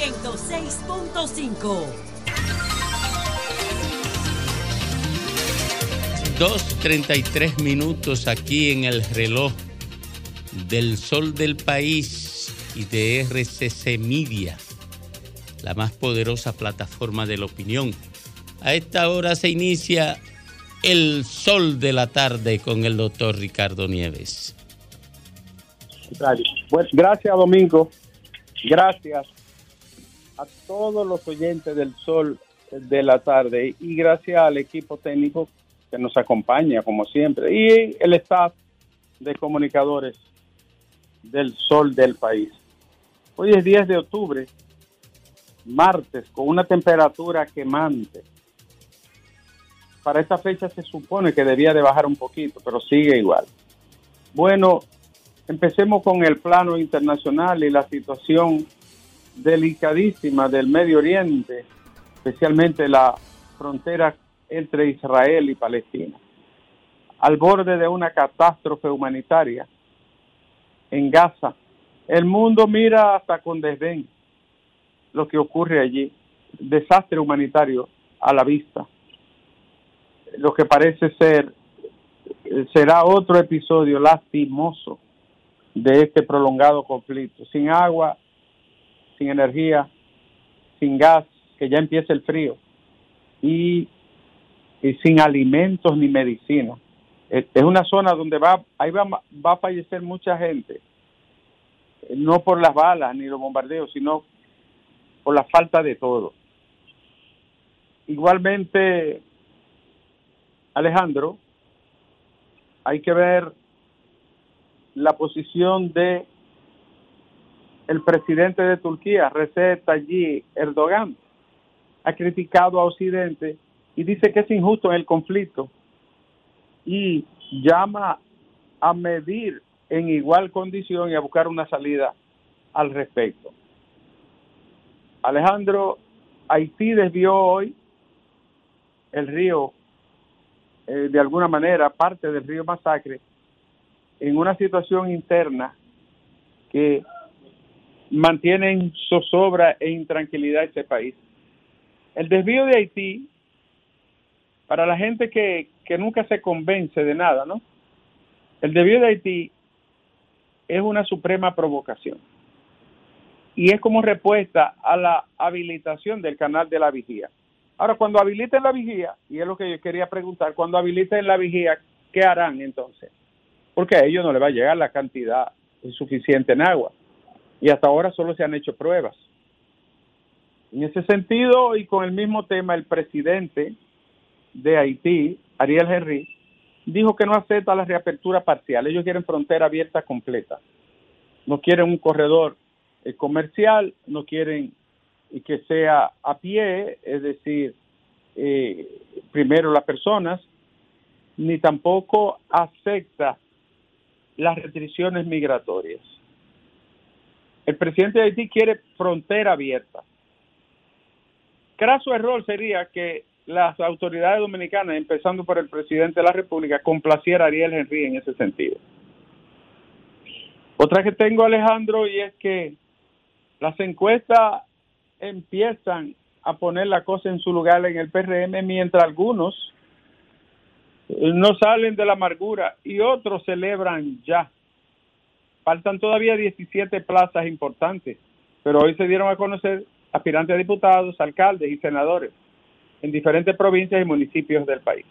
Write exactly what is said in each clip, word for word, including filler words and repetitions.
ciento seis punto cinco. dos treinta y tres minutos aquí en el reloj del Sol del País y de R C C Media, la más poderosa plataforma de la opinión. A esta hora se inicia el Sol de la Tarde con el doctor Ricardo Nieves. Pues gracias, Domingo. Gracias a todos los oyentes del Sol de la Tarde y gracias al equipo técnico que nos acompaña como siempre y el staff de comunicadores del Sol del País. Hoy es diez de octubre, martes, con una temperatura quemante. Para esta fecha se supone que debía de bajar un poquito, pero sigue igual. Bueno, empecemos con el plano internacional y la situación delicadísima del Medio Oriente, especialmente la frontera entre Israel y Palestina, al borde de una catástrofe humanitaria en Gaza. El mundo mira hasta con desdén lo que ocurre allí, desastre humanitario a la vista. Lo que parece ser será otro episodio lastimoso de este prolongado conflicto, sin agua, sin energía, sin gas, que ya empieza el frío, y y sin alimentos ni medicina. Es una zona donde va, ahí va, va a fallecer mucha gente, no por las balas ni los bombardeos, sino por la falta de todo. Igualmente, Alejandro, hay que ver la posición de el presidente de Turquía, Recep Tayyip Erdogan. Ha criticado a Occidente y dice que es injusto en el conflicto y llama a medir en igual condición y a buscar una salida al respecto. Alejandro, Haití desvió hoy el río, eh, de alguna manera, parte del río Masacre, en una situación interna que mantiene en zozobra e intranquilidad ese país. El desvío de Haití, para la gente que, que nunca se convence de nada, ¿no? El desvío de Haití es una suprema provocación. Y es como respuesta a la habilitación del canal de la vigía. Ahora, cuando habiliten la vigía, y es lo que yo quería preguntar, cuando habiliten la vigía, ¿qué harán entonces? Porque a ellos no les va a llegar la cantidad suficiente en agua. Y hasta ahora solo se han hecho pruebas. En ese sentido, y con el mismo tema, el presidente de Haití, Ariel Henry, dijo que no acepta la reapertura parcial. Ellos quieren frontera abierta completa. No quieren un corredor eh, comercial, no quieren eh, que sea a pie, es decir, eh, primero las personas, ni tampoco acepta las restricciones migratorias. El presidente de Haití quiere frontera abierta. Craso error sería que las autoridades dominicanas, empezando por el presidente de la República, complaciera a Ariel Henry en ese sentido. Otra que tengo, Alejandro, y es que las encuestas empiezan a poner la cosa en su lugar en el P R M, mientras algunos no salen de la amargura y otros celebran ya. Faltan todavía diecisiete plazas importantes, pero hoy se dieron a conocer aspirantes a diputados, alcaldes y senadores en diferentes provincias y municipios del país.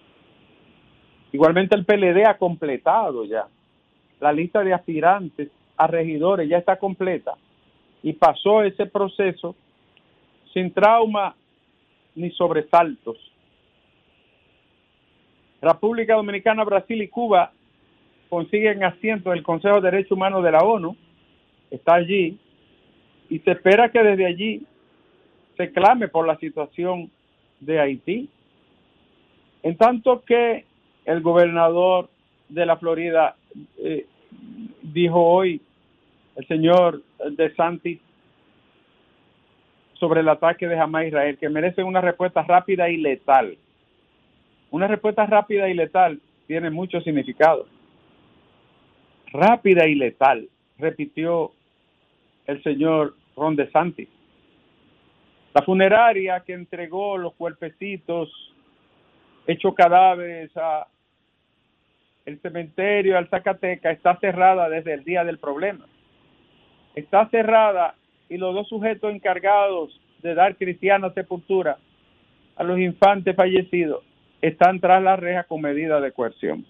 Igualmente el P L D ha completado ya la lista de aspirantes a regidores, ya está completa y pasó ese proceso sin trauma ni sobresaltos. República Dominicana, Brasil y Cuba consiguen asiento en el Consejo de Derechos Humanos de la ONU, está allí, y se espera que desde allí se clame por la situación de Haití. En tanto que el gobernador de la Florida eh, dijo hoy, el señor DeSantis, sobre el ataque de Hamás a Israel, que merece una respuesta rápida y letal. Una respuesta rápida y letal tiene mucho significado. Rápida y letal, repitió el señor Ron DeSantis. La funeraria que entregó los cuerpecitos hechos cadáveres a el cementerio al Zacatecas está cerrada desde el día del problema. Está cerrada y los dos sujetos encargados de dar cristiana sepultura a los infantes fallecidos están tras la reja con medida de coerción.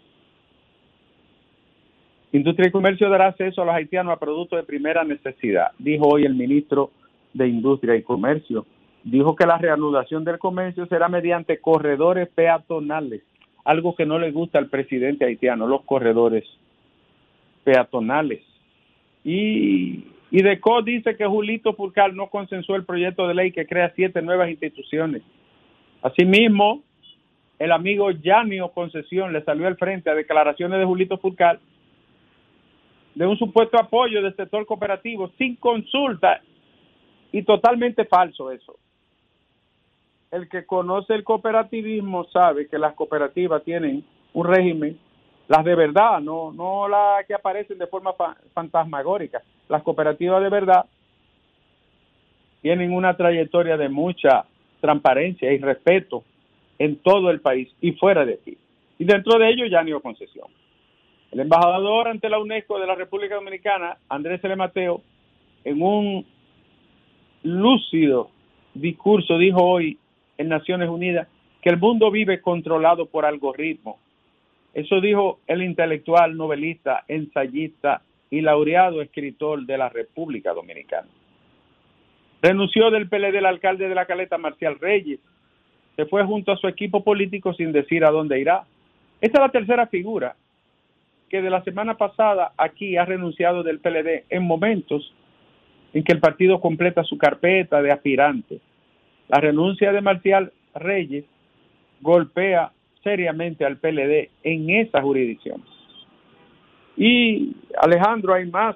Industria y Comercio dará acceso a los haitianos a productos de primera necesidad, dijo hoy el ministro de Industria y Comercio. Dijo que la reanudación del comercio será mediante corredores peatonales, algo que no le gusta al presidente haitiano, los corredores peatonales. Y, y DECO dice que Julito Furcal no consensuó el proyecto de ley que crea siete nuevas instituciones. Asimismo, el amigo Yanio Concesión le salió al frente a declaraciones de Julito Furcal de un supuesto apoyo del sector cooperativo sin consulta, y totalmente falso eso. El que conoce el cooperativismo sabe que las cooperativas tienen un régimen, las de verdad, no, no las que aparecen de forma fa- fantasmagórica. Las cooperativas de verdad tienen una trayectoria de mucha transparencia y respeto en todo el país y fuera de aquí. Y dentro de ello, ya ni concesión. El embajador ante la UNESCO de la República Dominicana, Andrés L. Mateo, en un lúcido discurso dijo hoy en Naciones Unidas que el mundo vive controlado por algoritmos. Eso dijo el intelectual, novelista, ensayista y laureado escritor de la República Dominicana. Renunció del P L D el alcalde de La Caleta, Marcial Reyes. Se fue junto a su equipo político sin decir a dónde irá. Esta es la tercera figura que de la semana pasada aquí ha renunciado del P L D en momentos en que el partido completa su carpeta de aspirantes. La renuncia de Marcial Reyes golpea seriamente al P L D en esa jurisdicción. Y Alejandro, hay más.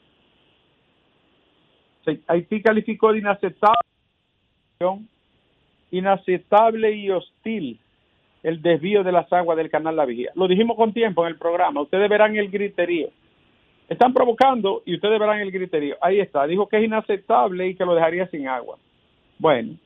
Haití calificó de inaceptable, inaceptable y hostil el desvío de las aguas del canal La Vigía. Lo dijimos con tiempo en el programa. Ustedes verán el griterío. Están provocando y ustedes verán el griterío. Ahí está. Dijo que es inaceptable y que lo dejaría sin agua. Bueno.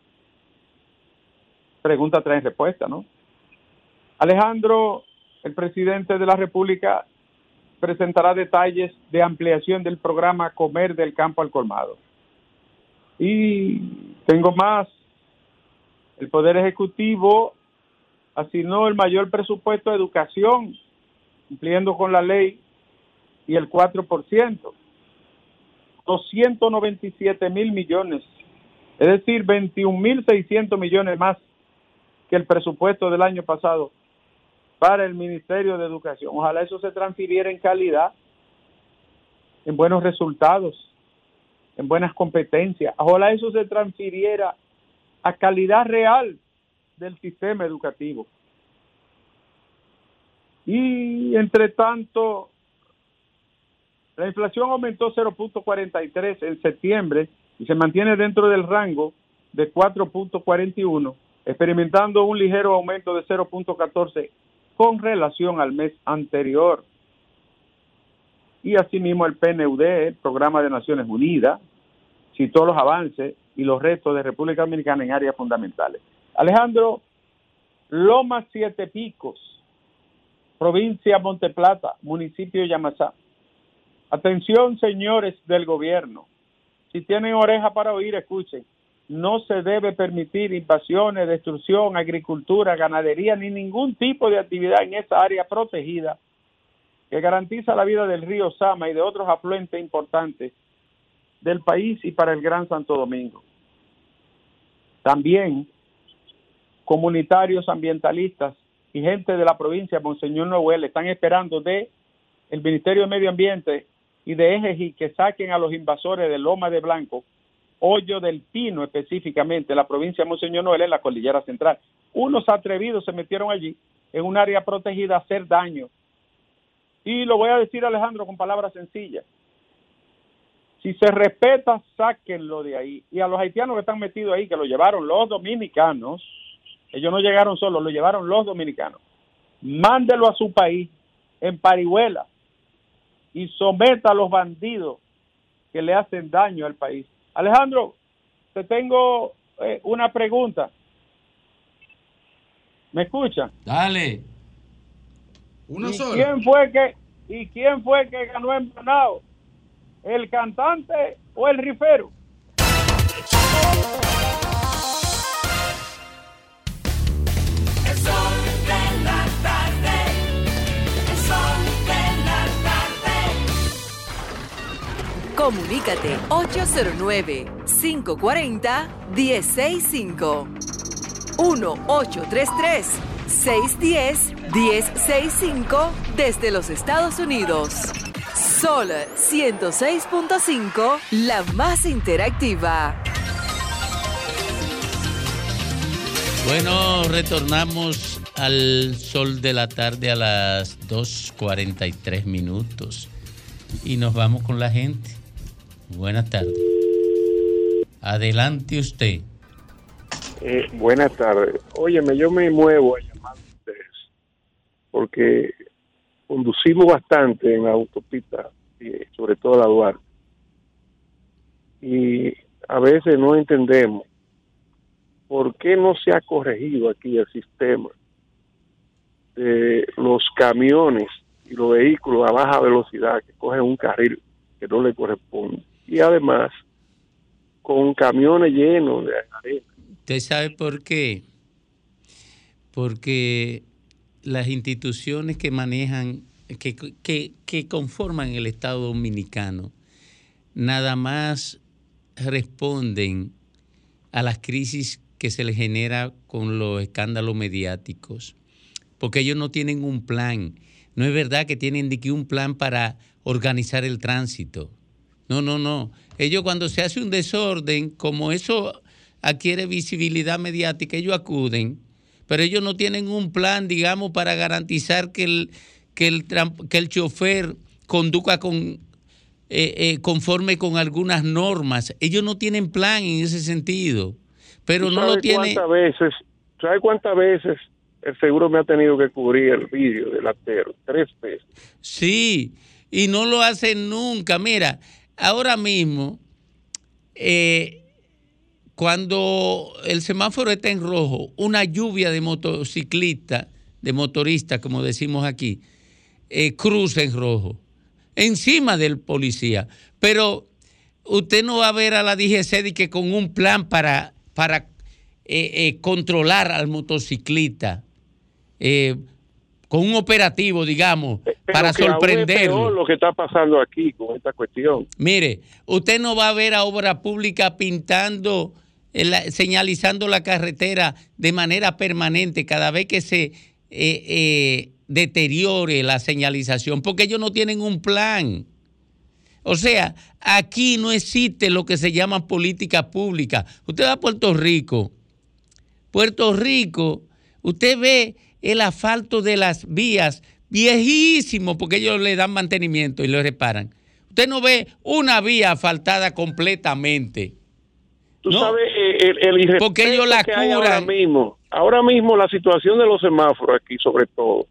Pregunta trae respuesta, ¿no? Alejandro, el presidente de la República, presentará detalles de ampliación del programa Comer del Campo al Colmado. Y tengo más. El Poder Ejecutivo asignó el mayor presupuesto de educación, cumpliendo con la ley y el cuatro por ciento, doscientos noventa y siete mil millones, es decir, veintiún mil seiscientos millones más que el presupuesto del año pasado para el Ministerio de Educación. Ojalá eso se transfiriera en calidad, en buenos resultados, en buenas competencias. Ojalá eso se transfiriera a calidad real del sistema educativo. Y entre tanto, la inflación aumentó cero punto cuarenta y tres en septiembre y se mantiene dentro del rango de cuatro punto cuarenta y uno, experimentando un ligero aumento de cero punto catorce con relación al mes anterior. Y asimismo el P N U D, el Programa de Naciones Unidas, citó los avances y los retos de República Dominicana en áreas fundamentales. Alejandro, Lomas Siete Picos, provincia Monteplata, municipio Yamasá. Atención, señores del gobierno. Si tienen oreja para oír, escuchen. No se debe permitir invasiones, destrucción, agricultura, ganadería, ni ningún tipo de actividad en esa área protegida que garantiza la vida del río Sama y de otros afluentes importantes del país y para el Gran Santo Domingo. También comunitarios ambientalistas y gente de la provincia de Monseñor Noel están esperando de el Ministerio de Medio Ambiente y de Ejejí que saquen a los invasores de Loma de Blanco, Hoyo del Pino específicamente, la provincia de Monseñor Noel en la Cordillera Central. Unos atrevidos se metieron allí en un área protegida a hacer daño. Y lo voy a decir, Alejandro, con palabras sencillas. Si se respeta, sáquenlo de ahí. Y a los haitianos que están metidos ahí, que lo llevaron los dominicanos, ellos no llegaron solos, lo llevaron los dominicanos. Mándelo a su país, en Parihuela, y someta a los bandidos que le hacen daño al país. Alejandro, te tengo eh, una pregunta. ¿Me escucha? Dale. Una ¿Y sola. quién fue que y quién fue que ganó en Bonao? ¿El cantante o el rifero? El sol de la tarde, el sol de la tarde. Comunícate ocho cero nueve, cinco cuatro cero, uno cero seis cinco. uno ocho tres tres, seis uno cero, uno cero seis cinco desde los Estados Unidos. Sol ciento seis punto cinco, la más interactiva. Bueno, retornamos al sol de la tarde a las dos cuarenta y tres minutos y nos vamos con la gente. Buenas tardes. Adelante usted. Eh, buenas tardes. Óyeme, yo me muevo a llamar a ustedes porque conducimos bastante en la autopista, eh, sobre todo la Duarte, y a veces no entendemos por qué no se ha corregido aquí el sistema de los camiones y los vehículos a baja velocidad que cogen un carril que no le corresponde, y además con camiones llenos de arena. ¿Usted sabe por qué? Porque las instituciones que manejan, que, que, que conforman el Estado Dominicano, nada más responden a las crisis que se les genera con los escándalos mediáticos, porque ellos no tienen un plan. No es verdad que tienen de que un plan para organizar el tránsito. No, no, no. Ellos cuando se hace un desorden, como eso adquiere visibilidad mediática, ellos acuden, pero ellos no tienen un plan, digamos, para garantizar que el, que el, que el chofer conduzca con, eh, eh, conforme con algunas normas. Ellos no tienen plan en ese sentido, pero no lo tiene. ¿Cuántas veces, ¿sabes cuántas veces el seguro me ha tenido que cubrir el vidrio del acero? Tres veces. Sí, y no lo hacen nunca. Mira, ahora mismo, eh, cuando el semáforo está en rojo, una lluvia de motociclistas, de motoristas, como decimos aquí, eh, cruza en rojo, encima del policía. Pero usted no va a ver a la D G C de que con un plan para, para eh, eh, controlar al motociclista, eh, con un operativo, digamos, Pero para que sorprenderlo. Es peor lo que está pasando aquí con esta cuestión. Mire, usted no va a ver a Obra Pública pintando, la, señalizando la carretera de manera permanente cada vez que se eh, eh, deteriore la señalización, porque ellos no tienen un plan. O sea, aquí no existe lo que se llama política pública. Usted va a Puerto Rico, Puerto Rico, usted ve el asfalto de las vías viejísimo, porque ellos le dan mantenimiento y lo reparan. Usted no ve una vía asfaltada completamente. Tú ¿no? sabes eh, el, el irrespeto Porque ellos la que hay ahora curan. mismo. Ahora mismo la situación de los semáforos aquí, sobre todo,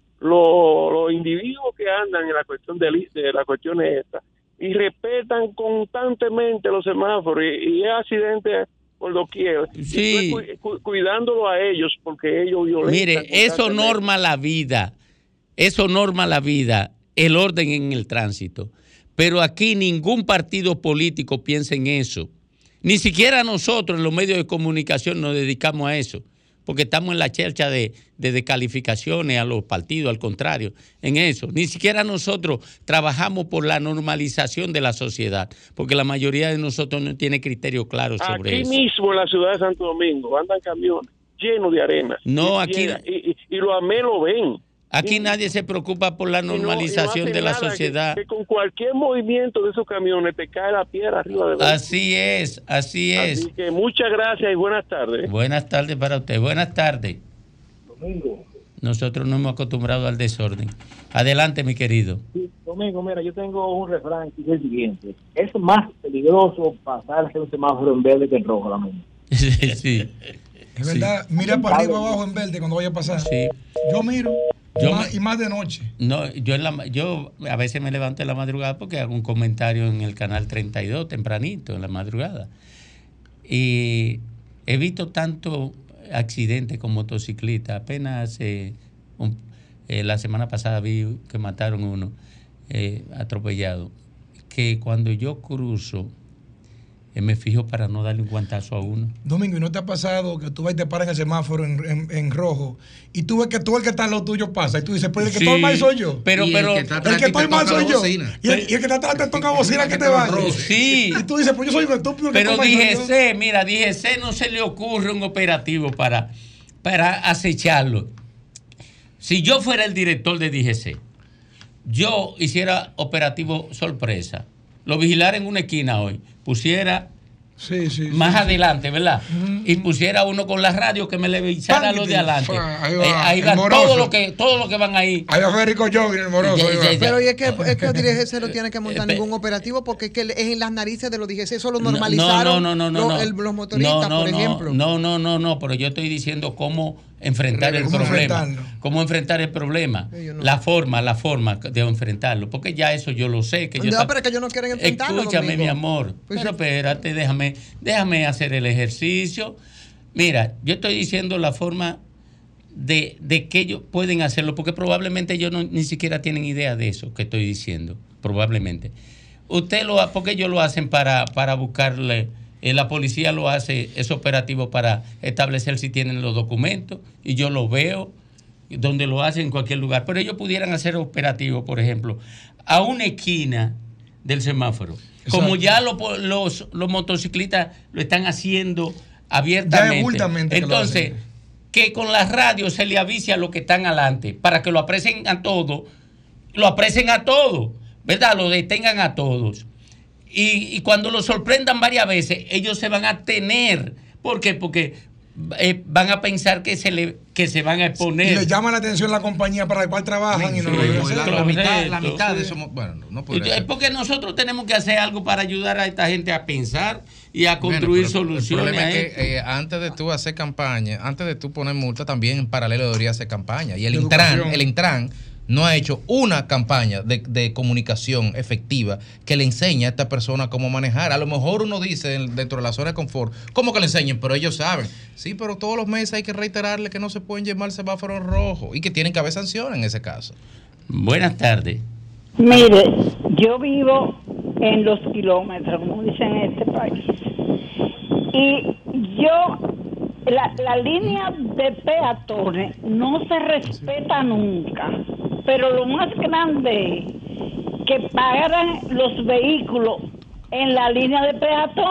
los, los individuos que andan en la cuestión de, de la cuestión esta y respetan constantemente los semáforos y, y es accidente por doquier. Sí. Y cu, cu, cuidándolo a ellos porque ellos violentan. Mire, eso norma la vida. Eso norma la vida, el orden en el tránsito. Pero aquí ningún partido político piensa en eso. Ni siquiera nosotros en los medios de comunicación nos dedicamos a eso, porque estamos en la chercha de, de descalificaciones a los partidos, al contrario, en eso. Ni siquiera nosotros trabajamos por la normalización de la sociedad, porque la mayoría de nosotros no tiene criterio claro sobre aquí eso. Aquí mismo en la ciudad de Santo Domingo andan camiones llenos de arena. No, y, aquí... Y, y, y los amé lo ven. Aquí y, nadie se preocupa por la normalización no, no de la nada, sociedad. Que, que con cualquier movimiento de esos camiones te cae la piedra arriba de vos. Así es, así es. Así que muchas gracias y buenas tardes. Buenas tardes para usted. Buenas tardes. Domingo. Nosotros nos hemos acostumbrado al desorden. Adelante, mi querido. Sí, Domingo, mira, yo tengo un refrán que es el siguiente. Es más peligroso pasarse un semáforo en verde que en rojo, la misma. Sí, sí. Es verdad, sí. Mira para arriba abajo en verde cuando vaya a pasar. Sí. Yo miro. Yo y, más, me, y más de noche. No, yo, en la, yo a veces me levanto en la madrugada porque hago un comentario en el canal treinta y dos tempranito, en la madrugada. Y he visto tanto accidentes con motociclistas. Apenas eh, un, eh, la semana pasada vi que mataron uno eh, atropellado. Que cuando yo cruzo, eh, me fijo para no darle un guantazo a uno. Domingo, ¿y no te ha pasado que tú vas y te paras en el semáforo en, en, en rojo y tú ves que todo el que está en lo tuyo pasa y tú dices, pero el que Sí, está mal soy yo? Pero, Y el pero, que está El atrás que a ti te estoy mal toca soy la yo. bocina. Y el, y el que está atrás te toca bocina que te vaya. sí. Y tú dices, pues yo soy un estúpido que Pero estoy mal soy D G yo. C, mira, D G C no se le ocurre un operativo para, para acecharlo. Si yo fuera el director de D G C, yo hiciera operativo sorpresa, lo vigilara en una esquina hoy, pusiera Sí, sí, más sí, adelante, ¿verdad? Mm. Y pusiera uno con la radio que me le avisara a los de adelante. Ahí va, Eh, ahí el van moroso. todos los que, todos los que van ahí. Ahí va Federico Jogging, el moroso. Ya, ahí va. ya, ya. Pero y es que, es que el D G C no tiene que montar Eh, ningún operativo porque es que es en las narices de los D G C. Eso lo No, normalizaron no, no, no, no, los, no. el- los motoristas, No, no, por no, ejemplo. No, no, no, no, pero yo estoy diciendo cómo enfrentar el ¿Cómo problema. enfrentarlo? Cómo enfrentar el problema. Sí, yo no. La forma, la forma de enfrentarlo. Porque ya eso yo lo sé. Que yo No, ta- pero es que ellos no quieren enfrentarlo, Escúchame, Domingo. mi amor. Pues pero sí. espérate, déjame, déjame hacer el ejercicio. Mira, yo estoy diciendo la forma de, de que ellos pueden hacerlo, porque probablemente ellos no, ni siquiera tienen idea de eso que estoy diciendo. Probablemente. Usted lo ha, porque ellos lo hacen para, para buscarle, eh, la policía lo hace, es operativo para establecer si tienen los documentos, y yo lo veo, donde lo hacen en cualquier lugar. Pero ellos pudieran hacer operativo, por ejemplo, a una esquina del semáforo. Como Exacto. ya lo- los, los motociclistas lo están haciendo abiertamente. abultamente que lo Entonces, hacen. que con las radios se le avise a los que están adelante para que lo aprecien a todos, lo aprecien a todos, ¿verdad? Lo detengan a todos. Y, y cuando lo sorprendan varias veces, ellos se van a tener. ¿Por qué? Porque eh, van a pensar que se le que se van a Y exponer. le llama la atención la compañía para la cual trabajan y no lo Sí, deben la, hacer. la mitad, la Correcto. mitad de eso, bueno, no podría Entonces, es ser. porque nosotros tenemos que hacer algo para ayudar a esta gente a pensar y a Bueno, construir pero soluciones. El problema a es esto. que eh, antes de tú hacer campaña, antes de tú poner multa, también en paralelo debería hacer campaña. Y el De Intran, educación. el Intran no ha hecho una campaña de, de comunicación efectiva que le enseñe a esta persona cómo manejar. A lo mejor uno dice en- dentro de la zona de confort, ¿cómo que le enseñen? Pero ellos saben. Sí, pero todos los meses hay que reiterarle que no se pueden llamar semáforos rojos y que tienen que haber sanciones en ese caso. Buenas tardes. Mire, yo vivo en los kilómetros, como dicen en este país. Y yo, la, la línea de peatones no se respeta nunca. Pero lo más grande es que paran los vehículos en la línea de peatones.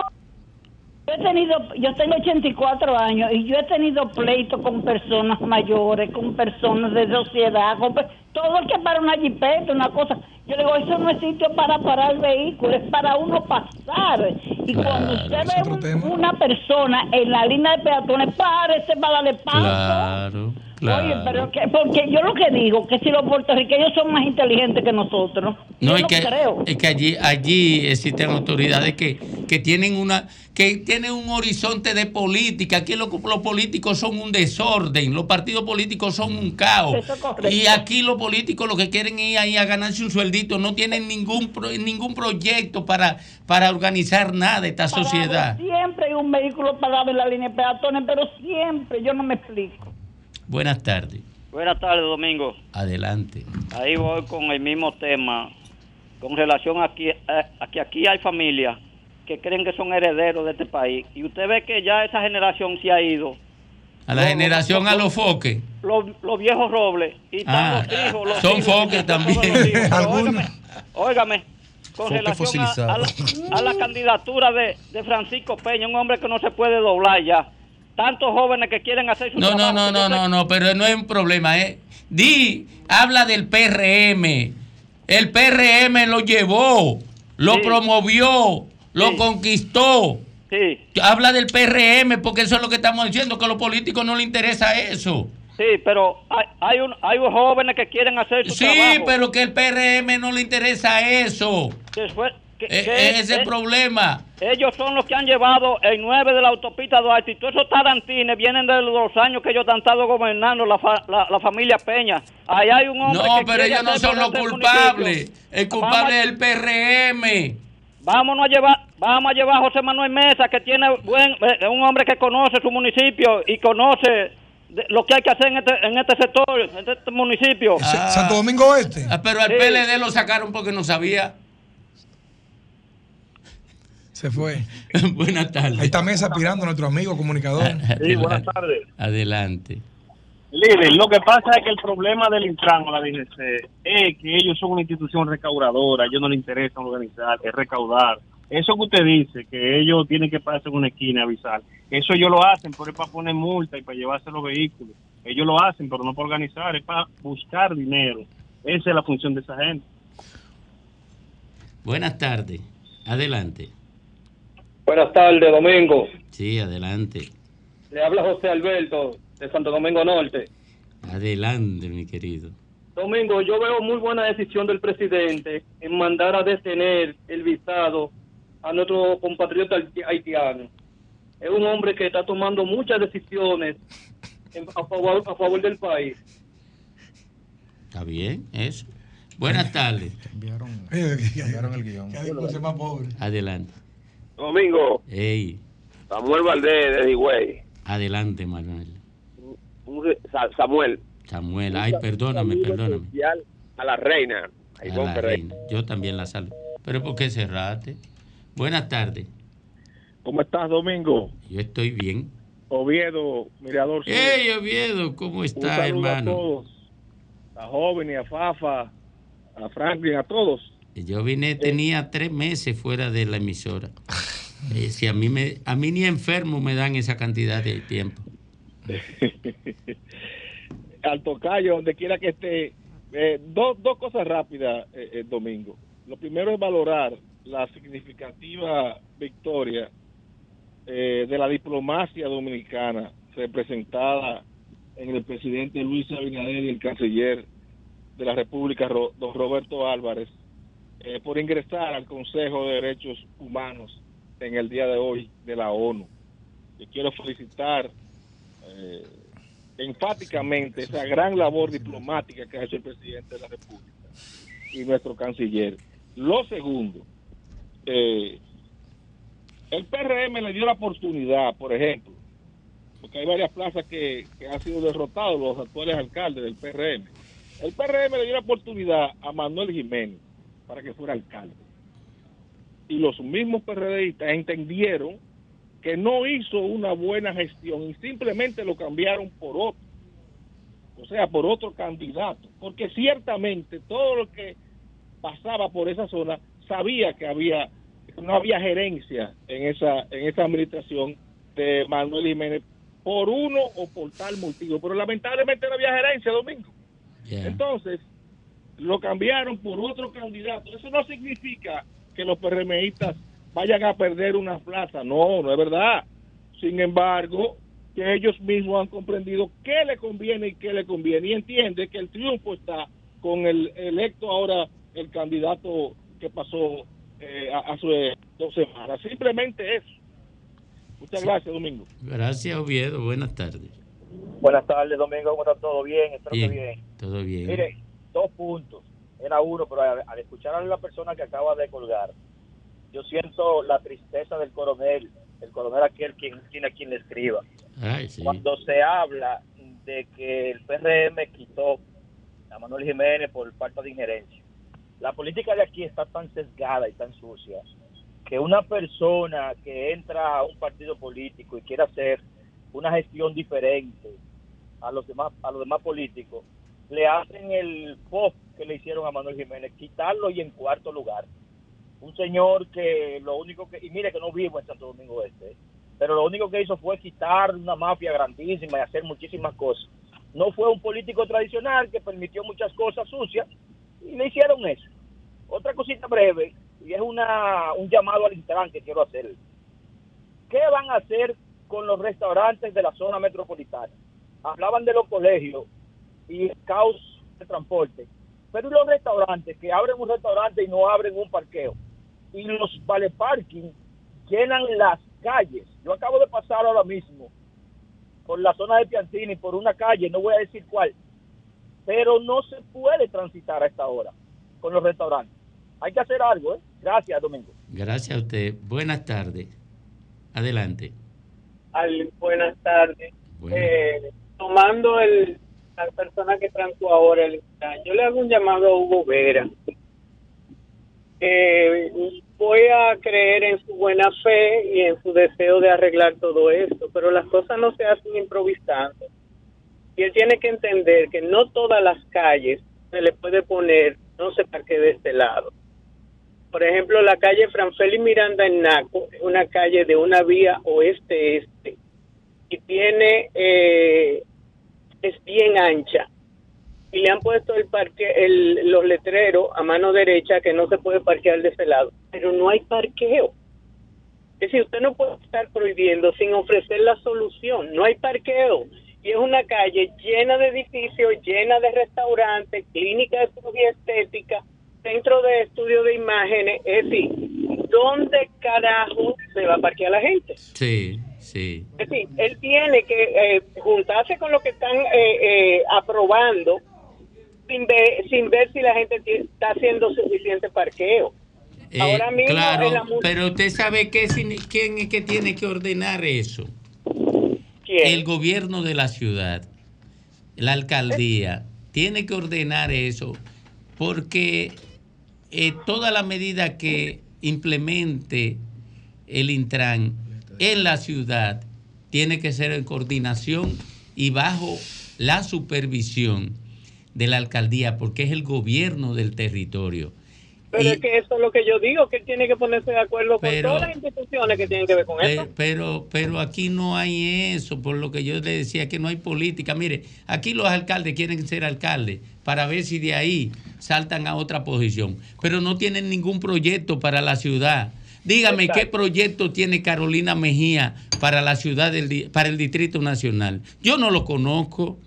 Yo he tenido, yo tengo ochenta y cuatro años y yo he tenido pleito con personas mayores, con personas de sociedad, con pe- todo el que para una jipeta, una cosa. Yo le digo, eso no es sitio para parar el vehículo, es para uno pasar. Y Claro, cuando usted es otro ve tema. un- una persona en la línea de peatones, párese para darle paso. Claro, claro. Oye, pero que, porque yo lo que digo, que si los puertorriqueños son más inteligentes que nosotros, yo No, no es que, creo. es que allí, allí existen autoridades que, que tienen una, que tienen un horizonte de política. Aquí los, los políticos son un desorden, los partidos políticos son un caos. Eso es correcto. Y aquí los políticos lo que quieren ir ahí a ganarse un sueldito, no tienen ningún pro- ningún proyecto para, para organizar nada esta Parado, sociedad. Siempre hay un vehículo parado en la línea de peatones, pero siempre, yo no me explico. Buenas tardes. Buenas tardes, Domingo. Adelante. Ahí voy con el mismo tema. Con relación a que, a que aquí hay familias que creen que son herederos de este país. Y usted ve que ya esa generación se ha ido. A la Los- generación los- a los foques. Los, los viejos robles. Y están Ah, los hijos. Los son hijos, foques y también. todos los hijos. Pero Algunos. óigame, óigame, con Foque relación a, a, la, fosilizado. a la candidatura de, de Francisco Peña, un hombre que no se puede doblar ya. Tantos jóvenes que quieren hacer su No, no, trabajo. no, que no, yo sé- no, no, pero no es un problema, ¿eh? Di, habla del P R M. El P R M lo llevó, lo Sí. promovió, lo Sí. conquistó. Sí. Habla del P R M porque eso es lo que estamos diciendo, que a los políticos no les interesa eso. Sí, pero hay, hay, un, hay unos jóvenes que quieren hacer su Sí, trabajo. pero que el P R M no le interesa eso. Que fue- que- E- que- ese es el eh, problema. Ellos son los que han llevado el nueve de la autopista Duarte. Y todos esos tarantines vienen de los años que ellos han estado gobernando la, fa- la, la familia Peña. Ahí hay un hombre No, que pero quiere ellos no hacer son los por ese culpables. municipio. El culpable Vamos a- es el P R M. vámonos a llevar, vamos a llevar a José Manuel Mesa, que tiene buen, es un hombre que conoce su municipio y conoce de, lo que hay que hacer en este, en este sector, en este municipio. Ah, Santo Domingo Oeste. Ah, pero al Sí. P L D lo sacaron porque no sabía. Se fue. Buenas tardes. Ahí está Mesa aspirando a nuestro amigo comunicador. Sí, buenas tardes. Adelante. Líder, lo que pasa es que el problema del Intran o la D G C es que ellos son una institución recaudadora, a ellos no les interesa organizar, es recaudar. Eso que usted dice, que ellos tienen que pararse en una esquina y avisar, eso ellos lo hacen, pero es para poner multa y para llevarse los vehículos. Ellos lo hacen, pero no para organizar, es para buscar dinero. Esa es la función de esa gente. Buenas tardes. Adelante. Buenas tardes, Domingo. Sí, adelante. Le habla José Alberto de Santo Domingo Norte. Adelante, mi querido. Domingo, yo veo muy buena decisión del presidente en mandar a detener el visado a nuestro compatriota haitiano. Es un hombre que está tomando muchas decisiones en- a favor, a favor del país. Está bien, eso. Buenas tardes. Cambiaron el guión. Adelante. Domingo, Ey, Samuel Valdés de Higüey. adelante, Manuel. Un re- Sa- Samuel. Samuel, ay, perdóname, perdóname. especial a la reina. A Ivonne la Ferreira. reina. Yo también la salud. Pero ¿por qué cerraste? Buenas tardes. ¿Cómo estás, Domingo? Yo estoy bien. Oviedo, Mirador Sur. Hey, Oviedo, ¿cómo Un está, saludo hermano? a todos, a jóvenes, a Fafa, a Franklin, a todos. Yo vine, tenía tres meses fuera de la emisora. Eh, si a mí me, a mí ni enfermo me dan esa cantidad de tiempo. Al tocayo, donde quiera que esté. Eh, dos, dos cosas rápidas, eh, eh, Domingo. Lo primero es valorar la significativa victoria eh, de la diplomacia dominicana representada en el presidente Luis Abinader y el canciller de la República, Ro- don Roberto Álvarez, eh, por ingresar al Consejo de Derechos Humanos en el día de hoy de la ONU. Yo quiero felicitar eh, enfáticamente esa gran labor diplomática que ha hecho el presidente de la República y nuestro canciller. Lo segundo, eh, el P R M le dio la oportunidad, por ejemplo, porque hay varias plazas que, que han sido derrotados los actuales alcaldes del P R M. El P R M le dio la oportunidad a Manuel Jiménez para que fuera alcalde. Y los mismos PRDistas entendieron que no hizo una buena gestión y simplemente lo cambiaron por otro, o sea, por otro candidato, porque ciertamente todo lo que pasaba por esa zona sabía que había no había gerencia en esa en esa administración de Manuel Jiménez por uno o por tal motivo, pero lamentablemente no había gerencia, Domingo. Entonces lo cambiaron por otro candidato. Eso no significa que los PRMistas vayan a perder una plaza. No, no es verdad. Sin embargo, que ellos mismos han comprendido qué le conviene y qué le conviene. Y entiende que el triunfo está con el electo ahora, el candidato que pasó eh, a- hace dos semanas. Simplemente eso. Muchas gracias, Domingo. Gracias, Oviedo. Buenas tardes. Buenas tardes, Domingo. ¿Cómo está todo bien? Espero Bien, que bien. todo bien. Mire, dos puntos. Era uno, pero al, al escuchar a la persona que acaba de colgar, yo siento la tristeza del coronel, el coronel aquel quien tiene a quien le escriba. Ay, sí. Cuando se habla de que el P R M quitó a Manuel Jiménez por falta de injerencia. La política de aquí está tan sesgada y tan sucia que una persona que entra a un partido político y quiere hacer una gestión diferente a los demás a los demás políticos, le hacen el pop que le hicieron a Manuel Jiménez, quitarlo y en cuarto lugar. Un señor que lo único que, y mire que no vivo en Santo Domingo Este, ¿eh? Pero lo único que hizo fue quitar una mafia grandísima y hacer muchísimas cosas. No fue un político tradicional que permitió muchas cosas sucias y le hicieron eso. Otra cosita breve, y es una un llamado al Intran que quiero hacer. ¿Qué van a hacer con los restaurantes de la zona metropolitana? Hablaban de los colegios y el caos de transporte, pero ¿y los restaurantes que abren un restaurante y no abren un parqueo? Y los vale parking llenan las calles. Yo acabo de pasar ahora mismo por la zona de Piantini, por una calle, no voy a decir cuál, pero no se puede transitar a esta hora con los restaurantes. Hay que hacer algo, ¿eh? Gracias, Domingo. Gracias a usted. Buenas tardes. Adelante. Al, buenas tardes. Buenas. Eh, tomando el, la persona que trancó ahora el yo le hago un llamado a Hugo Vera. Eh, voy a creer en su buena fe y en su deseo de arreglar todo esto, pero las cosas no se hacen improvisando. Y él tiene que entender que no todas las calles se le puede poner, no se parque de este lado. Por ejemplo, la calle Franfeli Miranda en Naco, una calle de una vía oeste-este, y tiene, eh, es bien ancha, y le han puesto el parque, el, los letreros a mano derecha que no se puede parquear de ese lado, pero no hay parqueo. Es decir, usted no puede estar prohibiendo sin ofrecer la solución, no hay parqueo, y es una calle llena de edificios, llena de restaurantes, clínica de cirugía estética, centro de estudio de imágenes, es decir, ¿dónde carajo se va a parquear la gente? Sí, sí. Es decir, él tiene que eh, juntarse con lo que están eh, eh, aprobando sin ver, sin ver si la gente t- está haciendo suficiente parqueo. Eh, Ahora mismo claro, en la mu- pero usted sabe qué, sin- quién es que tiene que ordenar eso. ¿Quién? El gobierno de la ciudad, la alcaldía, tiene que ordenar eso porque eh, toda la medida que implemente el Intran en la ciudad tiene que ser en coordinación y bajo la supervisión de la alcaldía, porque es el gobierno del territorio. Pero Y- es que eso es lo que yo digo, que él tiene que ponerse de acuerdo Pero- con todas las instituciones que tienen que ver con Pero, eso. pero, pero aquí no hay eso, por lo que yo le decía, que no hay política. Mire, aquí los alcaldes quieren ser alcaldes para ver si de ahí saltan a otra posición, pero no tienen ningún proyecto para la ciudad. Dígame, Exacto. ¿qué proyecto tiene Carolina Mejía para la ciudad, del, di- para el Distrito Nacional? Yo no lo conozco.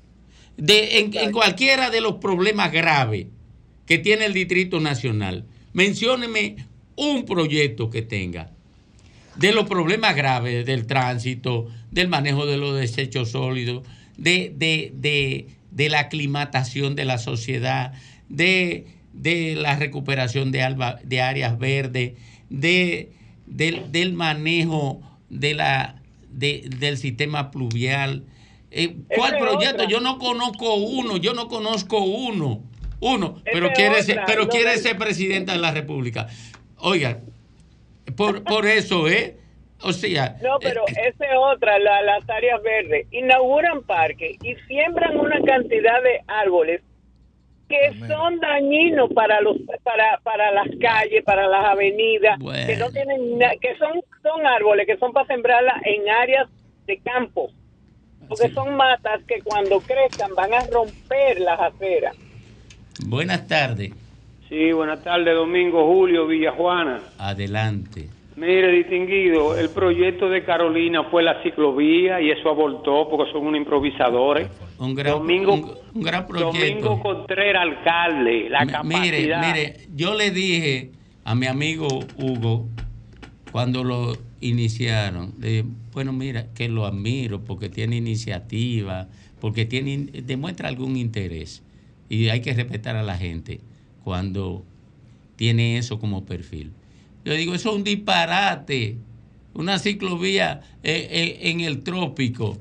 De, en, en cualquiera de los problemas graves que tiene el Distrito Nacional, mencióneme un proyecto que tenga de los problemas graves del tránsito, del manejo de los desechos sólidos, de, de, de, de la aclimatación de la sociedad, de, de la recuperación de, alba, de áreas verdes, de, del, del manejo de la, de, del sistema pluvial. Eh, ¿Cuál Esa es proyecto? otra. Yo no conozco uno, yo no conozco uno, uno, Esa pero es quiere otra, ser, pero no quiere ven- ser presidenta de la República. Oiga, por, por eso, ¿eh? O sea, No, pero esa es otra, la, las áreas verdes. Inauguran parques y siembran una cantidad de árboles que son dañinos para los para para las calles, para las avenidas, Bueno. que no tienen na- que son son árboles que son para sembrarlas en áreas de campo. Porque son matas que cuando crezcan van a romper las aceras. buenas tardes. Sí, buenas tardes, Domingo Julio Villajuana. Adelante. Mire, distinguido, el proyecto de Carolina fue la ciclovía y eso abortó porque son unos improvisadores. Un gran, Domingo, un, un gran proyecto. Domingo Contreras, alcalde, la M- capacidad. Mire, mire, yo le dije a mi amigo Hugo cuando lo iniciaron, le dije, bueno, mira, que lo admiro porque tiene iniciativa, porque tiene demuestra algún interés y hay que respetar a la gente cuando tiene eso como perfil. Yo digo, eso es un disparate, una ciclovía eh, eh, en el trópico.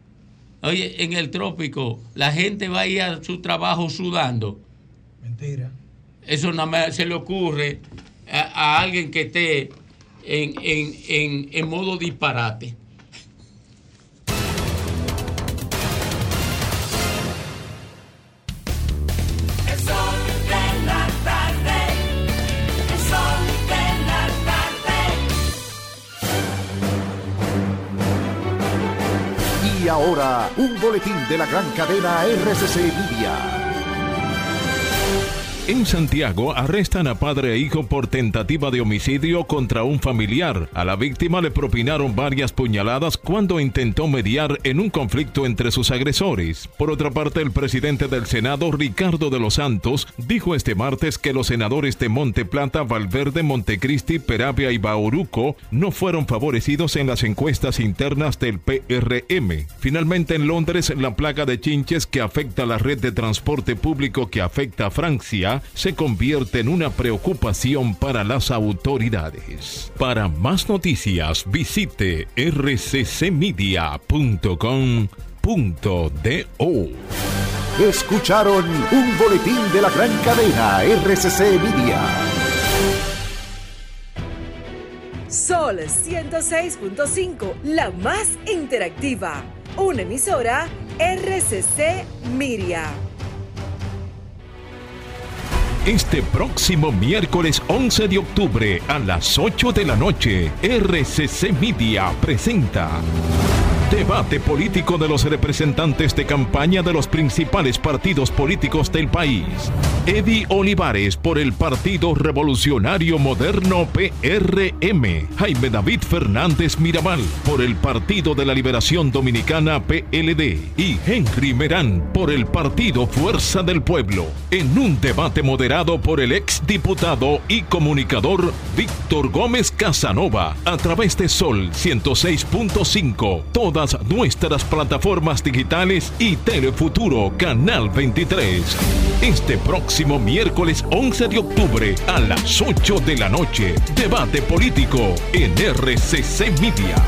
Oye, en el trópico la gente va a ir a su trabajo sudando. Mentira. Eso nada más se le ocurre a, a alguien que esté en, en, en, en modo disparate. El sol de la tarde, el sol de la tarde. Y ahora, un boletín de la gran cadena R C C Media. En Santiago arrestan a padre e hijo por tentativa de homicidio contra un familiar. A la víctima le propinaron varias puñaladas cuando intentó mediar en un conflicto entre sus agresores. Por otra parte, el presidente del Senado, Ricardo de los Santos, dijo este martes que los senadores de Monte Plata, Valverde, Montecristi, Peravia y Bauruco no fueron favorecidos en las encuestas internas del P R M. Finalmente, en Londres, la plaga de chinches que afecta a la red de transporte público que afecta a Francia seguridad se convierte en una preocupación para las autoridades. Para más noticias, visite r c c media punto com punto do. Escucharon un boletín de la gran cadena R C C Media. Sol ciento seis punto cinco, la más interactiva. Una emisora R C C Media. Este próximo miércoles once de octubre a las ocho de la noche, R C C Media presenta debate político de los representantes de campaña de los principales partidos políticos del país. Eddie Olivares por el Partido Revolucionario Moderno P R M. Jaime David Fernández Mirabal por el Partido de la Liberación Dominicana P L D. Y Henry Merán por el Partido Fuerza del Pueblo. En un debate moderado por el exdiputado y comunicador Víctor Gómez Casanova a través de Sol ciento seis punto cinco. Todas nuestras plataformas digitales y Telefuturo Canal veintitrés. Este próximo miércoles once de octubre a las ocho de la noche. Debate político en R C C Media.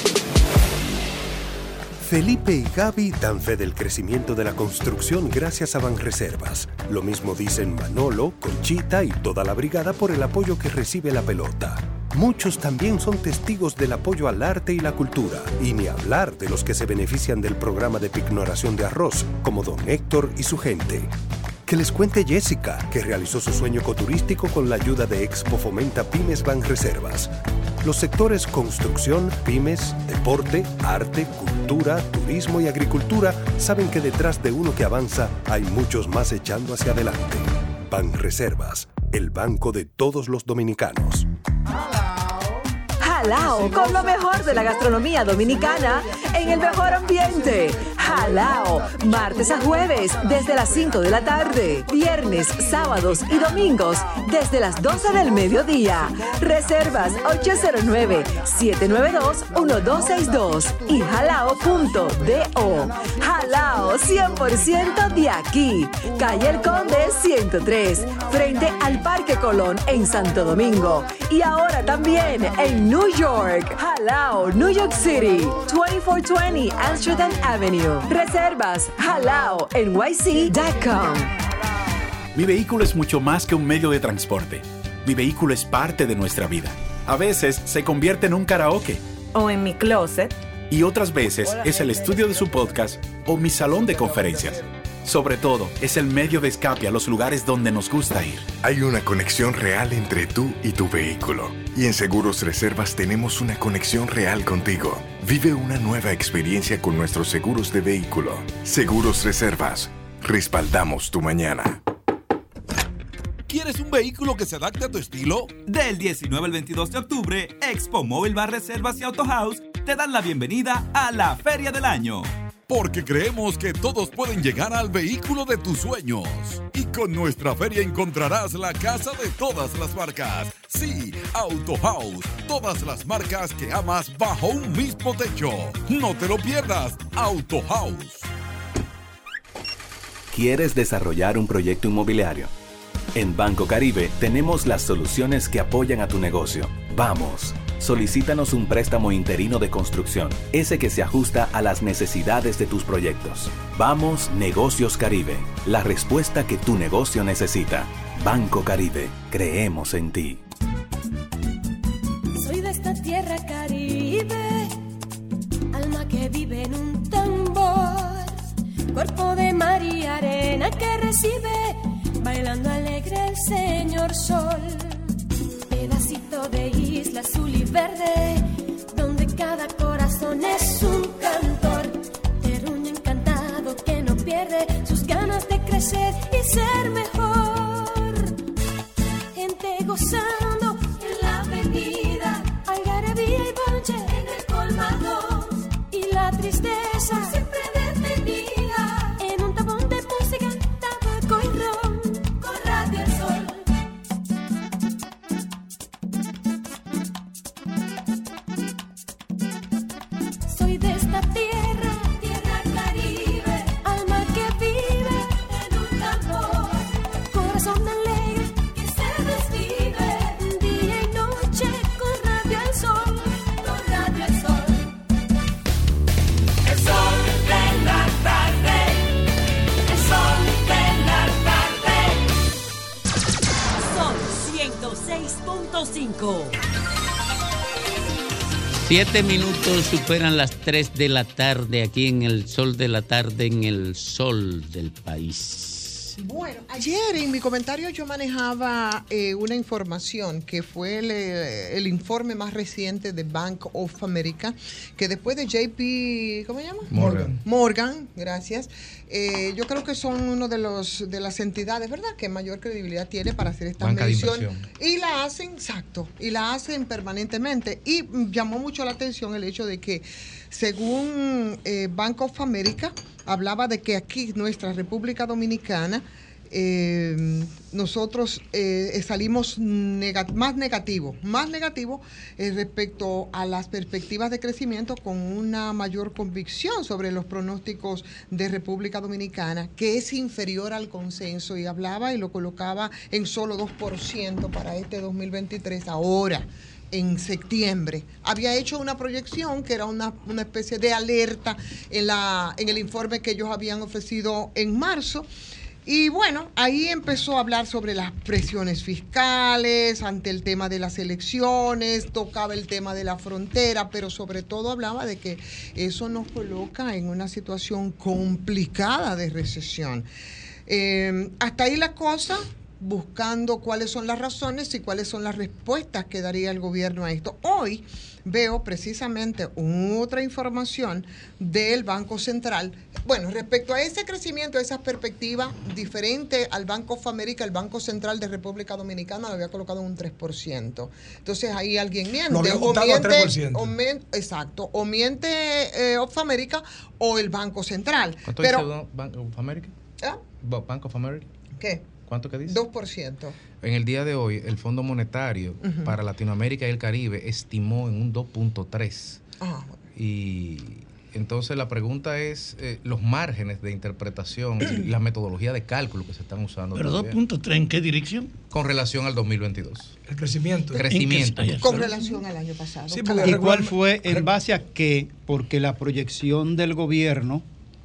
Felipe y Gaby dan fe del crecimiento de la construcción gracias a Banreservas. Lo mismo dicen Manolo, Conchita y toda la brigada por el apoyo que recibe la pelota. Muchos también son testigos del apoyo al arte y la cultura, y ni hablar de los que se benefician del programa de pignoración de arroz, como don Héctor y su gente. Que les cuente Jessica, que realizó su sueño ecoturístico con la ayuda de Expo Fomenta Pymes Banreservas. Los sectores construcción, pymes, deporte, arte, cultura, turismo y agricultura saben que detrás de uno que avanza hay muchos más echando hacia adelante. Banreservas, el banco de todos los dominicanos. Jalao, con lo mejor de la gastronomía dominicana en el mejor ambiente. Jalao, martes a jueves desde las cinco de la tarde, viernes, sábados y domingos desde las doce del mediodía. Reservas ocho cero nueve, siete nueve dos, uno dos seis dos y jalao punto do. Jalao, cien por ciento de aquí. Calle El Conde ciento tres, frente al Parque Colón en Santo Domingo. Y ahora también en New York. Jalao, New York City, veinticuatro veinte Amsterdam Avenue. Reservas jalao n y c punto com. Mi vehículo es mucho más que un medio de transporte. Mi vehículo es parte de nuestra vida. A veces se convierte en un karaoke. O en mi closet. Y otras veces es el estudio de su podcast o mi salón de conferencias. Sobre todo, es el medio de escape a los lugares donde nos gusta ir. Hay una conexión real entre tú y tu vehículo. Y en Seguros Reservas tenemos una conexión real contigo. Vive una nueva experiencia con nuestros seguros de vehículo. Seguros Reservas. Respaldamos tu mañana. ¿Quieres un vehículo que se adapte a tu estilo? Del diecinueve al veintidós de octubre, Expo Móvil Banreservas y Auto House te dan la bienvenida a la Feria del Año. Porque creemos que todos pueden llegar al vehículo de tus sueños. Y con nuestra feria encontrarás la casa de todas las marcas. Sí, Auto House. Todas las marcas que amas bajo un mismo techo. No te lo pierdas. Auto House. ¿Quieres desarrollar un proyecto inmobiliario? En Banco Caribe tenemos las soluciones que apoyan a tu negocio. Vamos. Solicítanos un préstamo interino de construcción, ese que se ajusta a las necesidades de tus proyectos. Vamos, Negocios Caribe, la respuesta que tu negocio necesita. Banco Caribe, creemos en ti. Soy de esta tierra caribe, alma que vive en un tambor, cuerpo de mar y arena que recibe, bailando alegre el señor sol. Pedacito de isla azul y verde, donde cada corazón es un cantor, terruño encantado que no pierde sus ganas de crecer y ser mejor. Gente gozando en la avenida, algarabía y bonche en el colmado, y la tristeza siempre detenida en un tabón de música, tabaco y ron, con Radio El Sol. Soy de esta tierra, tierra caribe, alma que vive en un tambor, corazón alegre Siete minutos superan las tres de la tarde aquí en el sol de la tarde, en el sol del país. Bueno, ayer en mi comentario yo manejaba eh, una información que fue el, el informe más reciente de Bank of America, que después de J P, ¿cómo se llama? Morgan. Morgan, gracias. Eh, yo creo que son uno de los de las entidades, ¿verdad?, que mayor credibilidad tiene para hacer esta Banca de medición. inversión. Y la hacen, exacto, y la hacen permanentemente. Y mm, llamó mucho la atención el hecho de que, según eh, Bank of America, hablaba de que aquí, nuestra República Dominicana, eh, nosotros eh, salimos nega- más negativos, más negativos eh, respecto a las perspectivas de crecimiento, con una mayor convicción sobre los pronósticos de República Dominicana, que es inferior al consenso, y hablaba y lo colocaba en solo dos por ciento para este dos mil veintitrés ahora. En septiembre había hecho una proyección que era una, una especie de alerta en, la, en el informe que ellos habían ofrecido en marzo. Y bueno, ahí empezó a hablar sobre las presiones fiscales ante el tema de las elecciones, tocaba el tema de la frontera, pero sobre todo hablaba de que eso nos coloca en una situación complicada de recesión. Eh, hasta ahí la cosa, buscando cuáles son las razones y cuáles son las respuestas que daría el gobierno a esto. Hoy veo precisamente otra información del Banco Central. Bueno, respecto a ese crecimiento, esa perspectiva diferente al Banco of America, el Banco Central de República Dominicana lo había colocado en un tres por ciento. Entonces ahí alguien miente. Lo había o ajustado a tres por ciento. o men- exacto, o miente eh, of America o el Banco Central. ¿Cuánto Pero, dice Bank of America? ¿Ah? Bank of America. ¿Qué? ¿Cuánto que dice? dos por ciento. En el día de hoy, el Fondo Monetario Ujú. para Latinoamérica y el Caribe estimó en un dos punto tres. Ah, Y entonces la pregunta es eh, los márgenes de interpretación y la metodología de cálculo que se están usando. Pero también. dos punto tres, ¿en qué dirección? Con relación al dos mil veintidós. El crecimiento. Crecimiento. ¿En qué- con relación al año pasado. Sí, claro. porque ¿Y cuál fue, en base a qué? Porque la proyección del gobierno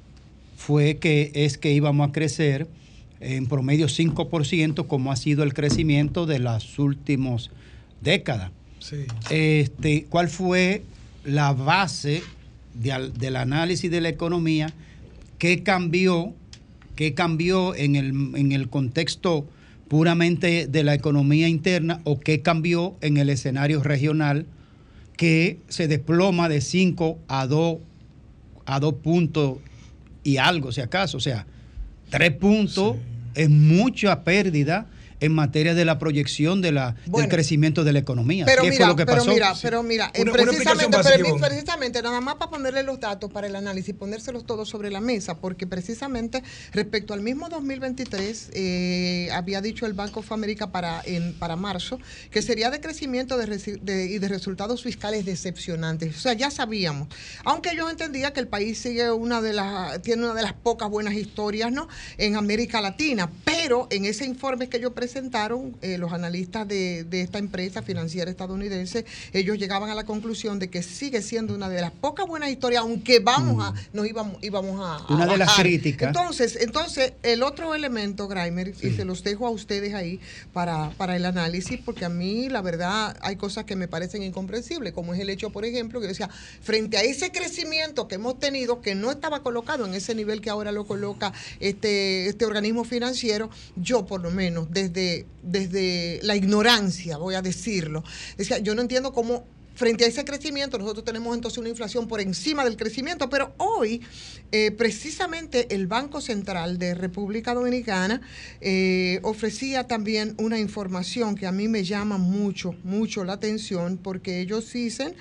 fue que es que íbamos a crecer en promedio cinco por ciento, como ha sido el crecimiento de las últimas décadas. Sí. Este, ¿cuál fue la base de al- del análisis de la economía? ¿Qué cambió? ¿Qué cambió en el, en el contexto puramente de la economía interna, o qué cambió en el escenario regional, que se desploma de cinco a dos a dos puntos y algo, si acaso? O sea, tres puntos es mucha pérdida en materia de la proyección de la, Bueno, del crecimiento de la economía. Pero ¿Qué mira, fue lo que pero pasó? mira, pero mira, eh, Una- una explicación precisamente, básica, pero Ivonne. precisamente, nada más para ponerle los datos para el análisis, ponérselos todos sobre la mesa, porque precisamente respecto al mismo dos mil veintitrés, eh, había dicho el Banco of America para, en, para marzo, que sería de crecimiento de, reci- de- y de resultados fiscales decepcionantes. O sea, ya sabíamos. Aunque yo entendía que el país sigue una de las, tiene una de las pocas buenas historias, ¿no?, en América Latina, pero en ese informe que ellos presentaron, eh, los analistas de, de esta empresa financiera estadounidense, ellos llegaban a la conclusión de que sigue siendo una de las pocas buenas historias, aunque vamos a, nos íbamos, íbamos a, a Una de las bajar. críticas. Entonces, entonces, el otro elemento, Graimer, y se los dejo a ustedes ahí para, para el análisis, porque a mí, la verdad, hay cosas que me parecen incomprensibles, como es el hecho, por ejemplo, que yo decía, frente a ese crecimiento que hemos tenido, que no estaba colocado en ese nivel que ahora lo coloca este, este organismo financiero, yo por lo menos, desde, desde la ignorancia, voy a decirlo, decía, yo no entiendo cómo frente a ese crecimiento nosotros tenemos entonces una inflación por encima del crecimiento, pero hoy eh, precisamente el Banco Central de República Dominicana eh, ofrecía también una información que a mí me llama mucho, mucho la atención, porque ellos dicen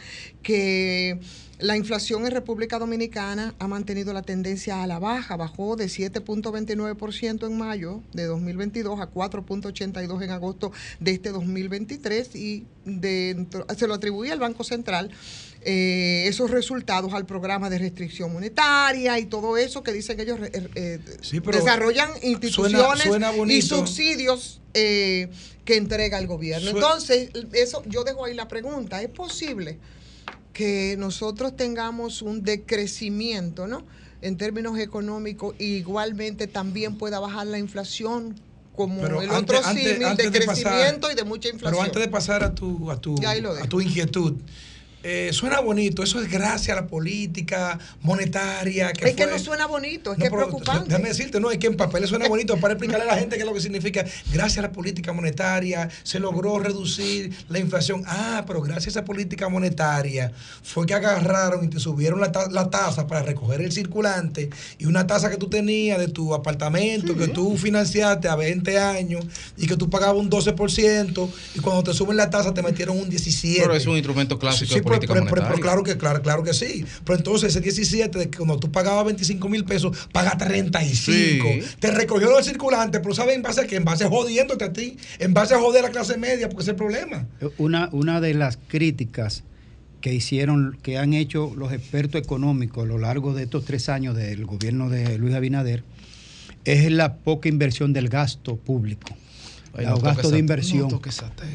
que la inflación en República Dominicana ha mantenido la tendencia a la baja, bajó de siete punto veintinueve por ciento en mayo de dos mil veintidós a cuatro punto ochenta y dos en agosto de este dos mil veintitrés, y dentro, se lo atribuye al Banco Central eh, esos resultados al programa de restricción monetaria y todo eso que dicen que ellos eh, eh, Sí, pero desarrollan instituciones suena- suena y bonito. subsidios eh, que entrega el gobierno. Sue- Entonces, eso yo dejo ahí la pregunta, ¿es posible que nosotros tengamos un decrecimiento, ¿no?, en términos económicos, y igualmente también pueda bajar la inflación, como Pero el antes- otro antes- símil antes de de pasar- crecimiento y de mucha inflación? Pero antes de pasar a tu, a tu, Ya ahí lo dejo. a tu inquietud, eh, suena bonito, eso es gracias a la política monetaria. Que es fue... que no suena bonito, es no, que es pero, preocupante. Déjame decirte, no, es que en papeles suena bonito para explicarle a la gente qué es lo que significa. Gracias a la política monetaria se logró reducir la inflación. Ah, pero gracias a esa política monetaria fue que agarraron y te subieron la, ta la tasa para recoger el circulante, y una tasa que tú tenías de tu apartamento, que tú financiaste a veinte años y que tú pagabas un doce por ciento, y cuando te suben la tasa te metieron un diecisiete por ciento. Pero es un instrumento clásico sí, de sí, política pero, monetaria. Pero, pero claro que claro, claro que sí. Pero entonces ese diecisiete, de que cuando tú pagabas veinticinco mil pesos, paga treinta y cinco. Sí. Te recogió el circulante, pero ¿sabes en base a qué? En base a jodiéndote a ti, en base a joder a la clase media, porque ese es el problema. Una, una de las críticas que hicieron, que han hecho los expertos económicos a lo largo de estos tres años del gobierno de Luis Abinader, es la poca inversión del gasto público. Ay, los no gastos de inversión. No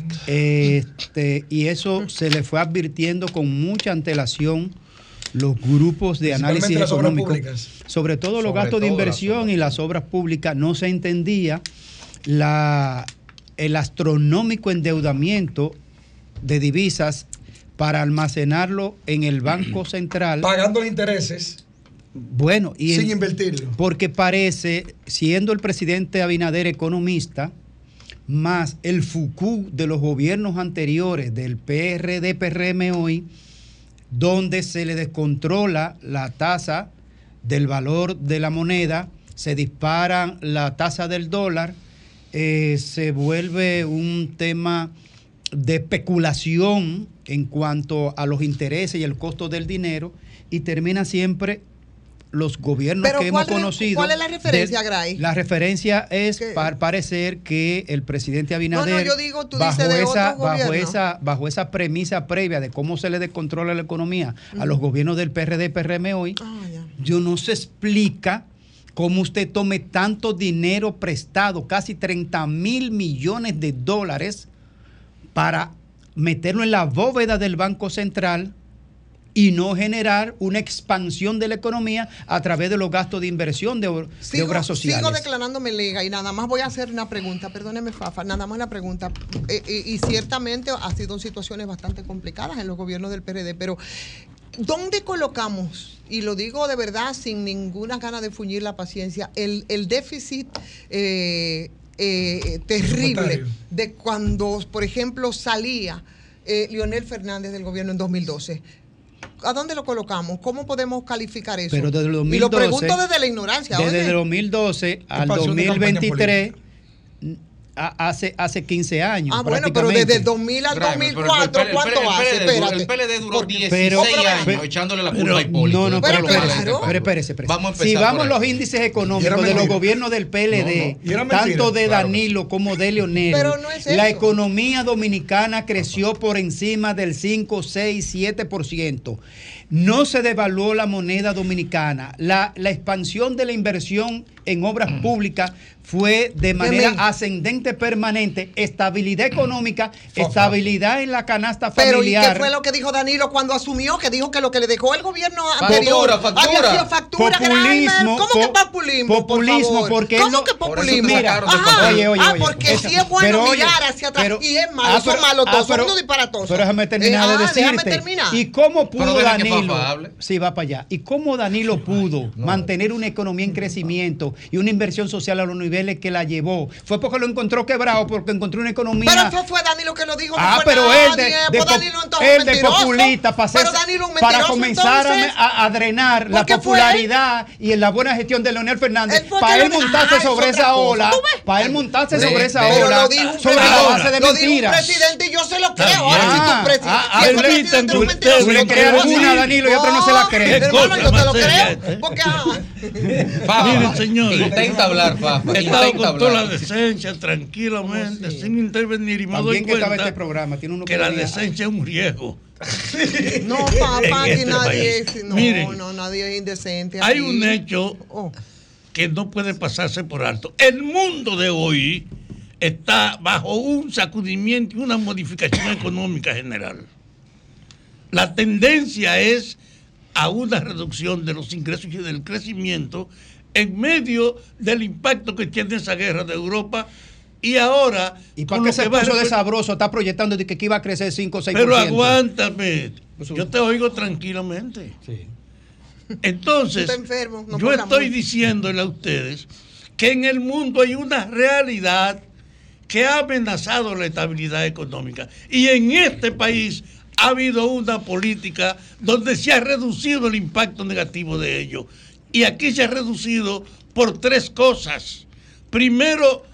este, y eso se le fue advirtiendo con mucha antelación los grupos de análisis económico, sobre todo los sobre gastos todo de inversión y las obras públicas. No se entendía la, el astronómico endeudamiento de divisas para almacenarlo en el Banco Central. Pagando los intereses. Bueno, y sin el, invertirlo. Porque parece, siendo el presidente Abinader economista, más el Fucú de los gobiernos anteriores del P R D P R M hoy, donde se le descontrola la tasa del valor de la moneda, se dispara la tasa del dólar, eh, se vuelve un tema de especulación en cuanto a los intereses y el costo del dinero, y termina siempre los gobiernos Pero que hemos ¿cuál, conocido. ¿Cuál es la referencia, de, Gray? La referencia es para parecer que el presidente Abinader, no, no, yo digo, tú bajo, dices de esa, otros bajo, esa, bajo esa premisa previa de cómo se le descontrola la economía uh-huh. a los gobiernos del P R D P R M hoy, oh, yeah. yo no se explica cómo usted tome tanto dinero prestado, casi treinta mil millones de dólares, para meterlo en la bóveda del Banco Central y no generar una expansión de la economía a través de los gastos de inversión de, de sigo, obras sociales. Sigo declarándome lega y nada más voy a hacer una pregunta, perdóneme Fafa, nada más una pregunta, eh, eh, y ciertamente ha sido situaciones bastante complicadas en los gobiernos del P R D, pero ¿dónde colocamos, y lo digo de verdad sin ninguna gana de fuñir la paciencia, el, el déficit eh, eh, terrible de cuando, por ejemplo, salía eh, Leonel Fernández del gobierno en dos mil doce? ¿A dónde lo colocamos? ¿Cómo podemos calificar eso? Pero desde el dos mil doce, y lo pregunto desde la ignorancia. Desde oye. el dos mil doce al dos mil veintitrés, hace, hace quince años. Ah, bueno, pero desde el dos mil al dos mil cuatro, pero, pero, ¿cuánto el, el, hace? El, Espérate. el P L D duró Porque, dieciséis pero, años pero, echándole la culpa pero, a Hipólito. No, no, pero, pero, espérese, claro. pero espérese, espérese. Vamos a empezar si vamos por los índices económicos de los gobiernos del P L D, no, no. tanto de Danilo como de Leonel, no es la economía dominicana creció por encima del cinco, seis, siete por ciento. No se devaluó la moneda dominicana. La, la expansión de la inversión en obras públicas fue de manera Amén. ascendente permanente, estabilidad económica, Fofa. estabilidad en la canasta familiar. Pero ¿y qué fue lo que dijo Danilo cuando asumió? Que dijo que lo que le dejó el gobierno anterior factura, factura. había sido factura. Populismo. ¿Cómo que populismo? Populismo, por porque ¿Cómo no, que populismo? Mira, Ajá, oye, oye, ah, oye, porque esa, sí es bueno pero, mirar oye, hacia atrás. Pero, y es malo, ah, pero, son malos todos, ah, pero, son unos disparatosos. Pero déjame terminar eh, de ah, decirte. déjame terminar. ¿Y cómo pudo Danilo? Sí, va para allá. ¿Y cómo Danilo pudo no. mantener una economía en crecimiento y una inversión social a los niveles que la llevó? Fue porque lo encontró quebrado, porque encontró una economía. Pero eso fue Danilo que lo dijo. Ah, no fue pero nadie, él de, de, pues Danilo él de populista para, hacer, para comenzar a, a drenar la popularidad y la buena gestión de Leonel Fernández. Para él montarse sobre esa ola, para él montarse sobre esa ola, sobre la base de mentiras. Un presidente y yo se lo creo. Ahora si tu presidente es un mentiroso, tú le crees una, Danilo, y otro no se la cree. Hermano, yo te lo creo. Porque miren, señores, intenta hablar, Fafa. He estado con toda la decencia, tranquilamente, sin intervenir, y me doy cuenta este programa. Tiene uno que la decencia es un riesgo. No, papá, este que nadie es, no, Miren, no, nadie es indecente. Hay aquí. un hecho oh. que no puede pasarse por alto. El mundo de hoy está bajo un sacudimiento y una modificación económica general. La tendencia es a una reducción de los ingresos y del crecimiento en medio del impacto que tiene esa guerra de Europa Y ahora... ¿Y para qué ese peso de sabroso está proyectando de que iba a crecer cinco o seis por ciento? ciento? Pero aguántame. Yo te oigo tranquilamente. Sí. Entonces, enfermo, no yo estoy diciéndole a ustedes que en el mundo hay una realidad que ha amenazado la estabilidad económica. Y en este país ha habido una política donde se ha reducido el impacto negativo de ello. Y aquí se ha reducido por tres cosas. Primero,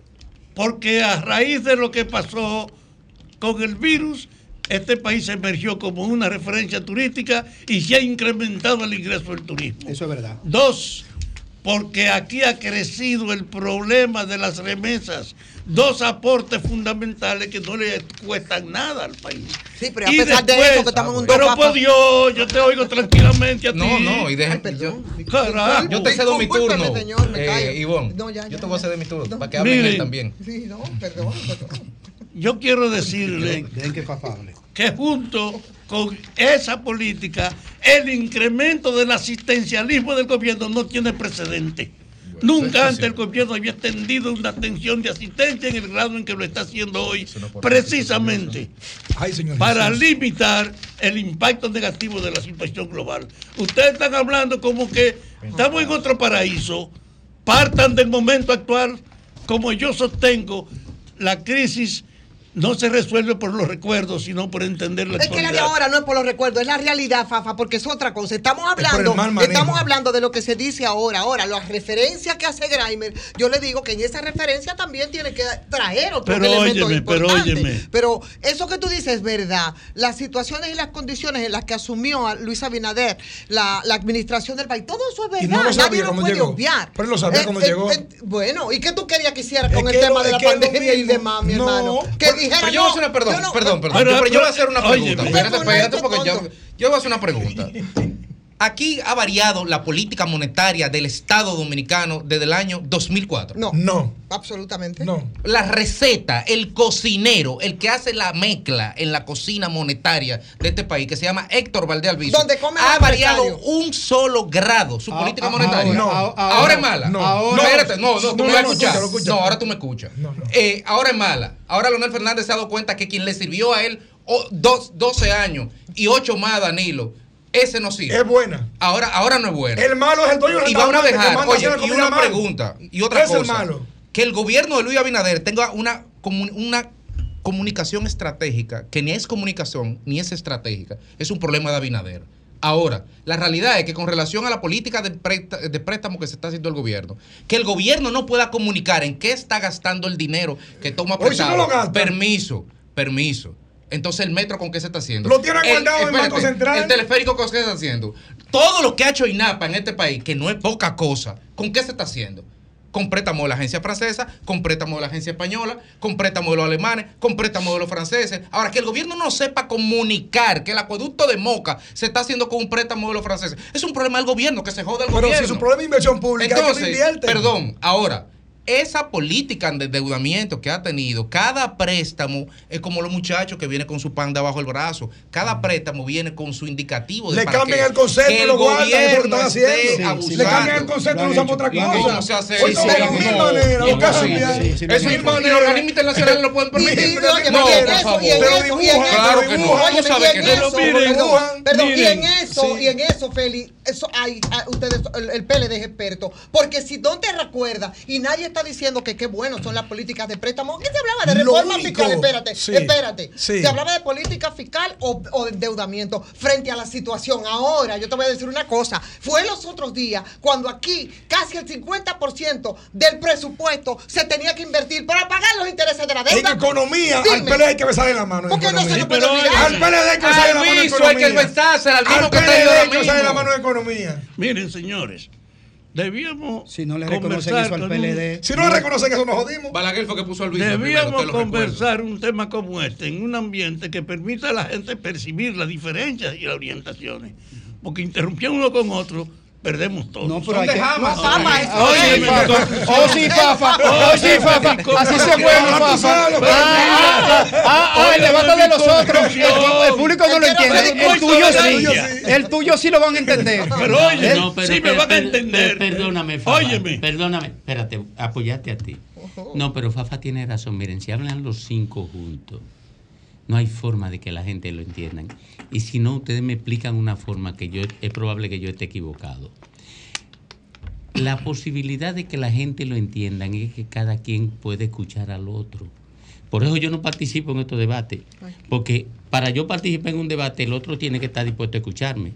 porque a raíz de lo que pasó con el virus, este país emergió como una referencia turística y se ha incrementado el ingreso del turismo. Eso es verdad. Dos, porque aquí ha crecido el problema de las remesas. Dos aportes fundamentales que no le cuestan nada al país. Sí, pero a pesar de eso que estamos en un dos Pero papas. por Dios, yo te oigo tranquilamente a ti. No, no, y deja, yo, Carajo. yo te cedo mi turno, señor, me eh, callo. Ivonne. No, ya, ya, yo te voy a ceder mi turno, no. para que hablen Miren. él también. Sí, no, perdón, perdón. Yo quiero decirle que junto con esa política, el incremento del asistencialismo del gobierno no tiene precedente. Bueno, Nunca antes el gobierno había extendido una atención de asistencia en el grado en que lo está haciendo hoy, precisamente Ay, señor para Jesús. limitar el impacto negativo de la situación global. Ustedes están hablando como que estamos en otro paraíso. Partan del momento actual. Como yo sostengo, la crisis no se resuelve por los recuerdos, sino por entender la Es que la de actualidad. ahora no es por los recuerdos, es la realidad, Fafa, porque es otra cosa. Estamos hablando, estamos hablando de lo que se dice ahora. Ahora, las referencias que hace Graimer, yo le digo que en esa referencia también tiene que traer otros Pero elementos óyeme, pero importantes. óyeme. Pero eso que tú dices es verdad. Las situaciones y las condiciones en las que asumió a Luis Abinader la, la administración del país, todo eso es verdad. Y no lo Nadie sabía lo cuando puede llegó. obviar. Pero él lo sabía Eh, cuando eh, llegó. eh, bueno, ¿y qué tú querías que hiciera Es con que el tema lo- de la es que lo pandemia y mismo. demás, mi No, hermano? Que pero- dijera Pero yo voy a hacer no, una, perdón, yo no- perdón, perdón. Pero- yo, pero yo voy a pero- hacer una óyeme. pregunta. Espérate, Pero- espérate, porque yo, tonto. yo voy a hacer una pregunta. Aquí ha variado la política monetaria del Estado Dominicano desde el año dos mil cuatro. No. No. Absolutamente. No. La receta, el cocinero, el que hace la mezcla en la cocina monetaria de este país, que se llama Héctor Valdés Albizu, Donde come ha el variado empresario. un solo grado su Ah, política ah, monetaria. ahora, No. ahora, Ahora es mala. No. Ahora- Espérate, no, no, tú No, me no, vas a no, escuchar. escúchalo, escúchalo. No, ahora tú me escuchas. No, no. Eh, ahora es mala. Ahora Leonel Fernández se ha dado cuenta que quien le sirvió a él oh, dos, doce años y ocho más a Danilo, ese no sirve. Es buena. Ahora, ahora no es bueno. El malo es el dueño del Y vamos a restaurante que dejar, manda a oye, hacer la y comida una mal. pregunta, y otra Es el cosa. malo. Que el gobierno de Luis Abinader tenga una, comu- una comunicación estratégica, que ni es comunicación, ni es estratégica, es un problema de Abinader. Ahora, la realidad es que con relación a la política de, presta- de préstamo que se está haciendo el gobierno, que el gobierno no pueda comunicar en qué está gastando el dinero que toma Hoy sí no prestado. lo gasta. Permiso, permiso. Entonces el metro con qué se está haciendo. Lo tienen El- guardado en el espérate, Banco Central. El teleférico con qué se está haciendo. Todo lo que ha hecho INAPA en este país, que no es poca cosa, ¿con qué se está haciendo? Con préstamo de la agencia francesa, con préstamo de la agencia española, con préstamo de los alemanes, con préstamo de los franceses. Ahora, que el gobierno no sepa comunicar que el acueducto de Moca se está haciendo con un préstamo de los franceses, es un problema del gobierno, que se jode el Pero gobierno. si es un problema de inversión pública, Entonces, ¿qué invierte? perdón, ahora, esa política de endeudamiento que ha tenido, cada préstamo es como los muchachos que vienen con su pan debajo del brazo. Cada préstamo viene con su indicativo de Le para cambian que- el concepto que y lo guardan, eso es lo que gobierno están esté haciendo. Sí, abusando. Le cambian el concepto y lo usan para otra cosa. ¿Cómo se hace Hoy eso? son No, mil no, maneras, no, lo que no, hacen sí, bien. sí, sí, Es sí, mil sí. maneras. Y los organismos internacionales lo pueden permitir. Y- y- oye, No, y en por eso, favor. y en Te lo eso, y en dibujan, eso, claro que no. dibujan, Tú oye, sabes y en que no. eso, Pero miren, perdón, dibujan, perdón, y en miren, eso, sí. y en eso, Feli, eso hay, hay- ustedes, el, el P L D es experto, porque si no te recuerdas, y nadie está diciendo que qué bueno son las políticas de préstamo, ¿qué se hablaba de Lo reforma único, fiscal? Espérate, sí, espérate, sí. se hablaba de política fiscal o, o de endeudamiento frente a la situación. Ahora, yo te voy a decir una cosa, fue los otros días cuando aquí casi el cincuenta por ciento del presupuesto se tenía que invertir para pagar los intereses de la deuda. En economía, Dime. al P L D hay que besarle la mano. en ¿Por qué no se economía. lo puede Pero, olvidar? Al P L D hay que besarle la mano en Alviso hay que economía. besársela, al mismo Al que P está L ahí D ahora hay que besarle la mismo. mano en economía. Miren, señores, debíamos Si no le reconocen conversar eso al con P L un- D. Si no le reconocen eso, nos jodimos. Balaguer fue que puso al Alviso primero, Debíamos te lo recuerdo. conversar un tema como este en un ambiente que permita a la gente percibir las diferencias y las orientaciones. Porque interrumpir uno con otro perdemos todos. No, pero hay que... Fafa, Oye, Fafa. Oh, sí, Fafa. Oh, sí, Fafa. Así se mueve, Fafa. Ah, ah, el debate de los otros. El público no lo entiende. El tuyo sí. El tuyo sí lo van a entender. Pero oye, No, pero, sí me per- van a per- entender. per- Perdóname, Fafa. Óyeme. Perdóname. Espérate, apoyate a ti. No, pero Fafa tiene razón. Miren, si hablan los cinco juntos, no hay forma de que la gente lo entienda. Y si no, ustedes me explican una forma que yo es probable que yo esté equivocado. La posibilidad de que la gente lo entienda es que cada quien puede escuchar al otro. Por eso yo no participo en estos debates. Porque para yo participar en un debate, el otro tiene que estar dispuesto a escucharme.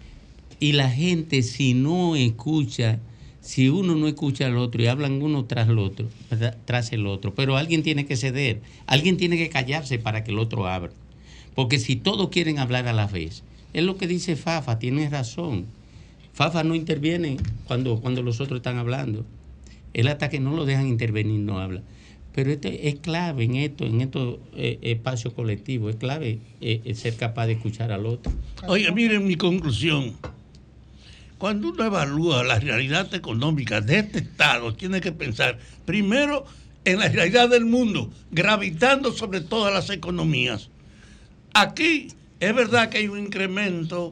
Y la gente, si no escucha, si uno no escucha al otro y hablan uno tras el otro, tras el otro, pero alguien tiene que ceder, alguien tiene que callarse para que el otro abra. Porque si todos quieren hablar a la vez, es lo que dice Fafa, tiene razón. Fafa no interviene cuando, cuando los otros están hablando. Él hasta que no lo dejan intervenir no habla. Pero esto es clave en esto, en estos eh, espacios colectivos, es clave eh, ser capaz de escuchar al otro. Oye, miren mi conclusión. Cuando uno evalúa la realidad económica de este Estado, tiene que pensar primero en la realidad del mundo, gravitando sobre todas las economías. Aquí es verdad que hay un incremento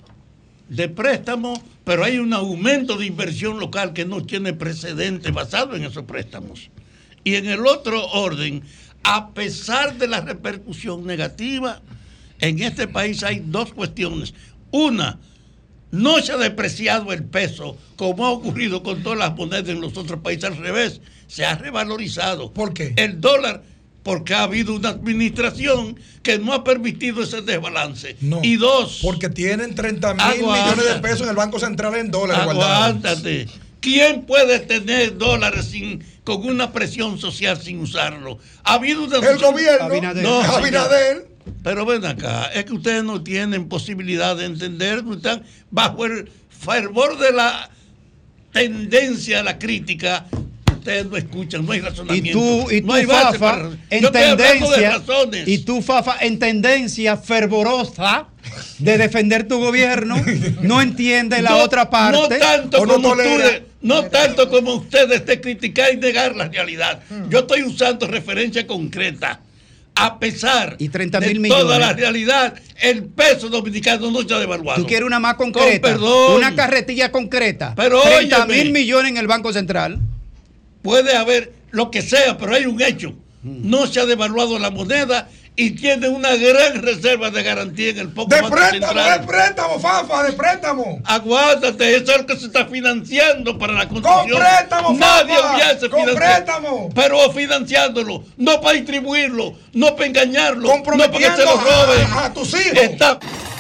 de préstamos, pero hay un aumento de inversión local que no tiene precedente basado en esos préstamos. Y en el otro orden, a pesar de la repercusión negativa, en este país hay dos cuestiones. Una, no se ha depreciado el peso, como ha ocurrido con todas las monedas en los otros países. Al revés, se ha revalorizado. ¿Por qué? El dólar, porque ha habido una administración que no ha permitido ese desbalance. No, y dos, porque tienen treinta mil millones de pesos en el Banco Central en dólares guardados. Aguántate. ¿Quién puede tener dólares sin, con una presión social sin usarlo? Ha habido una... El gobierno. Abinader. No, Abinader. Pero ven acá, es que ustedes no tienen posibilidad de entender, están bajo el fervor de la tendencia a la crítica. Ustedes no escuchan, no hay Y razonamiento. tú, y tú no hay base Fafa, para- en Yo estoy hablando de tendencia, razones. y tú, Fafa, en tendencia fervorosa de defender tu gobierno, no entiende la No- otra parte. No tanto, o no como tolera. ustedes, no tanto como ustedes de criticar y negar la realidad. Yo estoy usando referencia concreta. A pesar Y treinta de mil millones. toda la realidad, el peso dominicano no se ha devaluado. Tú quieres una más Con concreta, perdón. una carretilla concreta. Pero treinta mil óyeme. millones en el Banco Central. Puede haber lo que sea, pero hay un hecho. No se ha devaluado la moneda y tiene una gran reserva de garantía en el poco De Banco préstamo, Central. de préstamo, Fafa, de préstamo. Aguántate, eso es lo que se está financiando para la construcción. Con préstamo, Nadie Fafa, hubiese con financiado. préstamo. Pero financiándolo, no para distribuirlo, no para engañarlo, no para que se Comprometiendo lo roben. a- a tus hijos. Está-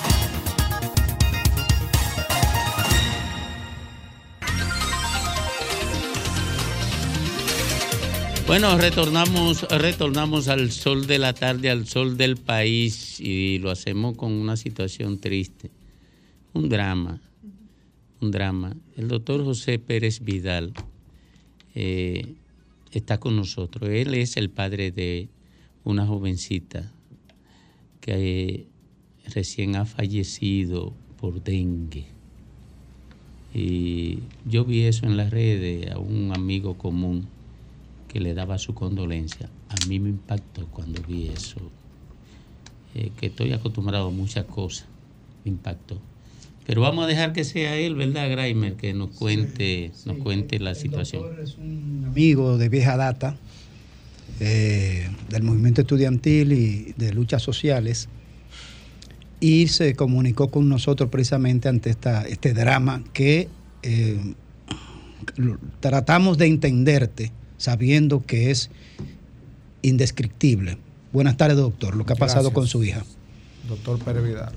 Bueno, retornamos, retornamos al sol de la tarde, al sol del país, y lo hacemos con una situación triste, un drama, un drama. El doctor José Pérez Vidal eh, está con nosotros. Él es el padre de una jovencita que eh, recién ha fallecido por dengue. Y yo vi eso en las redes a un amigo común que le daba su condolencia. A mí me impactó cuando vi eso, eh, que estoy acostumbrado a muchas cosas, me impactó. Pero vamos a dejar que sea él, ¿verdad, Graimer? Que nos cuente, sí, nos sí, cuente la situación. Es un amigo de vieja data, eh, del movimiento estudiantil y de luchas sociales, y se comunicó con nosotros precisamente ante esta, este drama que eh, tratamos de entenderte, sabiendo que es indescriptible. Buenas tardes, doctor. Lo que ha pasado Gracias, con su hija. Doctor Pérez Vidal.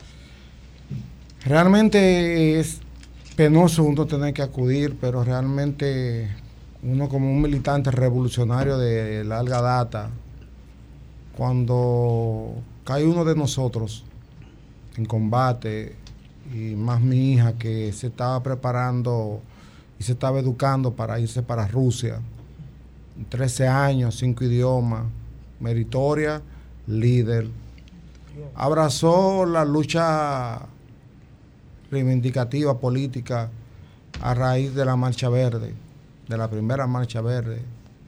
Realmente es penoso uno tener que acudir, pero realmente uno como un militante revolucionario de larga data, cuando cae uno de nosotros en combate, y más mi hija que se estaba preparando y se estaba educando para irse para Rusia, trece años, cinco idiomas, meritoria, líder. Abrazó la lucha reivindicativa política a raíz de la Marcha Verde, de la primera Marcha Verde.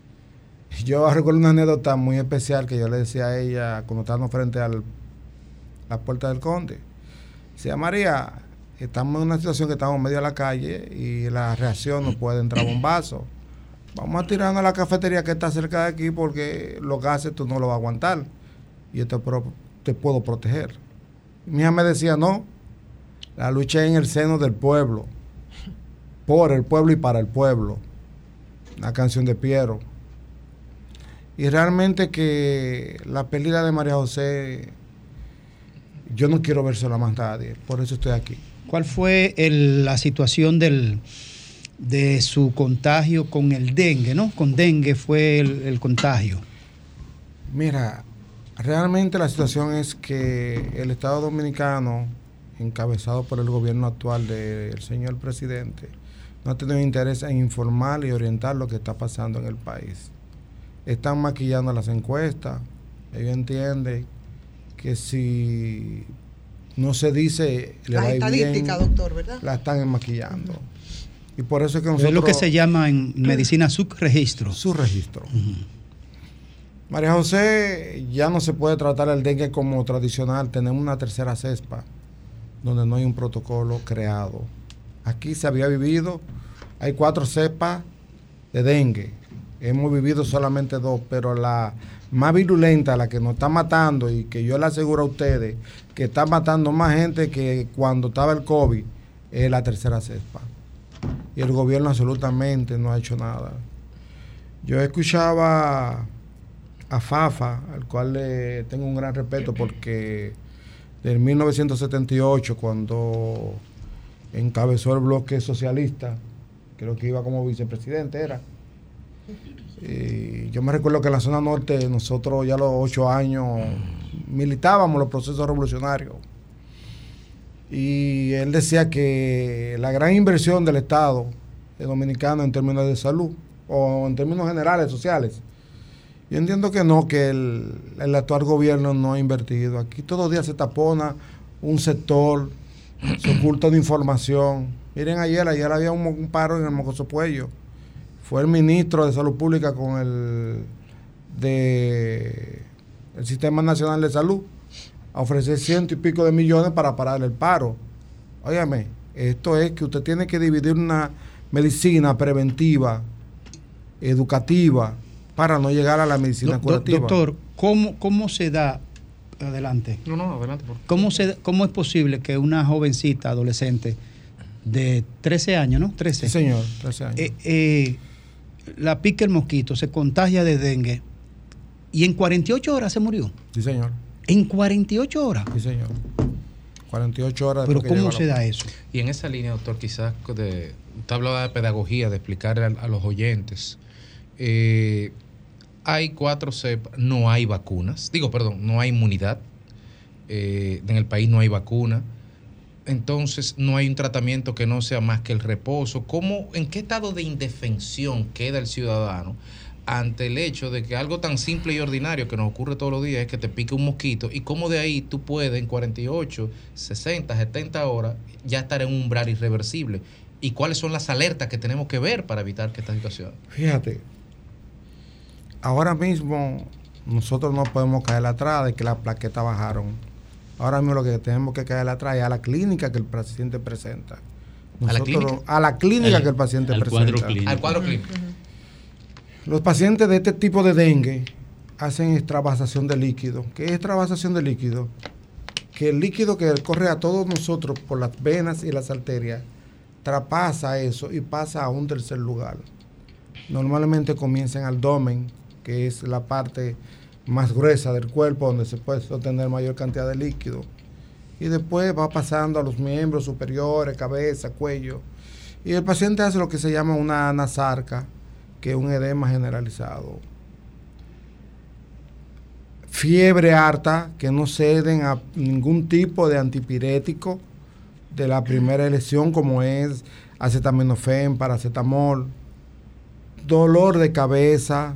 Yo recuerdo una anécdota muy especial que yo le decía a ella cuando estábamos frente a la puerta del Conde. Decía, María, estamos en una situación que estamos en medio de la calle y la reacción no puede entrar bombazo. Vamos a tirarnos a la cafetería que está cerca de aquí porque los gases tú no los vas a aguantar y yo te, te puedo proteger. Mi hija me decía, no, la lucha es en el seno del pueblo, por el pueblo y para el pueblo. Una canción de Piero. Y realmente que la pérdida de María José, yo no quiero vérsela más nadie, por eso estoy aquí. ¿Cuál fue el, la situación del, de su contagio con el dengue, no? Con dengue fue el, el contagio. Mira, realmente la situación es que el Estado Dominicano, encabezado por el gobierno actual del señor presidente, no ha tenido interés en informar y orientar lo que está pasando en el país. Están maquillando las encuestas. Ellos entienden que si no se dice le las va estadísticas, bien, doctor, ¿verdad? la están maquillando. Uh-huh. Y por eso es que nosotros... Es lo que se llama en medicina subregistro. Subregistro. Uh-huh. María José, ya no se puede tratar el dengue como tradicional. Tenemos una tercera cepa donde no hay un protocolo creado. Aquí se había vivido, hay cuatro cepas de dengue. Hemos vivido solamente dos, pero la más virulenta, la que nos está matando y que yo le aseguro a ustedes que está matando más gente que cuando estaba el COVID, es la tercera cepa. Y el gobierno absolutamente no ha hecho nada. Yo escuchaba a Fafa, al cual le tengo un gran respeto porque en mil novecientos setenta y ocho, cuando encabezó el bloque socialista, creo que iba como vicepresidente, era. Y yo me recuerdo que en la zona norte nosotros ya a los ocho años militábamos los procesos revolucionarios y él decía que la gran inversión del Estado dominicano en términos de salud o en términos generales sociales, yo entiendo que no, que el, el actual gobierno no ha invertido. Aquí todos los días se tapona un sector, se oculta una información. Miren, ayer ayer había un, un paro en el Mocoso Puello. Fue el ministro de Salud Pública con el de el Sistema Nacional de Salud a ofrecer ciento y pico de millones para parar el paro. Óyame, esto es que usted tiene que dividir una medicina preventiva, educativa, para no llegar a la medicina Do, curativa. Doctor, ¿cómo, cómo se da? Adelante. No, no, adelante. Por... ¿Cómo, se, ¿Cómo es posible que una jovencita, adolescente, de trece años, ¿no? trece. Sí, señor, trece años. Eh, eh, la pica el mosquito, se contagia de dengue y en cuarenta y ocho horas se murió? Sí, señor. ¿En cuarenta y ocho horas? Sí, señor. cuarenta y ocho horas. ¿Pero cómo se da eso? Y en esa línea, doctor, quizás de, usted hablaba de pedagogía, de explicar a, a los oyentes. Eh, hay cuatro cepas, no hay vacunas. Digo, perdón, no hay inmunidad. Eh, en el país no hay vacuna. Entonces no hay un tratamiento que no sea más que el reposo. ¿Cómo, en qué estado de indefensión queda el ciudadano ante el hecho de que algo tan simple y ordinario que nos ocurre todos los días es que te pique un mosquito, y cómo de ahí tú puedes en cuarenta y ocho, sesenta, setenta horas ya estar en un umbral irreversible? ¿Y cuáles son las alertas que tenemos que ver para evitar que esta situación? Fíjate, ahora mismo nosotros no podemos caer atrás de que las plaquetas bajaron. Ahora mismo lo que tenemos que caer atrás es a la clínica que el paciente presenta. Nosotros, ¿A la clínica? A la clínica el, que el paciente al presenta. Cuadro clínico. Al cuadro clínico. Los pacientes de este tipo de dengue hacen extravasación de líquido. ¿Qué es extravasación de líquido? Que el líquido que corre a todos nosotros por las venas y las arterias traspasa eso y pasa a un tercer lugar. Normalmente comienza en el abdomen, que es la parte más gruesa del cuerpo donde se puede sostener mayor cantidad de líquido, y después va pasando a los miembros superiores, cabeza, cuello, y el paciente hace lo que se llama una anasarca, que es un edema generalizado. Fiebre alta, que no ceden a ningún tipo de antipirético de la primera elección, como es acetaminofén, paracetamol. Dolor de cabeza,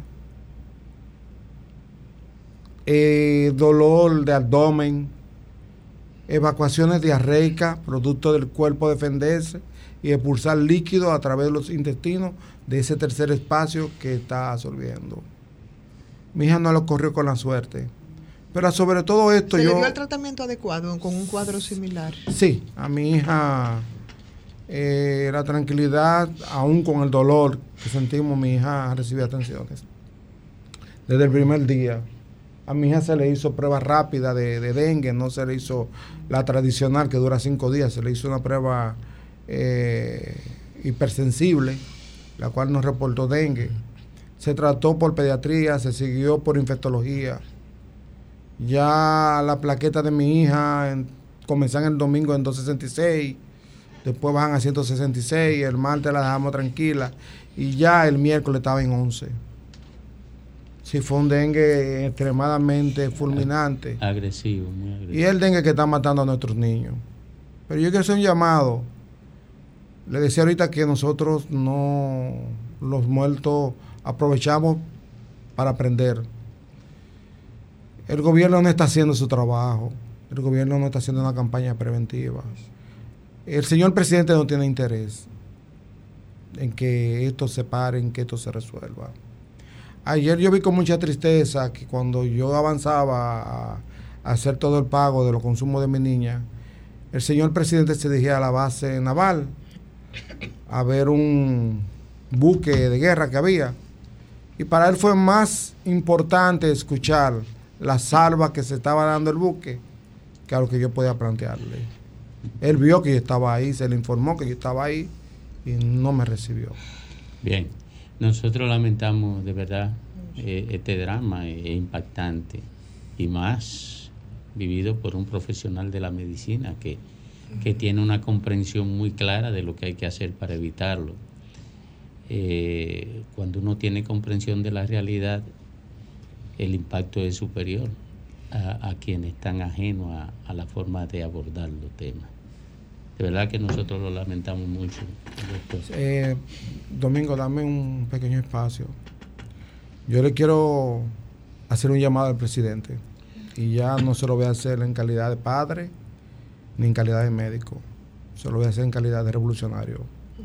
eh, dolor de abdomen, evacuaciones diarreicas, producto del cuerpo defenderse y expulsar líquido a través de los intestinos de ese tercer espacio que está absorbiendo. Mi hija no lo corrió con la suerte. Pero sobre todo esto ¿Se yo... le dio el tratamiento adecuado con un cuadro similar? Sí, a mi hija eh, la tranquilidad, aún con el dolor que sentimos, mi hija recibió atenciones. Desde el primer día. A mi hija se le hizo prueba rápida de, de dengue, no se le hizo la tradicional que dura cinco días, se le hizo una prueba eh, hipersensible, la cual nos reportó dengue. Se trató por pediatría, se siguió por infectología. Ya la plaqueta de mi hija en, comenzó en el domingo en doscientos sesenta y seis, después bajan a ciento sesenta y seis, el martes la dejamos tranquila y ya el miércoles estaba en once. Sí, fue un dengue extremadamente fulminante. Agresivo, muy agresivo. Y el dengue que está matando a nuestros niños. Pero yo quiero hacer un llamado. Le decía ahorita que nosotros no, los muertos, aprovechamos para aprender. El gobierno no está haciendo su trabajo. El gobierno no está haciendo una campaña preventiva. El señor presidente no tiene interés en que esto se pare, en que esto se resuelva. Ayer yo vi con mucha tristeza que cuando yo avanzaba a, a hacer todo el pago de los consumos de mi niña, el señor presidente se dirigía a la base naval a ver un buque de guerra que había. Y para él fue más importante escuchar la salva que se estaba dando el buque que a lo que yo podía plantearle. Él vio que yo estaba ahí, se le informó que yo estaba ahí y no me recibió. Bien. Nosotros lamentamos de verdad eh, este drama eh, impactante y más vivido por un profesional de la medicina que, que tiene una comprensión muy clara de lo que hay que hacer para evitarlo. Eh, cuando uno tiene comprensión de la realidad, el impacto es superior a, a quienes están ajenos a, a la forma de abordar los temas. De verdad que nosotros lo lamentamos mucho. Eh, Domingo, dame un pequeño espacio. Yo le quiero hacer un llamado al presidente y ya no se lo voy a hacer en calidad de padre ni en calidad de médico. Se lo voy a hacer en calidad de revolucionario.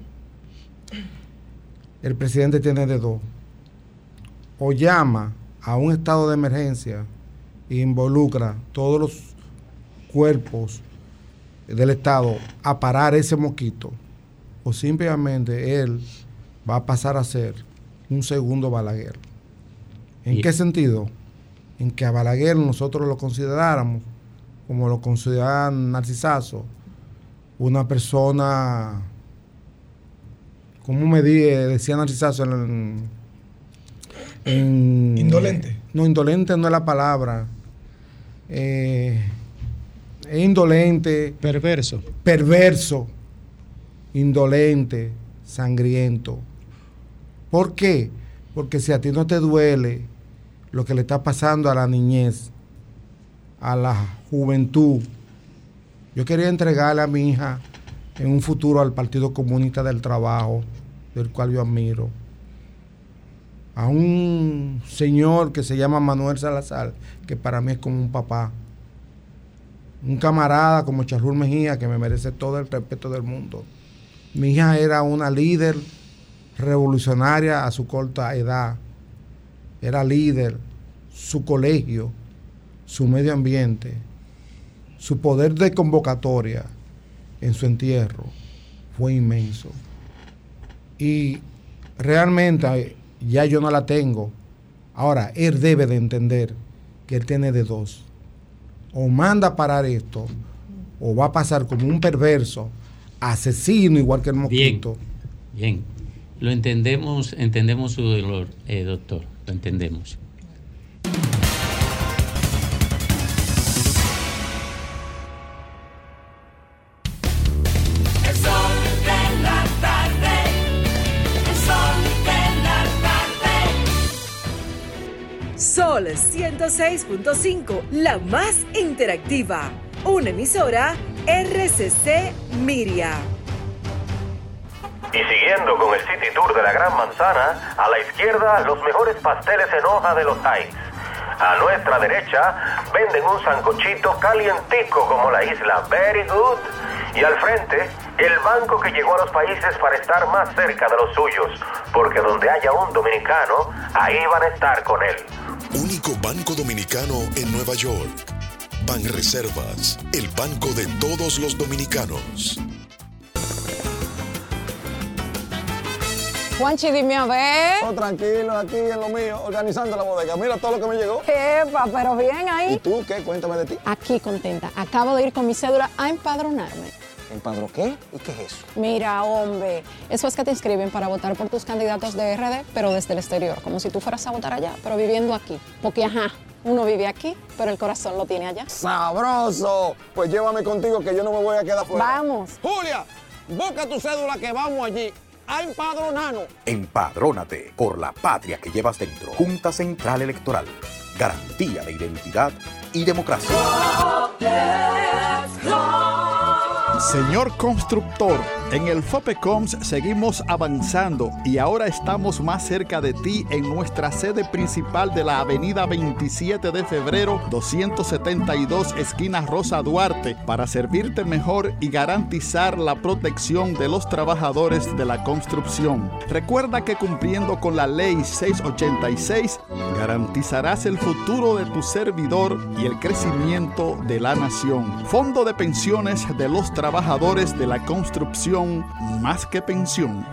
El presidente tiene de dos. O llama a un estado de emergencia e involucra todos los cuerpos del Estado a parar ese mosquito, o simplemente él va a pasar a ser un segundo Balaguer. ¿En Bien. qué sentido? En que a Balaguer nosotros lo consideráramos, como lo consideraban Narcisazo, una persona, ¿cómo me di, decía Narcisazo? En, en, indolente. No, indolente no es la palabra. Eh, Es indolente. Perverso. Perverso. Indolente. Sangriento. ¿Por qué? Porque si a ti no te duele lo que le está pasando a la niñez, a la juventud, yo quería entregarle a mi hija en un futuro al Partido Comunista del Trabajo, del cual yo admiro, a un señor que se llama Manuel Salazar, que para mí es como un papá. Un camarada como Charrúa Mejía, que me merece todo el respeto del mundo. Mi hija era una líder revolucionaria a su corta edad. Era líder, su colegio, su medio ambiente, su poder de convocatoria en su entierro fue inmenso. Y realmente ya yo no la tengo. Ahora, él debe de entender que él tiene de dos. O manda a parar esto, o va a pasar como un perverso, asesino igual que el mosquito. Bien, bien. Lo entendemos, entendemos su dolor, eh, doctor, lo entendemos. El sol de la tarde, el sol de la tarde. Sol ciento seis punto cinco, la más interactiva. Una emisora R C C Miria. Y siguiendo con el City Tour de la Gran Manzana, a la izquierda los mejores pasteles en hoja de los Times. A nuestra derecha, venden un sancochito calientico como la isla Very Good. Y al frente, el banco que llegó a los países para estar más cerca de los suyos, porque donde haya un dominicano, ahí van a estar con él. Único banco dominicano en Nueva York. Banreservas, el banco de todos los dominicanos. Juanchi, dime a ver. Oh, tranquilo, aquí en lo mío, organizando la bodega. Mira todo lo que me llegó. Epa, pero bien ahí. ¿Y tú qué? Cuéntame de ti. Aquí contenta. Acabo de ir con mi cédula a empadronarme. ¿Empadrón qué? ¿Y qué es eso? Mira, hombre, eso es que te inscriben para votar por tus candidatos de R D, pero desde el exterior, como si tú fueras a votar allá, pero viviendo aquí. Porque, ajá, uno vive aquí, pero el corazón lo tiene allá. ¡Sabroso! Pues llévame contigo que yo no me voy a quedar fuera. Vamos. Julia, busca tu cédula que vamos allí a empadronarnos. Empadrónate por la patria que llevas dentro. Junta Central Electoral. Garantía de identidad y democracia. Señor constructor, en el FOPECOMS seguimos avanzando y ahora estamos más cerca de ti en nuestra sede principal de la avenida veintisiete de febrero, doscientos setenta y dos, esquina Rosa Duarte, para servirte mejor y garantizar la protección de los trabajadores de la construcción. Recuerda que cumpliendo con la ley seiscientos ochenta y seis, garantizarás el futuro de tu servidor y el crecimiento de la nación. Fondo de Pensiones de los Trabajadores de la Construcción, más que pensión.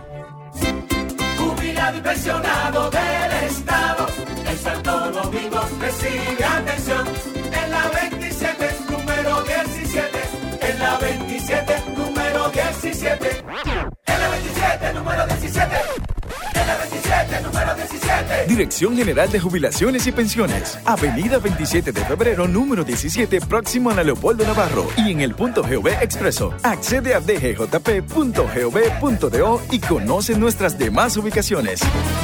Jubilado y pensionado del Estado, en Santo Domingo recibe atención. En la veintisiete, número diecisiete. En la veintisiete, número diecisiete. En la veintisiete, número diecisiete. En la veintisiete, número diecisiete. Dirección General de Jubilaciones y Pensiones. Avenida veintisiete de febrero, número diecisiete, próximo a la Leopoldo Navarro. Y en el punto Gov Expreso. Accede a d g j p punto gov punto do y conoce nuestras demás ubicaciones.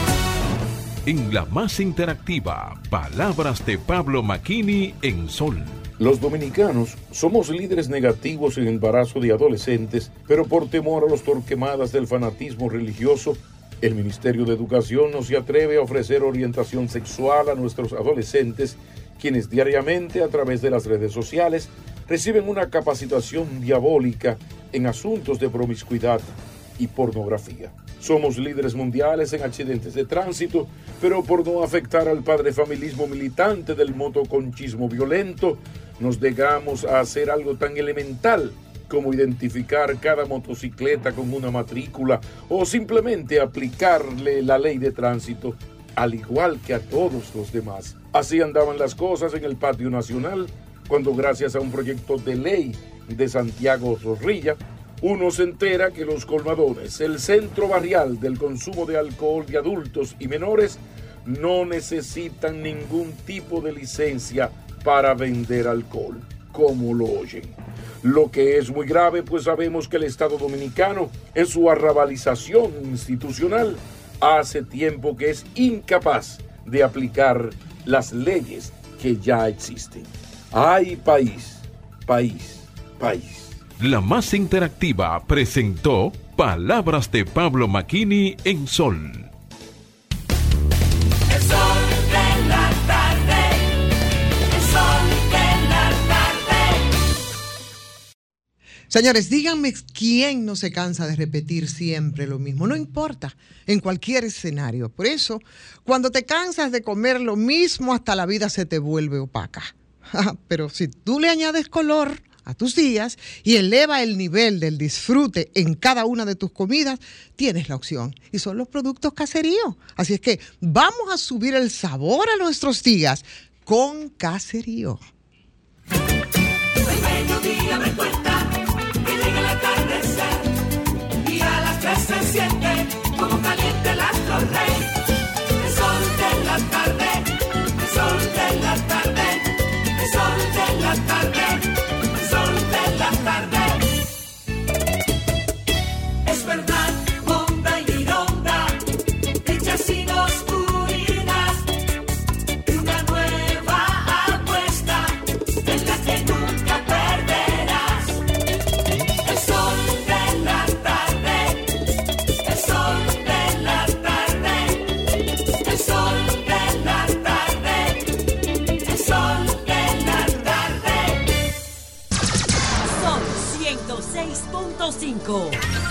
En la más interactiva, palabras de Pablo Macchini en Sol. Los dominicanos somos líderes negativos en embarazo de adolescentes, pero por temor a los torquemadas del fanatismo religioso, el Ministerio de Educación no se atreve a ofrecer orientación sexual a nuestros adolescentes, quienes diariamente a través de las redes sociales reciben una capacitación diabólica en asuntos de promiscuidad y pornografía. Somos líderes mundiales en accidentes de tránsito, pero por no afectar al padrefamilismo militante del motoconchismo violento, nos negamos a hacer algo tan elemental como identificar cada motocicleta con una matrícula o simplemente aplicarle la ley de tránsito al igual que a todos los demás. Así andaban las cosas en el Patio Nacional cuando, gracias a un proyecto de ley de Santiago Zorrilla, uno se entera que los colmadones, el centro barrial del consumo de alcohol de adultos y menores, no necesitan ningún tipo de licencia para vender alcohol, como lo oyen. Lo que es muy grave, pues sabemos que el Estado Dominicano, en su arrabalización institucional, hace tiempo que es incapaz de aplicar las leyes que ya existen. ¡Ay, país, país, país! La más interactiva presentó Palabras de Pablo Macchini en Sol. El sol de la tarde. El sol de la tarde. Señores, díganme quién no se cansa de repetir siempre lo mismo. No importa, en cualquier escenario. Por eso, cuando te cansas de comer lo mismo, hasta la vida se te vuelve opaca. Pero si tú le añades color a tus días y eleva el nivel del disfrute en cada una de tus comidas, tienes la opción. Y son los productos Caserío. Así es que vamos a subir el sabor a nuestros días con Caserío. El mediodía me cuenta que llega el atardecer y a las tres se siente como caliente el astro rey. El sol de la tarde, el sol de la tarde, el sol de la tarde. La tarde. Es verdad, Honda y Mironda, hechas sin oscuridad, una nueva apuesta en la que nunca perderás. El sol de la tarde, el sol de la cinco.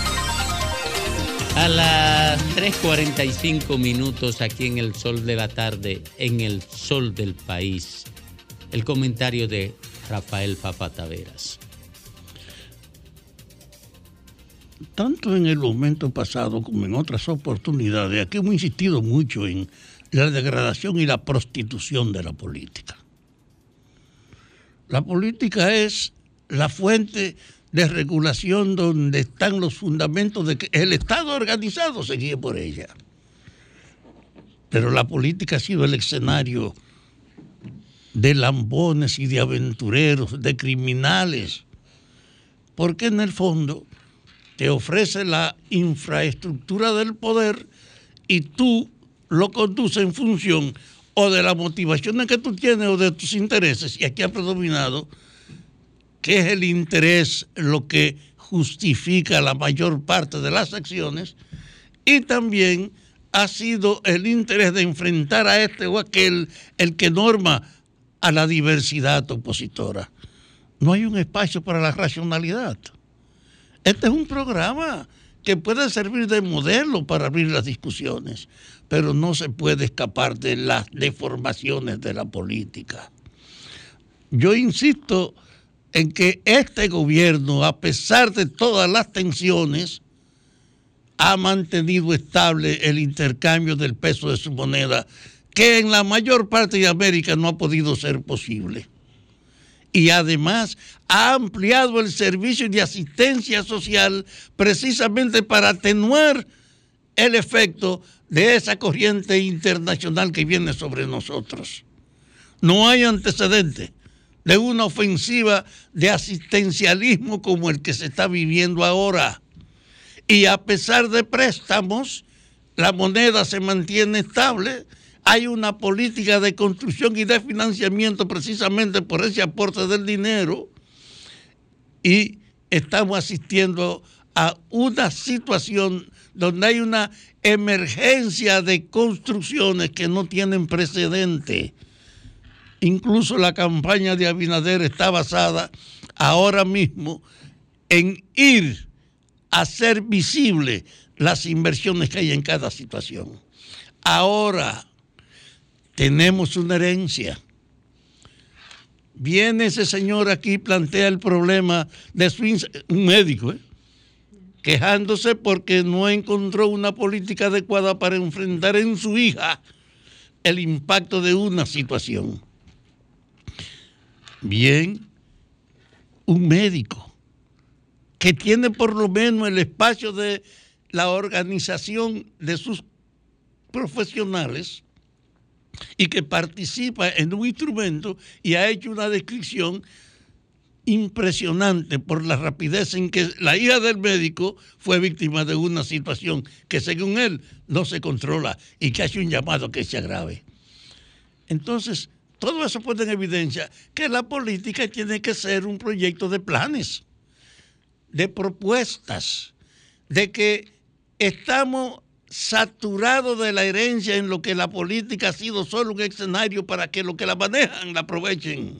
A las tres cuarenta y cinco minutos aquí en el sol de la tarde, en el sol del país, el comentario de Rafael Papa Taveras. Tanto en el momento pasado como en otras oportunidades, aquí hemos insistido mucho en la degradación y la prostitución de la política. La política es la fuente de regulación donde están los fundamentos de que el Estado organizado se guíe por ella. Pero la política ha sido el escenario de lambones y de aventureros, de criminales, porque en el fondo te ofrece la infraestructura del poder y tú lo conduces en función o de las motivaciones que tú tienes o de tus intereses. Y aquí ha predominado que es el interés lo que justifica la mayor parte de las acciones, y también ha sido el interés de enfrentar a este o aquel el que norma a la diversidad opositora. No hay un espacio para la racionalidad. Este es un programa que puede servir de modelo para abrir las discusiones, pero no se puede escapar de las deformaciones de la política. Yo insisto en que este gobierno, a pesar de todas las tensiones, ha mantenido estable el intercambio del peso de su moneda, que en la mayor parte de América no ha podido ser posible. Y además ha ampliado el servicio de asistencia social precisamente para atenuar el efecto de esa corriente internacional que viene sobre nosotros. No hay antecedente de una ofensiva de asistencialismo como el que se está viviendo ahora. Y a pesar de préstamos, la moneda se mantiene estable. Hay una política de construcción y de financiamiento precisamente por ese aporte del dinero, y estamos asistiendo a una situación donde hay una emergencia de construcciones que no tienen precedente. Incluso la campaña de Abinader está basada ahora mismo en ir a hacer visible las inversiones que hay en cada situación. Ahora tenemos una herencia. Viene ese señor aquí, plantea el problema de su un médico, ¿eh? quejándose porque no encontró una política adecuada para enfrentar en su hija el impacto de una situación. Bien, un médico que tiene por lo menos el espacio de la organización de sus profesionales y que participa en un instrumento y ha hecho una descripción impresionante por la rapidez en que la hija del médico fue víctima de una situación que según él no se controla y que hace un llamado a que se agrave. Entonces, todo eso pone en evidencia que la política tiene que ser un proyecto de planes, de propuestas, de que estamos saturados de la herencia en lo que la política ha sido solo un escenario para que los que la manejan la aprovechen.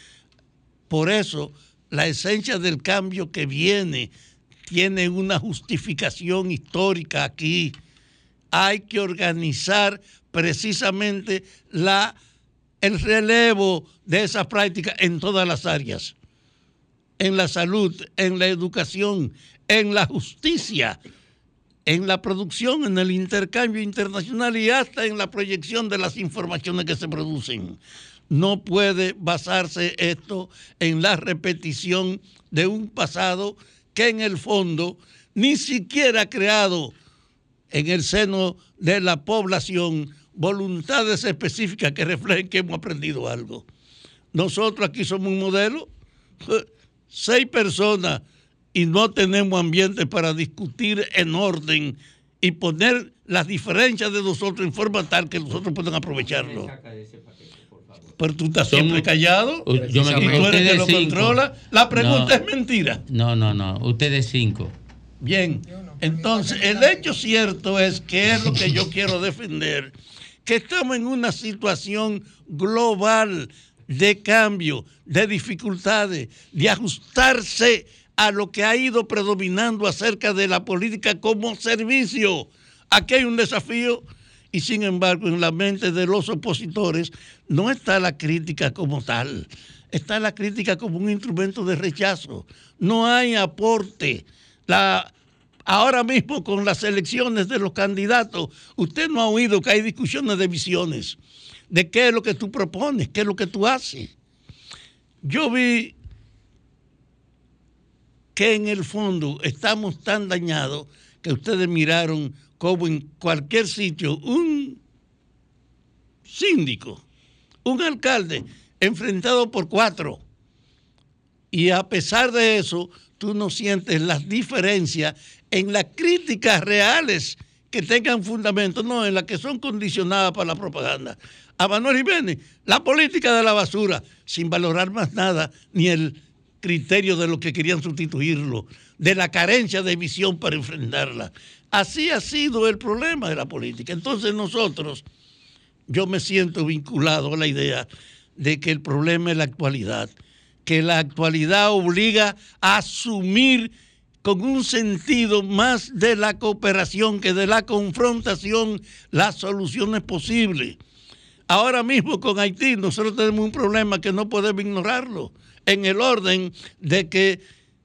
Por eso, la esencia del cambio que viene tiene una justificación histórica aquí. Hay que organizar precisamente la, el relevo de esas prácticas en todas las áreas. En la salud, en la educación, en la justicia, en la producción, en el intercambio internacional y hasta en la proyección de las informaciones que se producen. No puede basarse esto en la repetición de un pasado que en el fondo ni siquiera ha creado en el seno de la población voluntades específicas que reflejen que hemos aprendido algo. Nosotros aquí somos un modelo, seis personas, y no tenemos ambiente para discutir en orden y poner las diferencias de nosotros en forma tal que nosotros puedan aprovecharlo. Pero tú estás siempre callado, yo me, y tú eres que lo cinco. controla. La pregunta No. es mentira. No, no, no, ustedes cinco. Bien, entonces el hecho cierto es que es lo que yo quiero defender, que estamos en una situación global de cambio, de dificultades, de ajustarse a lo que ha ido predominando acerca de la política como servicio. Aquí hay un desafío y sin embargo en la mente de los opositores no está la crítica como tal, está la crítica como un instrumento de rechazo. No hay aporte. La, ahora mismo con las elecciones de los candidatos, usted no ha oído que hay discusiones de visiones, de qué es lo que tú propones, qué es lo que tú haces. Yo vi que en el fondo estamos tan dañados que ustedes miraron como en cualquier sitio un síndico, un alcalde enfrentado por cuatro. Y a pesar de eso, tú no sientes las diferencias en las críticas reales que tengan fundamento, no, en las que son condicionadas para la propaganda. A Manuel Jiménez, la política de la basura, sin valorar más nada, ni el criterio de lo que querían sustituirlo, de la carencia de visión para enfrentarla. Así ha sido el problema de la política. Entonces nosotros, yo me siento vinculado a la idea de que el problema es la actualidad, que la actualidad obliga a asumir con un sentido más de la cooperación que de la confrontación las soluciones posibles. Ahora mismo con Haití nosotros tenemos un problema que no podemos ignorarlo, en el orden de que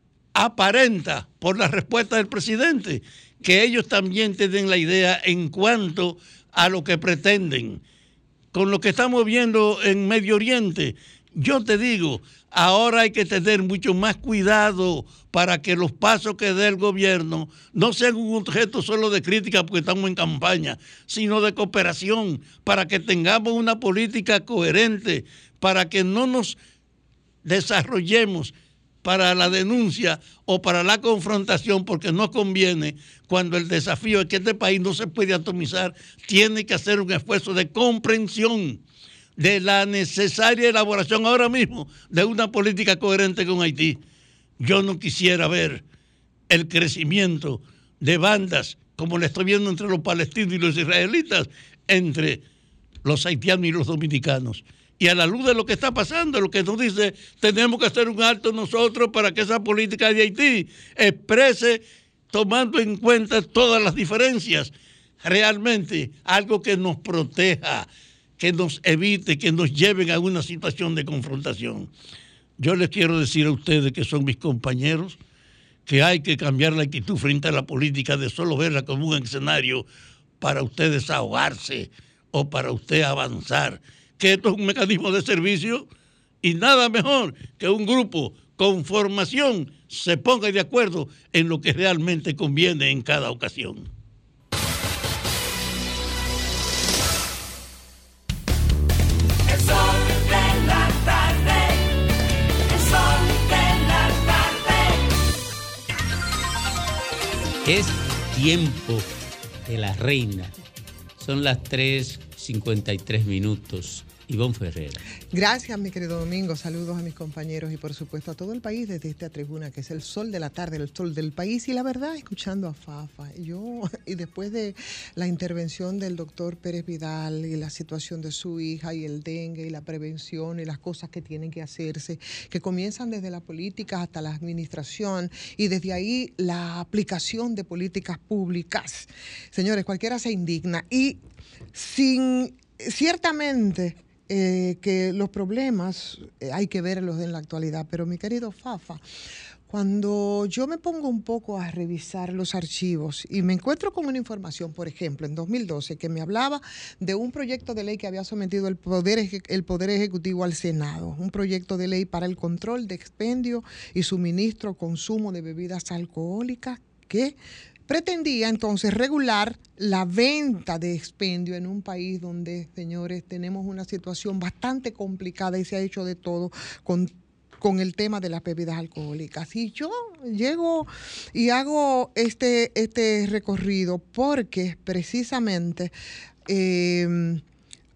aparenta por la respuesta del presidente que ellos también tienen la idea en cuanto a lo que pretenden. Con lo que estamos viendo en Medio Oriente, yo te digo, ahora hay que tener mucho más cuidado para que los pasos que dé el gobierno no sean un objeto solo de crítica porque estamos en campaña, sino de cooperación, para que tengamos una política coherente, para que no nos desarrollemos para la denuncia o para la confrontación, porque no conviene, cuando el desafío es que este país no se puede atomizar, tiene que hacer un esfuerzo de comprensión de la necesaria elaboración ahora mismo de una política coherente con Haití. Yo no quisiera ver el crecimiento de bandas como le estoy viendo entre los palestinos y los israelitas, entre los haitianos y los dominicanos. Y a la luz de lo que está pasando, lo que nos dice, tenemos que hacer un alto nosotros para que esa política de Haití exprese, tomando en cuenta todas las diferencias, realmente algo que nos proteja, que nos evite, que nos lleven a una situación de confrontación. Yo les quiero decir a ustedes, que son mis compañeros, que hay que cambiar la actitud frente a la política de solo verla como un escenario para usted desahogarse o para usted avanzar, que esto es un mecanismo de servicio y nada mejor que un grupo con formación se ponga de acuerdo en lo que realmente conviene en cada ocasión. El sol de la tarde, el sol de la tarde. Es tiempo de la reina. Son las tres cincuenta y tres minutos. Ivonne Ferreira. Gracias, mi querido Domingo. Saludos a mis compañeros y por supuesto a todo el país desde esta tribuna que es el sol de la tarde, el sol del país. Y la verdad, escuchando a Fafa, yo, y después de la intervención del doctor Pérez Vidal y la situación de su hija y el dengue y la prevención y las cosas que tienen que hacerse, que comienzan desde la política hasta la administración y desde ahí la aplicación de políticas públicas. Señores, cualquiera se indigna y sin, ciertamente, Eh, que los problemas eh, hay que verlos en la actualidad, pero mi querido Fafa, cuando yo me pongo un poco a revisar los archivos y me encuentro con una información, por ejemplo, en dos mil doce, que me hablaba de un proyecto de ley que había sometido el Poder, el Poder Ejecutivo al Senado, un proyecto de ley para el control de expendio y suministro, consumo de bebidas alcohólicas, que pretendía entonces regular la venta de expendio en un país donde, señores, tenemos una situación bastante complicada y se ha hecho de todo con, con el tema de las bebidas alcohólicas. Y yo llego y hago este, este recorrido porque precisamente eh,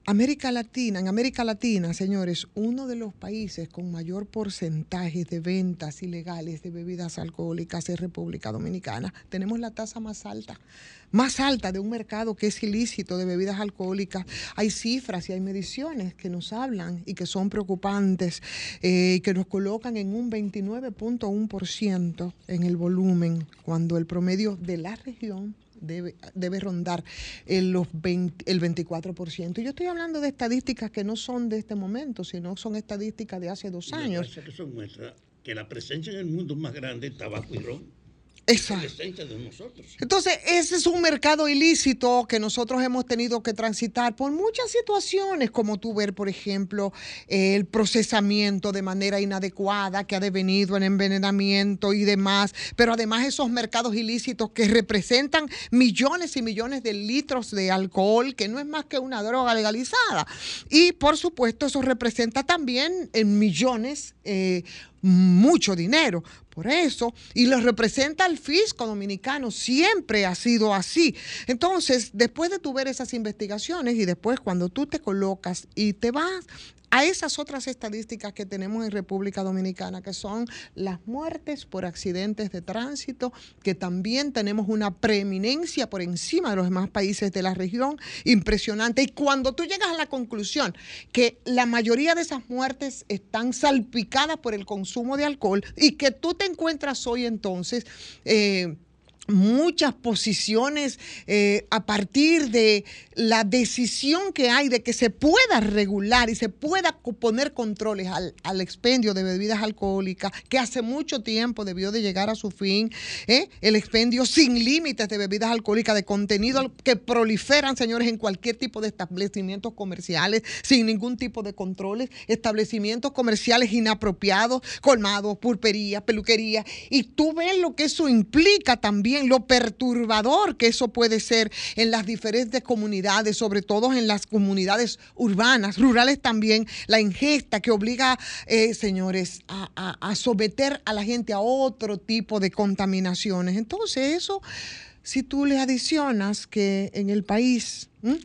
América Latina, en América Latina, señores, uno de los países con mayor porcentaje de ventas ilegales de bebidas alcohólicas es República Dominicana. Tenemos la tasa más alta, más alta de un mercado que es ilícito de bebidas alcohólicas. Hay cifras y hay mediciones que nos hablan y que son preocupantes y eh, que nos colocan en un veintinueve punto uno por ciento en el volumen, cuando el promedio de la región Debe, debe rondar el, los veinte, el veinticuatro por ciento. Y yo estoy hablando de estadísticas que no son de este momento, sino son estadísticas de hace dos años. Que eso muestra que la presencia en el mundo más grande es tabaco y ron. Exacto. De nosotros. Entonces, ese es un mercado ilícito que nosotros hemos tenido que transitar por muchas situaciones, como tú ver, por ejemplo, eh, el procesamiento de manera inadecuada que ha devenido en envenenamiento y demás, pero además esos mercados ilícitos que representan millones y millones de litros de alcohol, que no es más que una droga legalizada. Y, por supuesto, eso representa también en millones eh, mucho dinero. Por eso, y lo representa el fisco dominicano, siempre ha sido así. Entonces, después de tú ver esas investigaciones y después cuando tú te colocas y te vas a esas otras estadísticas que tenemos en República Dominicana, que son las muertes por accidentes de tránsito, que también tenemos una preeminencia por encima de los demás países de la región, impresionante. Y cuando tú llegas a la conclusión que la mayoría de esas muertes están salpicadas por el consumo de alcohol y que tú te encuentras hoy entonces eh, muchas posiciones eh, a partir de la decisión que hay de que se pueda regular y se pueda poner controles al, al expendio de bebidas alcohólicas, que hace mucho tiempo debió de llegar a su fin, ¿eh? El expendio sin límites de bebidas alcohólicas, de contenido que proliferan, señores, en cualquier tipo de establecimientos comerciales, sin ningún tipo de controles, establecimientos comerciales inapropiados, colmados, pulperías, peluquerías, y tú ves lo que eso implica también, lo perturbador que eso puede ser en las diferentes comunidades, sobre todo en las comunidades urbanas, rurales también, la ingesta que obliga, eh, señores, a, a, a someter a la gente a otro tipo de contaminaciones. Entonces eso, si tú le adicionas que en el país ¿m?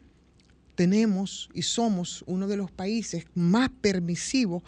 tenemos y somos uno de los países más permisivos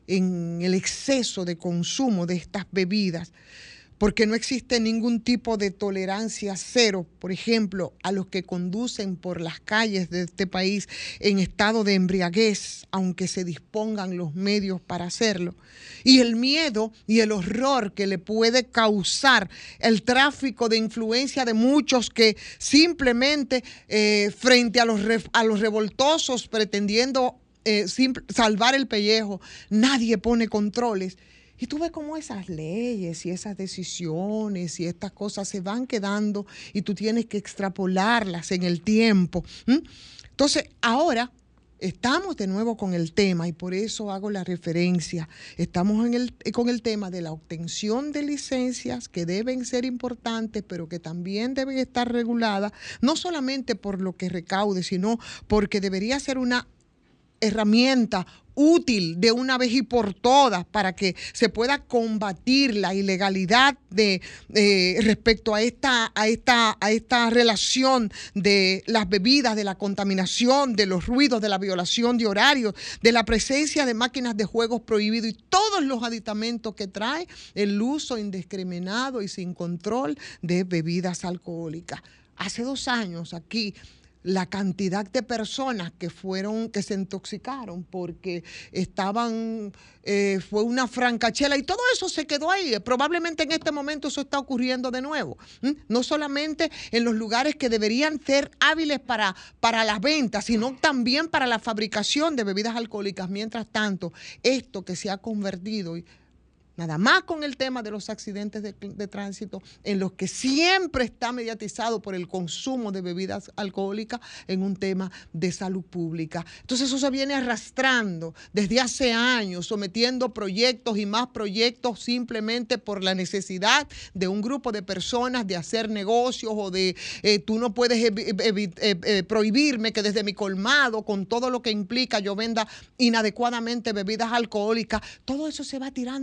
en el exceso de consumo de estas bebidas, porque no existe ningún tipo de tolerancia cero, por ejemplo, a los que conducen por las calles de este país en estado de embriaguez, aunque se dispongan los medios para hacerlo. Y el miedo y el horror que le puede causar el tráfico de influencia de muchos que simplemente eh, frente a los, re, a los revoltosos pretendiendo eh, simple, salvar el pellejo, nadie pone controles. Y tú ves cómo esas leyes y esas decisiones y estas cosas se van quedando y tú tienes que extrapolarlas en el tiempo. ¿Mm? Entonces, ahora estamos de nuevo con el tema y por eso hago la referencia. Estamos en el, con el tema de la obtención de licencias que deben ser importantes, pero que también deben estar reguladas, no solamente por lo que recaude, sino porque debería ser una herramienta útil de una vez y por todas para que se pueda combatir la ilegalidad de eh, respecto a esta a esta a esta relación de las bebidas, de la contaminación, de los ruidos, de la violación de horarios, de la presencia de máquinas de juegos prohibidos y todos los aditamentos que trae el uso indiscriminado y sin control de bebidas alcohólicas. Hace dos años aquí la cantidad de personas que fueron, que se intoxicaron porque estaban, eh, fue una francachela y todo eso se quedó ahí. Probablemente en este momento eso está ocurriendo de nuevo. ¿Mm? No solamente en los lugares que deberían ser hábiles para, para las ventas, sino también para la fabricación de bebidas alcohólicas. Mientras tanto, esto que se ha convertido nada más con el tema de los accidentes de, de tránsito, en los que siempre está mediatizado por el consumo de bebidas alcohólicas, en un tema de salud pública. Entonces eso se viene arrastrando desde hace años, sometiendo proyectos y más proyectos simplemente por la necesidad de un grupo de personas de hacer negocios o de eh, tú no puedes eh, eh, eh, prohibirme que desde mi colmado, con todo lo que implica, yo venda inadecuadamente bebidas alcohólicas. Todo eso se va tirando por la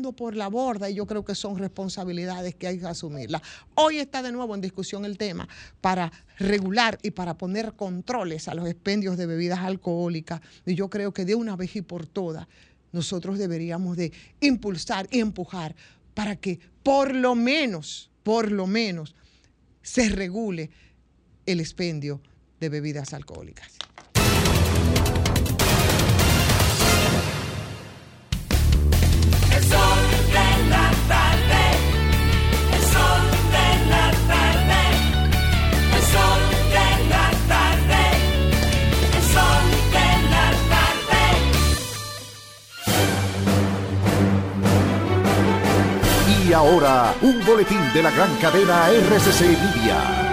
la borda y yo creo que son responsabilidades que hay que asumirlas. Hoy está de nuevo en discusión el tema para regular y para poner controles a los expendios de bebidas alcohólicas y yo creo que de una vez y por todas nosotros deberíamos de impulsar y empujar para que por lo menos, por lo menos se regule el expendio de bebidas alcohólicas. El sol de la tarde, el sol de la tarde, el sol de la tarde, el sol de la tarde. Y ahora, un boletín de la gran cadena R C C Media.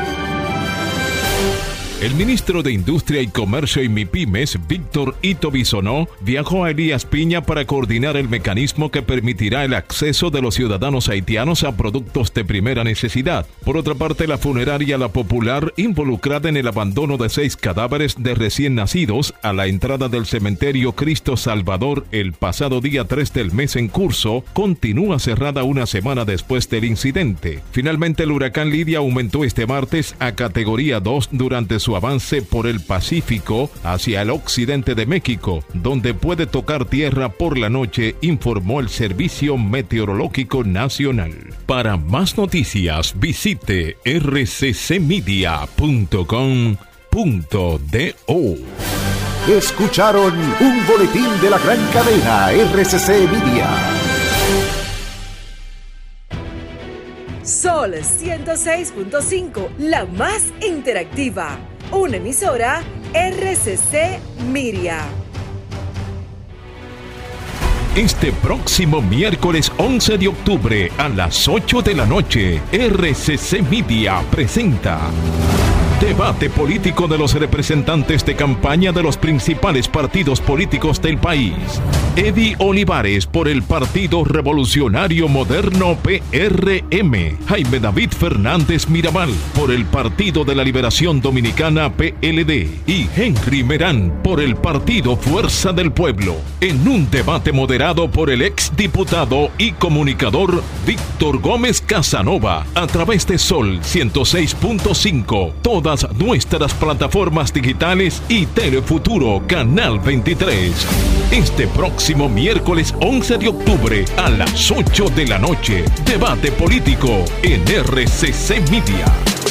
El ministro de Industria y Comercio y MIPIMES, Víctor Ito Bisonó, viajó a Elías Piña para coordinar el mecanismo que permitirá el acceso de los ciudadanos haitianos a productos de primera necesidad. Por otra parte, la funeraria La Popular, involucrada en el abandono de seis cadáveres de recién nacidos a la entrada del cementerio Cristo Salvador el pasado día tres del mes en curso, continúa cerrada una semana después del incidente. Finalmente, el huracán Lidia aumentó este martes a categoría dos durante su avance por el Pacífico hacia el occidente de México, donde puede tocar tierra por la noche, informó el Servicio Meteorológico Nacional. Para más noticias, visite r c c media punto com punto do. Escucharon un boletín de la gran cadena R C C Media. Sol ciento seis punto cinco, la más interactiva. Una emisora R C C Media. Este próximo miércoles once de octubre a las ocho de la noche, R C C Media presenta debate político de los representantes de campaña de los principales partidos políticos del país. Eddie Olivares por el Partido Revolucionario Moderno P R M. Jaime David Fernández Mirabal por el Partido de la Liberación Dominicana P L D. Y Henry Merán por el Partido Fuerza del Pueblo. En un debate moderado por el exdiputado y comunicador Víctor Gómez Casanova a través de Sol ciento seis punto cinco. Toda nuestras plataformas digitales y Telefuturo Canal veintitrés. Este próximo miércoles once de octubre a las ocho de la noche, debate político en R C C Media.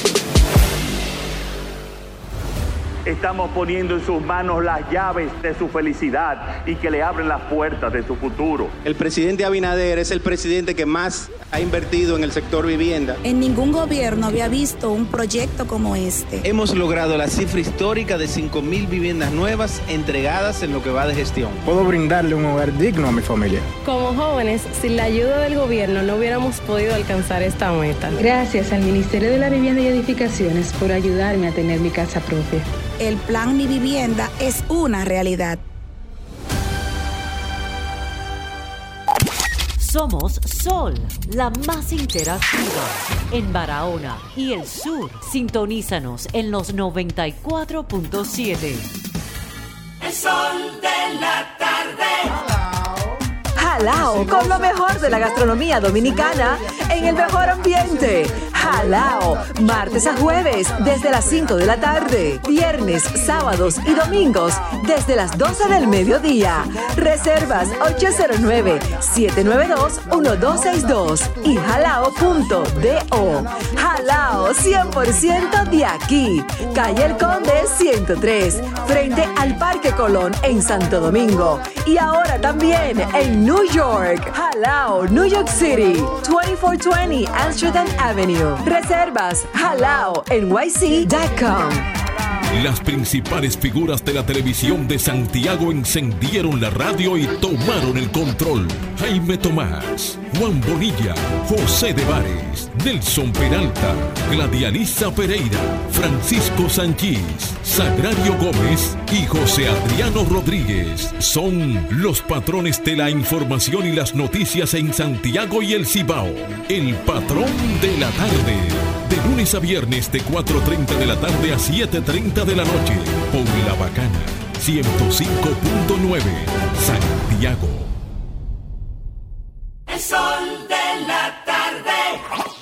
Estamos poniendo en sus manos las llaves de su felicidad y que le abren las puertas de su futuro. El presidente Abinader es el presidente que más ha invertido en el sector vivienda. En ningún gobierno había visto un proyecto como este. Hemos logrado la cifra histórica de cinco mil viviendas nuevas entregadas en lo que va de gestión. Puedo brindarle un hogar digno a mi familia. Como jóvenes, sin la ayuda del gobierno no hubiéramos podido alcanzar esta meta. Gracias al Ministerio de la Vivienda y Edificaciones por ayudarme a tener mi casa propia. El plan Mi Vivienda es una realidad. Somos Sol, la más interactiva en Barahona y el sur. Sintonízanos en los noventa y cuatro punto siete. El sol de la tarde. Jalao, con lo mejor de la gastronomía dominicana en el mejor ambiente. Jalao, martes a jueves desde las cinco de la tarde, viernes, sábados y domingos desde las doce del mediodía. Reservas ocho cero nueve, siete nueve dos, uno dos seis dos y jalao punto do. Jalao, cien por ciento de aquí. Calle El Conde ciento tres, frente al Parque Colón en Santo Domingo. Y ahora también en New York. Jalao, New York City, veinticuatro veinte Amsterdam Avenue. Reservas jalao N Y C punto com. Las principales figuras de la televisión de Santiago encendieron la radio y tomaron el control. Jaime Tomás, Juan Bonilla, José de Vares, Nelson Peralta, Gladialisa Pereira, Francisco Sanchís, Sagrario Gómez y José Adriano Rodríguez son los patrones de la información y las noticias en Santiago y el Cibao. El patrón de la tarde. De lunes a viernes de cuatro y treinta de la tarde a siete y treinta de la noche por La Bacana ciento cinco punto nueve Santiago. El sol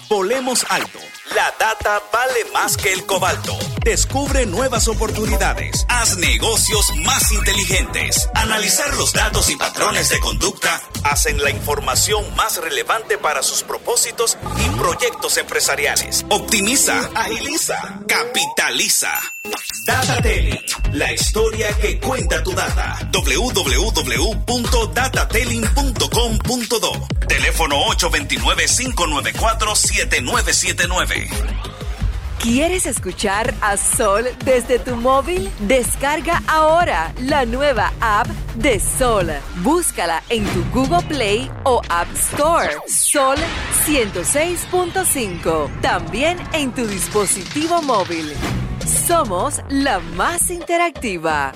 Volemos alto. La data vale más que el cobalto. Descubre nuevas oportunidades. Haz negocios más inteligentes. Analizar los datos y patrones de conducta hacen la información más relevante para sus propósitos y proyectos empresariales. Optimiza, agiliza, capitaliza. DataTelling, la historia que cuenta tu data. doble u doble u doble u punto datatelling punto com punto do. Teléfono ocho dos nueve, cinco nueve cuatro, siete nueve siete nueve. ¿Quieres escuchar a Sol desde tu móvil? Descarga ahora la nueva app de Sol. Búscala en tu Google Play o App Store. Sol ciento seis punto cinco. También en tu dispositivo móvil. Somos la más interactiva.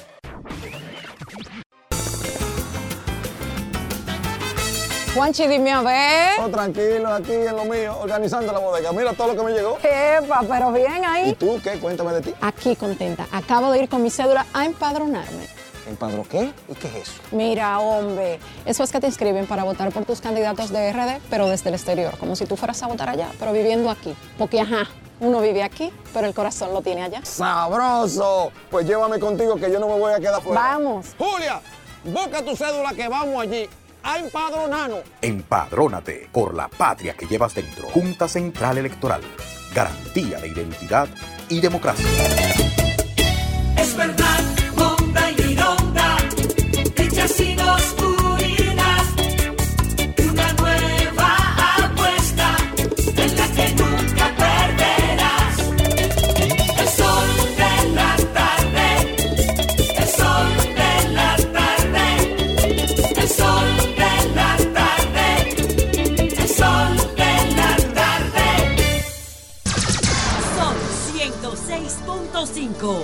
Juanchi, dime a ver. Oh, tranquilo, aquí en lo mío, organizando la bodega. Mira todo lo que me llegó. Epa, pero bien ahí. ¿Y tú qué? Cuéntame de ti. Aquí contenta. Acabo de ir con mi cédula a empadronarme. ¿Empadrón qué? ¿Y qué es eso? Mira, hombre, eso es que te inscriben para votar por tus candidatos de R D, pero desde el exterior, como si tú fueras a votar allá, pero viviendo aquí. Porque, ajá, uno vive aquí, pero el corazón lo tiene allá. ¡Sabroso! Pues llévame contigo que yo no me voy a quedar fuera. Vamos. Julia, busca tu cédula que vamos allí a empadronarnos. Empadrónate por la patria que llevas dentro. Junta Central Electoral. Garantía de identidad y democracia. Es verdad, Honda y Gironda, hechas y nos unirás. Una nueva apuesta en la que nunca perderás. El sol de la tarde, el sol de la tarde, el sol de la tarde, el sol de la tarde. Sol ciento seis punto cinco.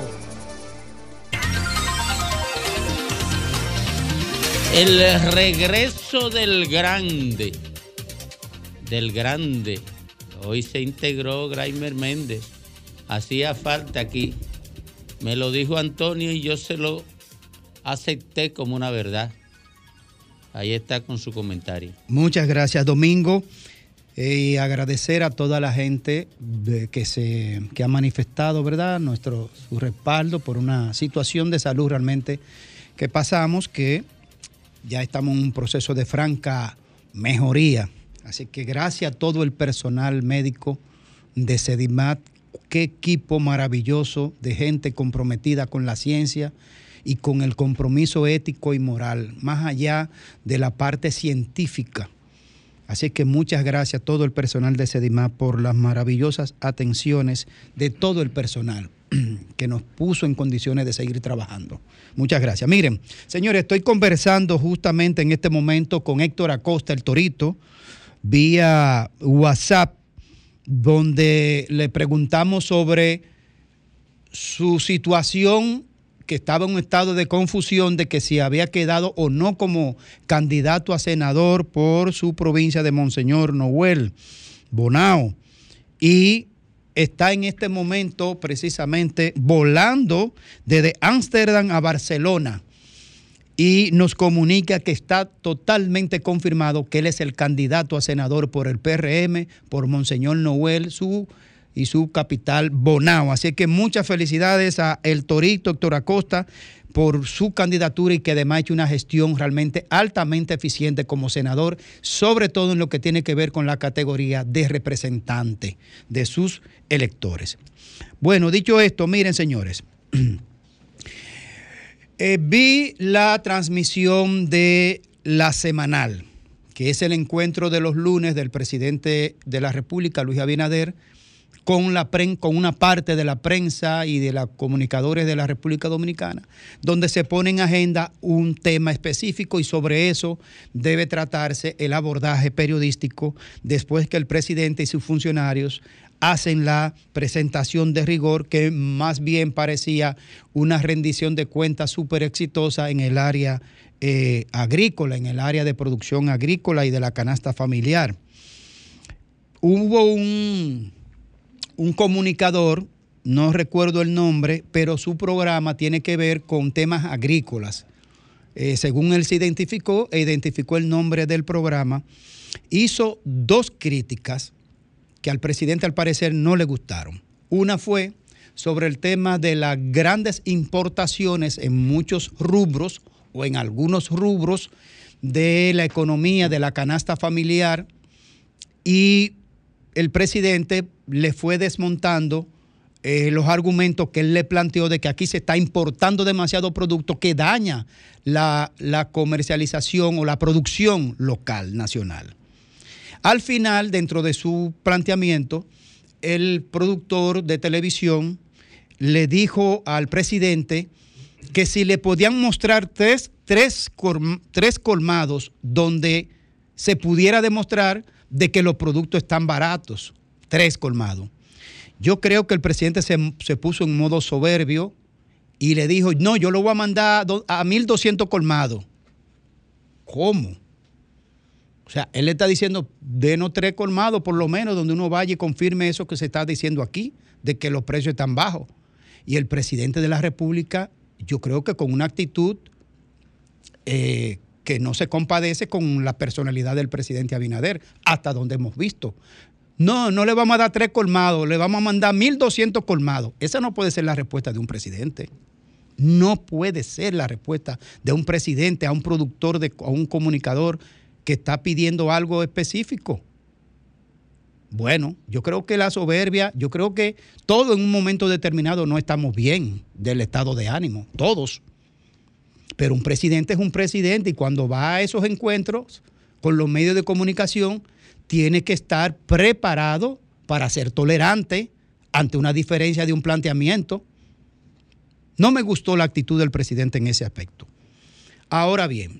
El regreso del grande, del grande. Hoy se integró Graimer Méndez. Hacía falta aquí. Me lo dijo Antonio y yo se lo acepté como una verdad. Ahí está con su comentario. Muchas gracias, Domingo. Y eh, agradecer a toda la gente de, que, se, que ha manifestado, ¿verdad?, nuestro su respaldo por una situación de salud realmente que pasamos, que ya estamos en un proceso de franca mejoría. Así que gracias a todo el personal médico de Sedimat, qué equipo maravilloso de gente comprometida con la ciencia y con el compromiso ético y moral, más allá de la parte científica. Así que muchas gracias a todo el personal de Sedimat por las maravillosas atenciones de todo el personal que nos puso en condiciones de seguir trabajando. Muchas gracias. Miren, señores, estoy conversando justamente en este momento con Héctor Acosta, el Torito, vía WhatsApp, donde le preguntamos sobre su situación, que estaba en un estado de confusión de que si había quedado o no como candidato a senador por su provincia de Monseñor Noel, Bonao, y está en este momento precisamente volando desde Ámsterdam a Barcelona y nos comunica que está totalmente confirmado que él es el candidato a senador por el P R M, por Monseñor Noel, su y su capital, Bonao. Así que muchas felicidades a el Torito, Héctor Acosta, por su candidatura y que además ha hecho una gestión realmente altamente eficiente como senador, sobre todo en lo que tiene que ver con la categoría de representante de sus electores. Bueno, dicho esto, miren, señores, eh, vi la transmisión de La Semanal, que es el encuentro de los lunes del presidente de la República, Luis Abinader, con, la pren- con una parte de la prensa y de los comunicadores de la República Dominicana, donde se pone en agenda un tema específico y sobre eso debe tratarse el abordaje periodístico después que el presidente y sus funcionarios hacen la presentación de rigor que más bien parecía una rendición de cuentas súper exitosa en el área eh, agrícola, en el área de producción agrícola y de la canasta familiar. Hubo un... un comunicador, no recuerdo el nombre, pero su programa tiene que ver con temas agrícolas. Eh, según él se identificó, e identificó el nombre del programa, hizo dos críticas que al presidente al parecer no le gustaron. Una fue sobre el tema de las grandes importaciones en muchos rubros o en algunos rubros de la economía, de la canasta familiar, y el presidente le fue desmontando eh, los argumentos que él le planteó de que aquí se está importando demasiado producto que daña la, la comercialización o la producción local, nacional. Al final, dentro de su planteamiento, el productor de televisión le dijo al presidente que si le podían mostrar tres, tres, tres colmados donde se pudiera demostrar de que los productos están baratos, tres colmados. Yo creo que el presidente se, se puso en modo soberbio y le dijo, no, yo lo voy a mandar a mil doscientos colmados. ¿Cómo? O sea, él le está diciendo, denos tres colmados por lo menos, donde uno vaya y confirme eso que se está diciendo aquí, de que los precios están bajos. Y el presidente de la República, yo creo que con una actitud eh, que no se compadece con la personalidad del presidente Abinader, hasta donde hemos visto. No, no le vamos a dar tres colmados, le vamos a mandar mil doscientos colmados. Esa no puede ser la respuesta de un presidente. No puede ser la respuesta de un presidente a un productor, de, a un comunicador que está pidiendo algo específico. Bueno, yo creo que la soberbia, yo creo que todo en un momento determinado no estamos bien del estado de ánimo, todos. Pero un presidente es un presidente y cuando va a esos encuentros con los medios de comunicación, tiene que estar preparado para ser tolerante ante una diferencia de un planteamiento. No me gustó la actitud del presidente en ese aspecto. Ahora bien,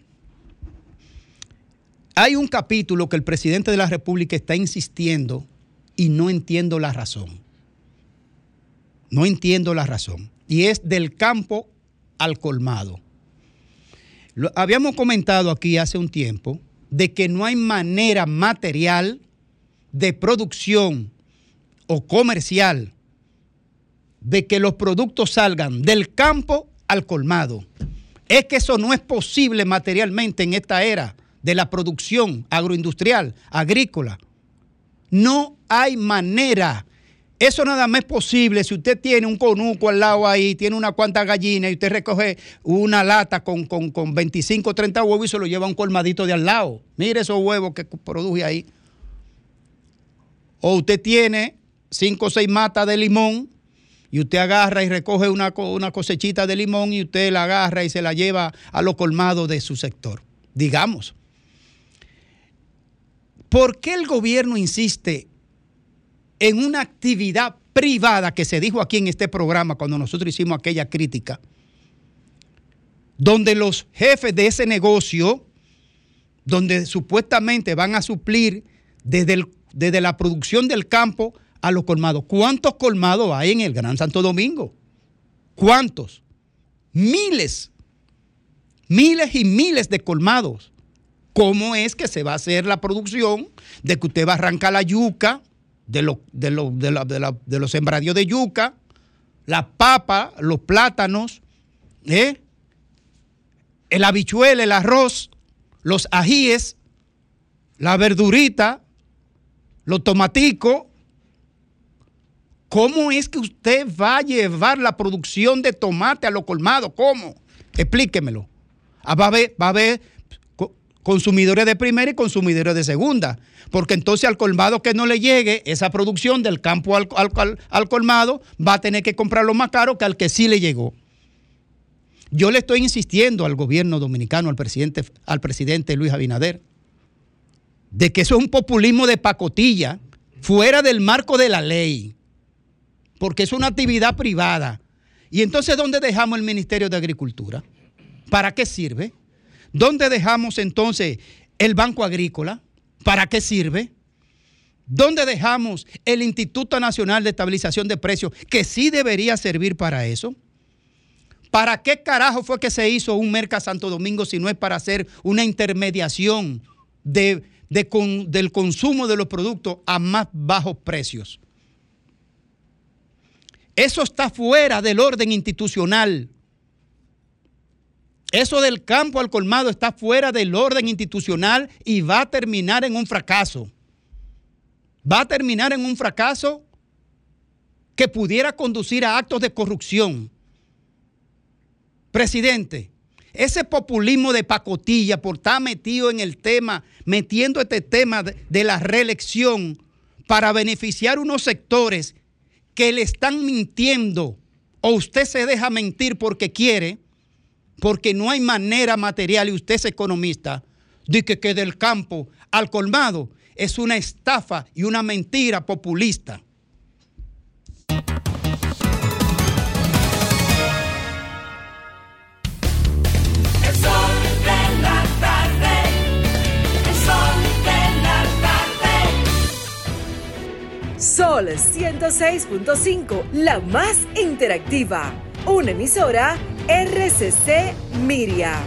hay un capítulo que el presidente de la República está insistiendo y no entiendo la razón. No entiendo la razón. Y es del campo al colmado. Lo, habíamos comentado aquí hace un tiempo de que no hay manera material de producción o comercial de que los productos salgan del campo al colmado. Es que eso no es posible materialmente en esta era de la producción agroindustrial, agrícola. No hay manera. Eso nada más es posible si usted tiene un conuco al lado ahí, tiene unas cuantas gallinas y usted recoge una lata con, con, con veinticinco o treinta huevos y se lo lleva a un colmadito de al lado. Mire esos huevos que produce ahí. O usted tiene cinco o seis matas de limón y usted agarra y recoge una, una cosechita de limón y usted la agarra y se la lleva a los colmados de su sector. Digamos. ¿Por qué el gobierno insiste en una actividad privada que se dijo aquí en este programa cuando nosotros hicimos aquella crítica, donde los jefes de ese negocio, donde supuestamente van a suplir desde, el, desde la producción del campo a los colmados? ¿Cuántos colmados hay en el Gran Santo Domingo? ¿Cuántos? Miles, miles y miles de colmados. ¿Cómo es que se va a hacer la producción de que usted va a arrancar la yuca, de, lo, de, lo, de, la, de, la, de los sembradíos de yuca, la papa, los plátanos, ¿eh? el habichuel, el arroz, los ajíes, la verdurita, los tomaticos? ¿Cómo es que usted va a llevar la producción de tomate a los colmados? ¿Cómo? Explíquemelo. Ah, va a haber, va a haber consumidores de primera y consumidores de segunda, porque entonces al colmado que no le llegue esa producción del campo al, al, al colmado va a tener que comprarlo más caro que al que sí le llegó. Yo le estoy insistiendo al gobierno dominicano, al presidente, al presidente Luis Abinader, de que eso es un populismo de pacotilla, fuera del marco de la ley, porque es una actividad privada. Y entonces, ¿dónde dejamos el Ministerio de Agricultura? ¿Para qué sirve? ¿Dónde dejamos entonces el Banco Agrícola? ¿Para qué sirve? ¿Dónde dejamos el Instituto Nacional de Estabilización de Precios, que sí debería servir para eso? ¿Para qué carajo fue que se hizo un Merca Santo Domingo si no es para hacer una intermediación de, de con, del consumo de los productos a más bajos precios? Eso está fuera del orden institucional. Eso del campo al colmado está fuera del orden institucional y va a terminar en un fracaso. va a terminar en un fracaso que pudiera conducir a actos de corrupción. Presidente, ese populismo de pacotilla por estar metido en el tema, metiendo este tema de, de la reelección para beneficiar unos sectores que le están mintiendo, o usted se deja mentir porque quiere, porque no hay manera material, y usted es economista, de que, que del campo al colmado es una estafa y una mentira populista. Sol ciento seis punto cinco, la más interactiva. Una emisora R C C Miria.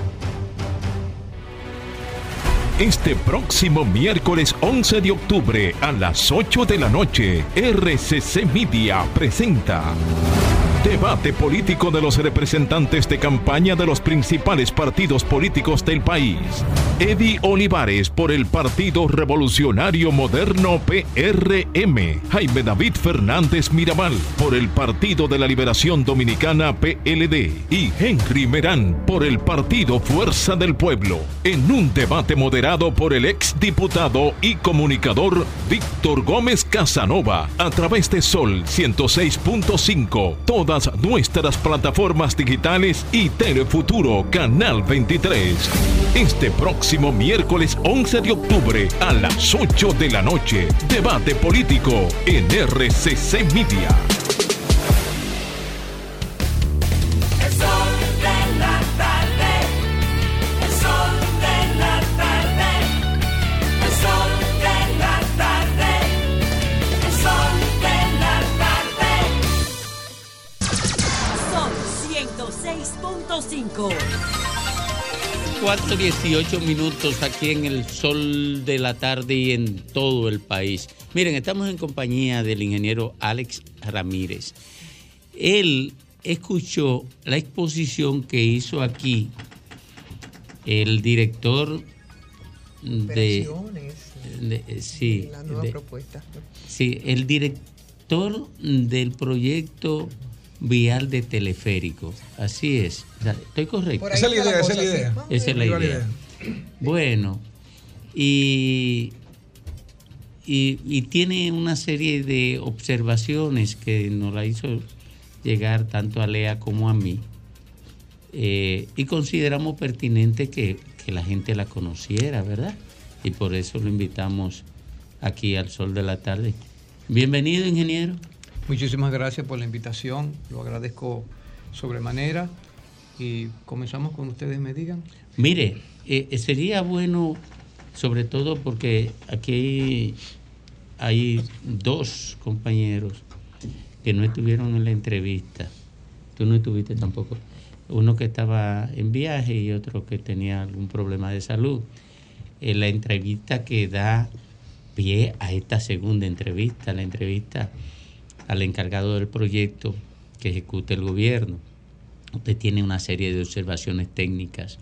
Este próximo miércoles once de octubre a las ocho de la noche, R C C Media presenta Debate político de los representantes de campaña de los principales partidos políticos del país. Eddie Olivares por el Partido Revolucionario Moderno P R M. Jaime David Fernández Mirabal por el Partido de la Liberación Dominicana P L D. Y Henry Merán por el Partido Fuerza del Pueblo. En un debate moderado por el exdiputado y comunicador Víctor Gómez Casanova. A través de Sol ciento seis punto cinco. Todas nuestras plataformas digitales y Telefuturo Canal veintitrés. Este próximo miércoles once de octubre a las ocho de la noche, debate político en R C C Media. El sol de la tarde, el sol de la tarde, el sol de la tarde, el sol de la tarde. Sol ciento seis punto cinco. cuatro dieciocho minutos aquí en el sol de la tarde y en todo el país. Miren, estamos en compañía del ingeniero Alex Ramírez. Él escuchó la exposición que hizo aquí el director de, de sí, la nueva de, propuesta. Sí, el director del proyecto vial de teleférico. Así es. O sea, ¿estoy correcto? Esa es la idea, esa es la idea. Esa es la idea. Bueno, y, y, y tiene una serie de observaciones que nos la hizo llegar tanto a Lea como a mí. Eh, y consideramos pertinente que, que la gente la conociera, ¿verdad? Y por eso lo invitamos aquí al Sol de la Tarde. Bienvenido, ingeniero. Muchísimas gracias por la invitación, lo agradezco sobremanera y comenzamos con ustedes me digan. Mire, eh, sería bueno, sobre todo porque aquí hay dos compañeros que no estuvieron en la entrevista. Tú no estuviste tampoco. Uno que estaba en viaje y otro que tenía algún problema de salud. En la entrevista que da pie a esta segunda entrevista, la entrevista al encargado del proyecto que ejecuta el gobierno. Usted tiene una serie de observaciones técnicas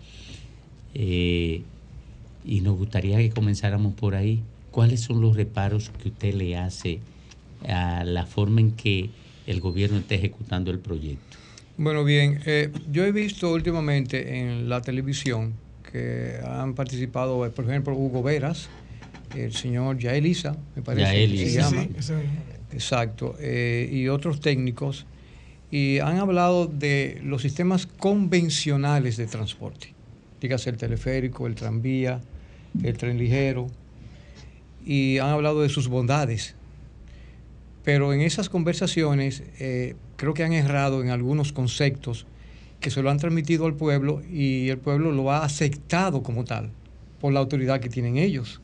eh, y nos gustaría que comenzáramos por ahí. ¿Cuáles son los reparos que usted le hace a la forma en que el gobierno está ejecutando el proyecto? Bueno, bien, eh, yo he visto últimamente en la televisión que han participado, por ejemplo, Hugo Veras, el señor Yael Issa, me parece Yael que se Issa. llama. Sí, sí. Exacto, eh, y otros técnicos, y han hablado de los sistemas convencionales de transporte, dígase el teleférico, el tranvía, el tren ligero, y han hablado de sus bondades. Pero en esas conversaciones eh, creo que han errado en algunos conceptos que se lo han transmitido al pueblo y el pueblo lo ha aceptado como tal, por la autoridad que tienen ellos.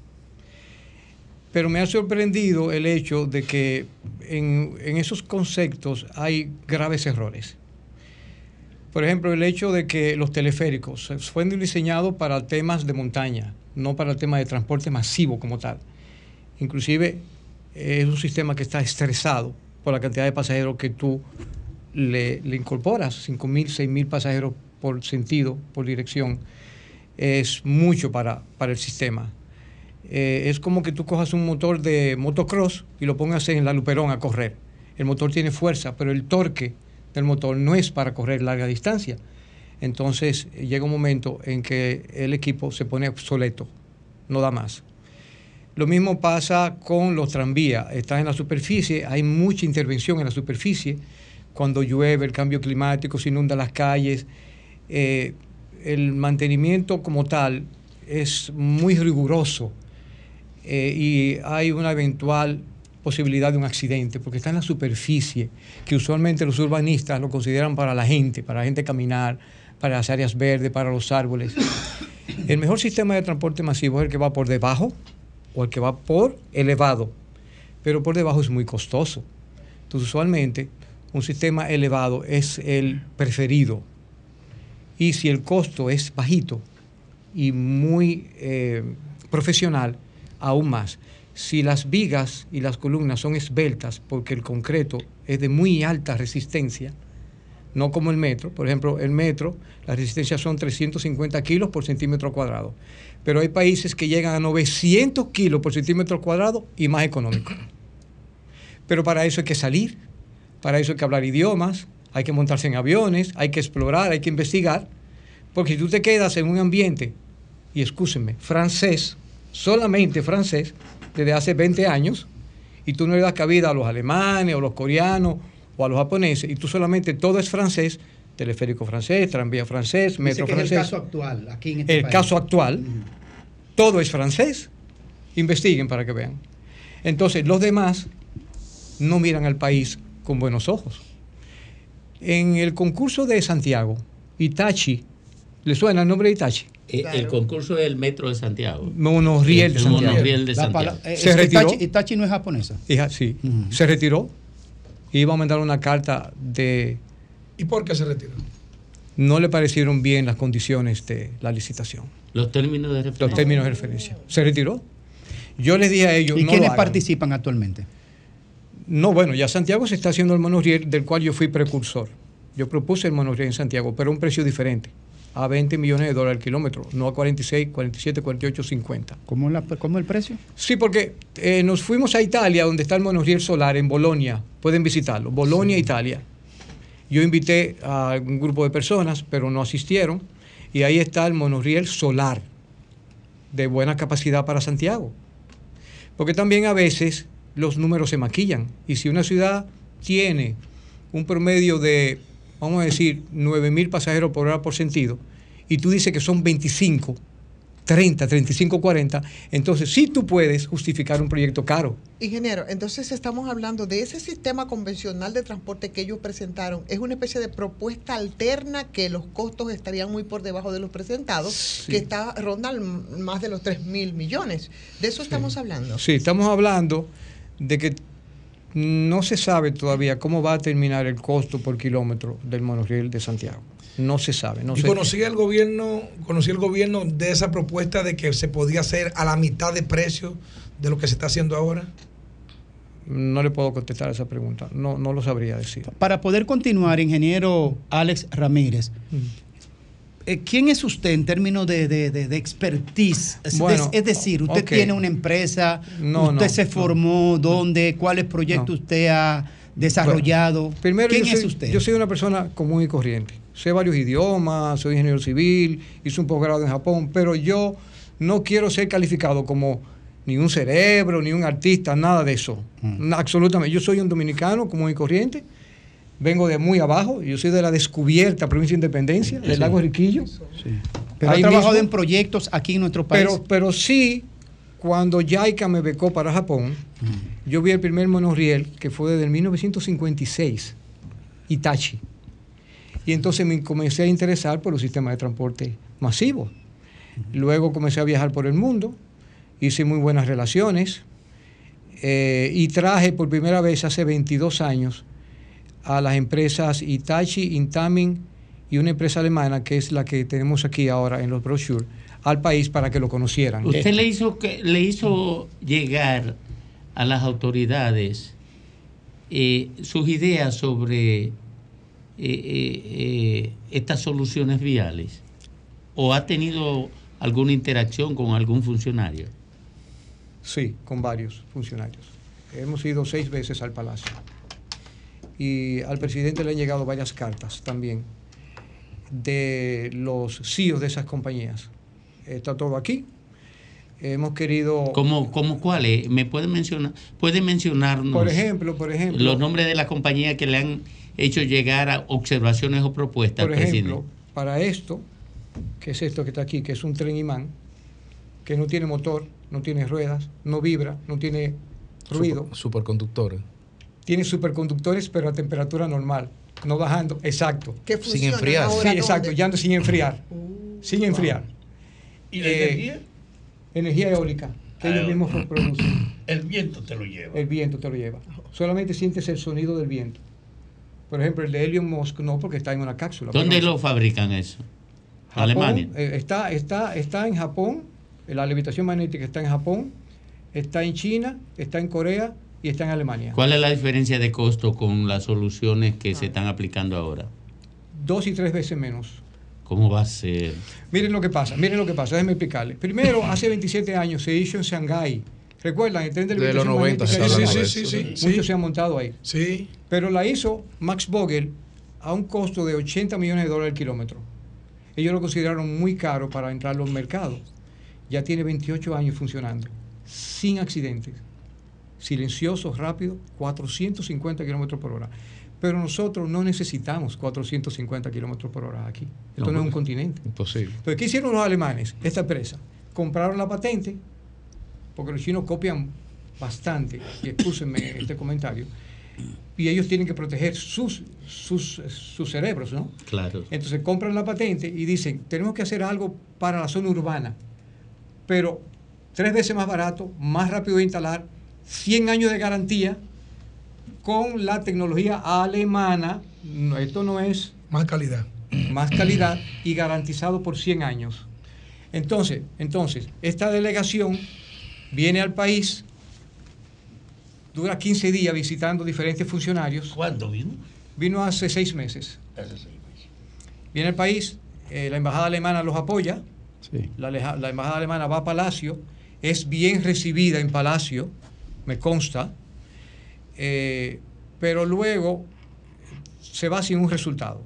Pero me ha sorprendido el hecho de que en, en esos conceptos hay graves errores. Por ejemplo, el hecho de que los teleféricos fueron diseñados para temas de montaña, no para el tema de transporte masivo como tal. Inclusive es un sistema que está estresado por la cantidad de pasajeros que tú le, le incorporas, cinco mil, seis mil pasajeros por sentido, por dirección. Es mucho para, para el sistema. Eh, es como que tú cojas un motor de motocross y lo pongas en la Luperón a correr. El motor tiene fuerza, pero el torque del motor no es para correr larga distancia. Entonces llega un momento en que el equipo se pone obsoleto, no da más. Lo mismo pasa con los tranvías. Están en la superficie, hay mucha intervención en la superficie. Cuando llueve, el cambio climático, se inunda las calles. Eh, el mantenimiento como tal es muy riguroso eh, y hay una eventual posibilidad de un accidente porque está en la superficie, que usualmente los urbanistas lo consideran para la gente, para la gente caminar, para las áreas verdes, para los árboles. El mejor sistema de transporte masivo es el que va por debajo o el que va por elevado, pero por debajo es muy costoso. Entonces, usualmente, un sistema elevado es el preferido. Y si el costo es bajito y muy eh, profesional, aún más. Si las vigas y las columnas son esbeltas, porque el concreto es de muy alta resistencia, no como el metro. Por ejemplo, el metro, las resistencias son trescientos cincuenta kilos por centímetro cuadrado. Pero hay países que llegan a novecientos kilos por centímetro cuadrado y más económico. Pero para eso hay que salir, para eso hay que hablar idiomas, hay que montarse en aviones, hay que explorar, hay que investigar. Porque si tú te quedas en un ambiente, y excúsenme, francés, solamente francés, desde hace veinte años, y tú no le das cabida a los alemanes o los coreanos o a los japoneses, y tú solamente todo es francés, teleférico francés, tranvía francés, metro francés. Es el caso actual, aquí en este El país. caso actual, uh-huh. Todo es francés. Investiguen para que vean. Entonces, los demás no miran al país con buenos ojos. En el concurso de Santiago, Itachi, ¿le suena el nombre de Itachi? Eh, claro. El concurso del Metro de Santiago. Monorriel de Santiago. Monorriel de Santiago. Pala, eh, se retiró. Itachi, Itachi no es japonesa. Hija, sí. Uh-huh. Se retiró. Iba a mandar una carta de... ¿Y por qué se retiró? No le parecieron bien las condiciones de la licitación. Los términos de referencia. Los términos de referencia. Se retiró. Yo les dije a ellos... ¿Y no quiénes participan actualmente? No, bueno, ya Santiago se está haciendo el monorriel del cual yo fui precursor. Yo propuse el monorriel en Santiago, pero a un precio diferente. A veinte millones de dólares al kilómetro, no a cuarenta y seis, cuarenta y siete, cuarenta y ocho, cincuenta. ¿Cómo, la, ¿Cómo el precio? Sí, porque eh, nos fuimos a Italia, donde está el monorriel solar, en Bolonia. Pueden visitarlo. Bolonia, sí. Italia. Yo invité a un grupo de personas, pero no asistieron. Y ahí está el monorriel solar, de buena capacidad para Santiago. Porque también a veces los números se maquillan. Y si una ciudad tiene un promedio de, vamos a decir, nueve mil pasajeros por hora por sentido, y tú dices que son veinticinco, treinta, treinta y cinco, cuarenta, entonces sí tú puedes justificar un proyecto caro. Ingeniero, entonces estamos hablando de ese sistema convencional de transporte que ellos presentaron. Es una especie de propuesta alterna que los costos estarían muy por debajo de los presentados, sí. que está rondan más de los tres mil millones. ¿De eso sí. estamos hablando? Sí, estamos hablando de que no se sabe todavía cómo va a terminar el costo por kilómetro del monorriel de Santiago. No se sabe. No ¿Y se... conocía el gobierno, conocía el gobierno de esa propuesta de que se podía hacer a la mitad de precio de lo que se está haciendo ahora? No le puedo contestar esa pregunta. No, no lo sabría decir. Para poder continuar, ingeniero Alex Ramírez, mm. ¿quién es usted en términos de, de, de, de expertise? Bueno, es decir, usted okay. tiene una empresa, no, usted no, se formó, no. ¿dónde? ¿Cuáles proyectos no. usted ha desarrollado? Bueno, primero, ¿quién yo es soy, usted? Yo soy una persona común y corriente. Sé varios idiomas, soy ingeniero civil, hice un posgrado en Japón, pero yo no quiero ser calificado como ni un cerebro, ni un artista, nada de eso. Mm. Absolutamente. Yo soy un dominicano común y corriente. Vengo de muy abajo, yo soy de la descubierta provincia de Independencia, del sí. lago Riquillo. Sí. Pero ha trabajado mismo, en proyectos aquí en nuestro país. Pero, pero sí, cuando JICA me becó para Japón, mm. yo vi el primer monorriel, que fue desde el mil novecientos cincuenta y seis, Itachi. Y entonces me comencé a interesar por los sistemas de transporte masivos. Mm. Luego comencé a viajar por el mundo, hice muy buenas relaciones, eh, y traje por primera vez hace veintidós años a las empresas Hitachi, Intamin y una empresa alemana que es la que tenemos aquí ahora en los brochures al país para que lo conocieran. ¿Usted le hizo que le hizo llegar a las autoridades eh, sus ideas sobre eh, eh, eh, estas soluciones viales? ¿O ha tenido alguna interacción con algún funcionario? Sí, con varios funcionarios. Hemos ido seis veces al Palacio. Y al presidente le han llegado varias cartas también de los C E Os de esas compañías. Está todo aquí. Hemos querido... ¿Cómo, cómo cuáles? ¿Me puede mencionar, puede mencionarnos Por ejemplo, por ejemplo... los nombres de las compañías que le han hecho llegar a observaciones o propuestas, Por ejemplo, presidente? para esto, que es esto que está aquí, que es un tren imán, que no tiene motor, no tiene ruedas, no vibra, no tiene ruido. Super, superconductores. Tiene superconductores, pero a temperatura normal, no bajando. Exacto. Que sin enfriar. Sí, exacto, ya ando sin enfriar. Uh, sin enfriar. Wow. ¿Y la Eh, energía? Energía eólica, que ellos mismos producen. El viento te lo lleva. El viento te lo lleva. Solamente sientes el sonido del viento. Por ejemplo, el de Elon Musk no, porque está en una cápsula. ¿Dónde Pero, lo fabrican eso? Japón, Alemania. eh, está, está, está en Japón, la levitación magnética está en Japón, está en China, está en Corea y está en Alemania. ¿Cuál es la diferencia de costo con las soluciones que se están aplicando ahora? Dos y tres veces menos. ¿Cómo va a ser? Miren lo que pasa, miren lo que pasa, déjenme explicarles. Primero, hace veintisiete años se hizo en Shanghái. ¿Recuerdan? El tren de, de los noventa. Sí, sí, sí, sí, sí, sí. Muchos se han montado ahí. Sí. Pero la hizo Max Vogel a un costo de ochenta millones de dólares el kilómetro. Ellos lo consideraron muy caro para entrar a los mercados. Ya tiene veintiocho años funcionando, sin accidentes, silencioso, rápido, cuatrocientos cincuenta kilómetros por hora. Pero nosotros no necesitamos cuatrocientos cincuenta kilómetros por hora aquí. Esto no, no es un continente. Imposible. Entonces, ¿qué hicieron los alemanes? Esta empresa. Compraron la patente, porque los chinos copian bastante, y excúsenme este comentario, y ellos tienen que proteger sus, sus, sus cerebros, ¿no? Claro. Entonces compran la patente y dicen, tenemos que hacer algo para la zona urbana, pero tres veces más barato, más rápido de instalar, cien años de garantía, con la tecnología alemana. No, esto no es... Más calidad. Más calidad y garantizado por cien años. Entonces, entonces, esta delegación viene al país, dura quince días visitando diferentes funcionarios. ¿Cuándo vino? Vino hace seis meses. Hace seis meses. Viene al país, eh, la embajada alemana los apoya, sí. la, la embajada alemana va a Palacio, es bien recibida en Palacio, me consta, eh, pero luego se va sin un resultado.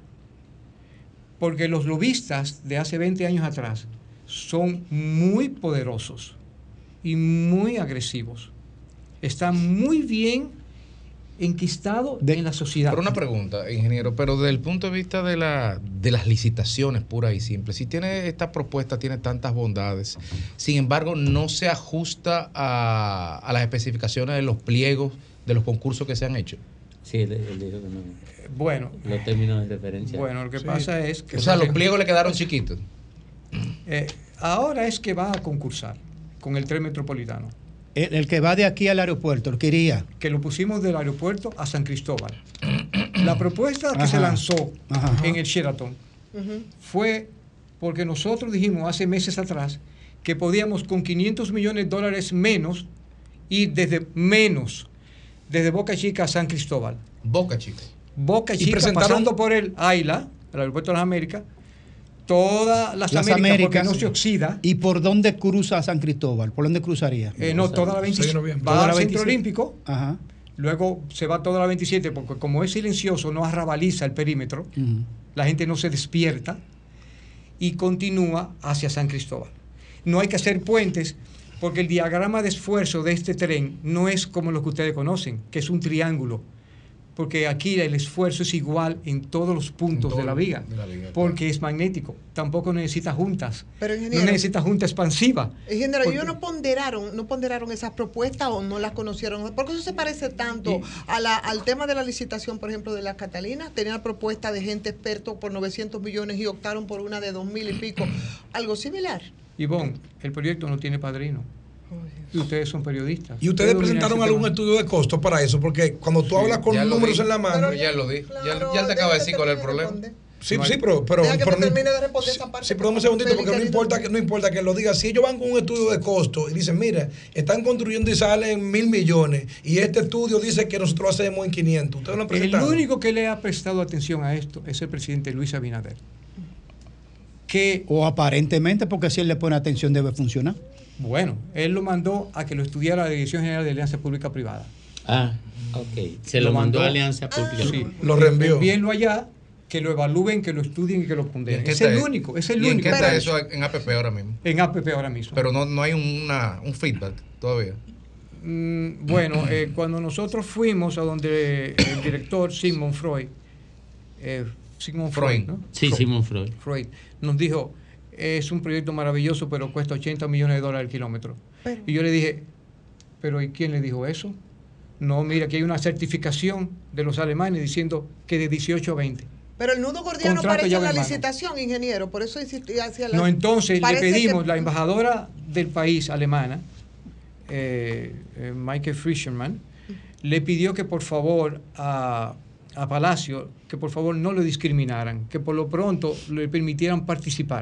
Porque los lobistas de hace veinte años atrás son muy poderosos y muy agresivos. Están muy bien enquistados en la sociedad. Pero una pregunta, ingeniero, pero desde el punto de vista de, la, de las licitaciones puras y simples, si tiene esta propuesta, tiene tantas bondades, sin embargo, no se ajusta a, a las especificaciones de los pliegos de los concursos que se han hecho. Sí, él, él dijo que no. Bueno. Los términos de referencia. Bueno, lo que sí. pasa es que... O sea, los pliegos le quedaron chiquitos. Eh, ahora es que va a concursar con el tren metropolitano. El, el que va de aquí al aeropuerto, el que iría. Que lo pusimos del aeropuerto a San Cristóbal. La propuesta que Ajá. se lanzó Ajá. en el Sheraton uh-huh. fue porque nosotros dijimos hace meses atrás que podíamos con quinientos millones de dólares menos ir desde menos, desde Boca Chica a San Cristóbal. Boca Chica. Boca Chica, presentaron... pasando por el AILA, el aeropuerto de las Américas, todas las, las Américas, Américas, porque no se oxida. ¿Y por dónde cruza San Cristóbal? ¿Por dónde cruzaría? Eh, no, toda la veintisiete. Va toda al la Centro Olímpico. Ajá. Luego se va toda la veintisiete, porque como es silencioso, no arrabaliza el perímetro. Uh-huh. La gente no se despierta. Y continúa hacia San Cristóbal. No hay que hacer puentes, porque el diagrama de esfuerzo de este tren no es como lo que ustedes conocen, que es un triángulo. Porque aquí el esfuerzo es igual en todos los puntos todo de la viga, de la viga porque claro. es magnético. Tampoco necesita juntas. Pero, no necesita junta expansiva. Ingeniero, porque... ellos no ponderaron, no ponderaron esas propuestas o no las conocieron. Porque eso se parece tanto y... a la, al tema de la licitación, por ejemplo, de las Catalinas. Tenían propuesta de gente experto por novecientos millones y optaron por una de dos mil y pico. Algo similar. Ivonne, el proyecto no tiene padrino. Y ustedes son periodistas. ¿Y ustedes presentaron algún estudio de costo para eso? Porque cuando tú sí, hablas con números di, en la mano... Pero ya lo di. Claro, ya, ya te acaba de decir cuál es el problema. Sí, no sí, pero... pero, Deja que pero me termine de responder esa parte. Sí, pero un segundito, porque no importa, que, no importa que lo diga. Si ellos van con un estudio de costo y dicen, mira, están construyendo y salen mil millones, y este estudio dice que nosotros lo hacemos en quinientos. ¿Ustedes lo han presentado? El único que le ha prestado atención a esto es el presidente Luis Abinader. Que, o aparentemente, porque si él le pone atención debe funcionar. Bueno, él lo mandó a que lo estudiara la Dirección General de Alianza Pública Privada. Ah, ok. Se lo, lo mandó a Alianza Pública sí, Privada. Lo reenvió. Envíenlo allá, que lo evalúen, que lo estudien y que lo ponderen. Es el único, es el ¿Y único. en qué está eso en A P P ahora mismo? En A P P ahora mismo. Pero no, no hay una, un feedback todavía. Mm, bueno, eh, cuando nosotros fuimos a donde el director Sigmund Freud, eh, Sigmund Freud, ¿no? Sí, Freud, Sigmund Freud. Freud, nos dijo, es un proyecto maravilloso, pero cuesta ochenta millones de dólares el kilómetro. Pero- Y yo le dije, ¿pero y quién le dijo eso? No, mira, aquí hay una certificación de los alemanes diciendo que de dieciocho a veinte. Pero el nudo gordiano Contrato aparece ya en la en mano. licitación, ingeniero, por eso insistí hacia la... No, entonces le Parece pedimos, que- la embajadora del país alemana, eh, eh, Michael Fischerman, le pidió que por favor a, a Palacio, que por favor no lo discriminaran, que por lo pronto le permitieran participar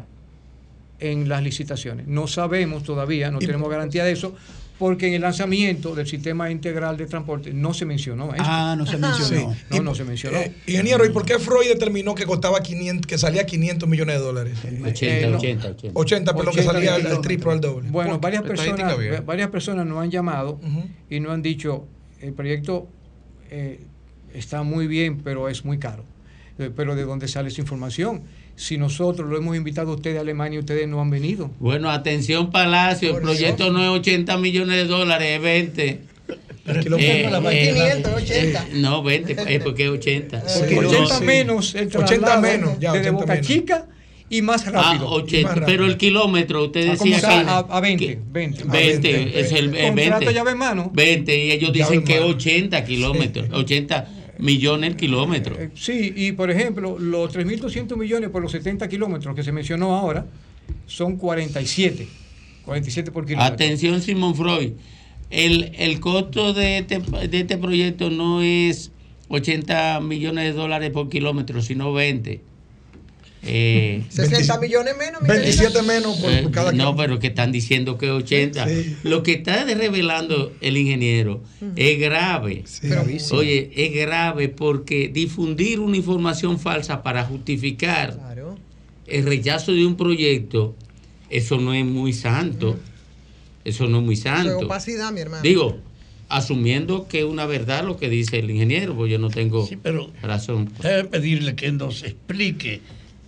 en las licitaciones. No sabemos todavía, no tenemos garantía de eso, porque en el lanzamiento del sistema integral de transporte no se mencionó esto. Ah, no se mencionó. Sí. No, no se mencionó. Eh, ingeniero, ¿y por qué Freud determinó que costaba quinientos, que salía quinientos millones de dólares? ochenta, Eh, no. ochenta, ochenta. ochenta, perdón, que ochenta salía al, al kilómetros. triple o al doble. Bueno, varias estadística personas, bien. varias personas nos han llamado y nos han dicho, el proyecto eh, está muy bien, pero es muy caro. Eh, Pero ¿de dónde sale esa información? Si nosotros lo hemos invitado a ustedes a Alemania, ustedes no han venido. Bueno, atención Palacio, el Por proyecto eso. no es ochenta millones de dólares, es veinte. El kilómetro no, quinientos, ochenta. eh, no, veinte, eh, porque es ochenta. Porque Sí, ochenta sí. menos el ochenta traslado menos, ya, desde ochenta Boca menos. Chica y más Ah, rápido. ochenta, rápido. pero el kilómetro, usted Ah, ¿cómo decía está? que... a, a veinte, veinte. veinte, es el eh, Contrato veinte. llave en mano. veinte, y ellos Llave dicen en que mano. ochenta kilómetros, ochenta millones el kilómetro. Eh, Sí, y por ejemplo, los tres mil doscientos millones por los setenta kilómetros que se mencionó ahora son cuarenta y siete. cuarenta y siete por kilómetro. Atención, Simón Freud. El, el costo de este, de este proyecto no es ochenta millones de dólares por kilómetro, sino veinte. Eh, sesenta millones menos, mi veintisiete menos por, eh, por cada no, kilómetro. pero que están diciendo que ochenta. Sí. Lo que está revelando el ingeniero es grave. Sí, Gravísimo. Oye, es grave porque difundir una información falsa para justificar Claro. el rechazo de un proyecto, eso no es muy santo. Eso no es muy Eso es santo. opacidad, mi hermano. Digo, asumiendo que es una verdad lo que dice el ingeniero, pues yo no tengo Sí, pero razón. debe pedirle que nos explique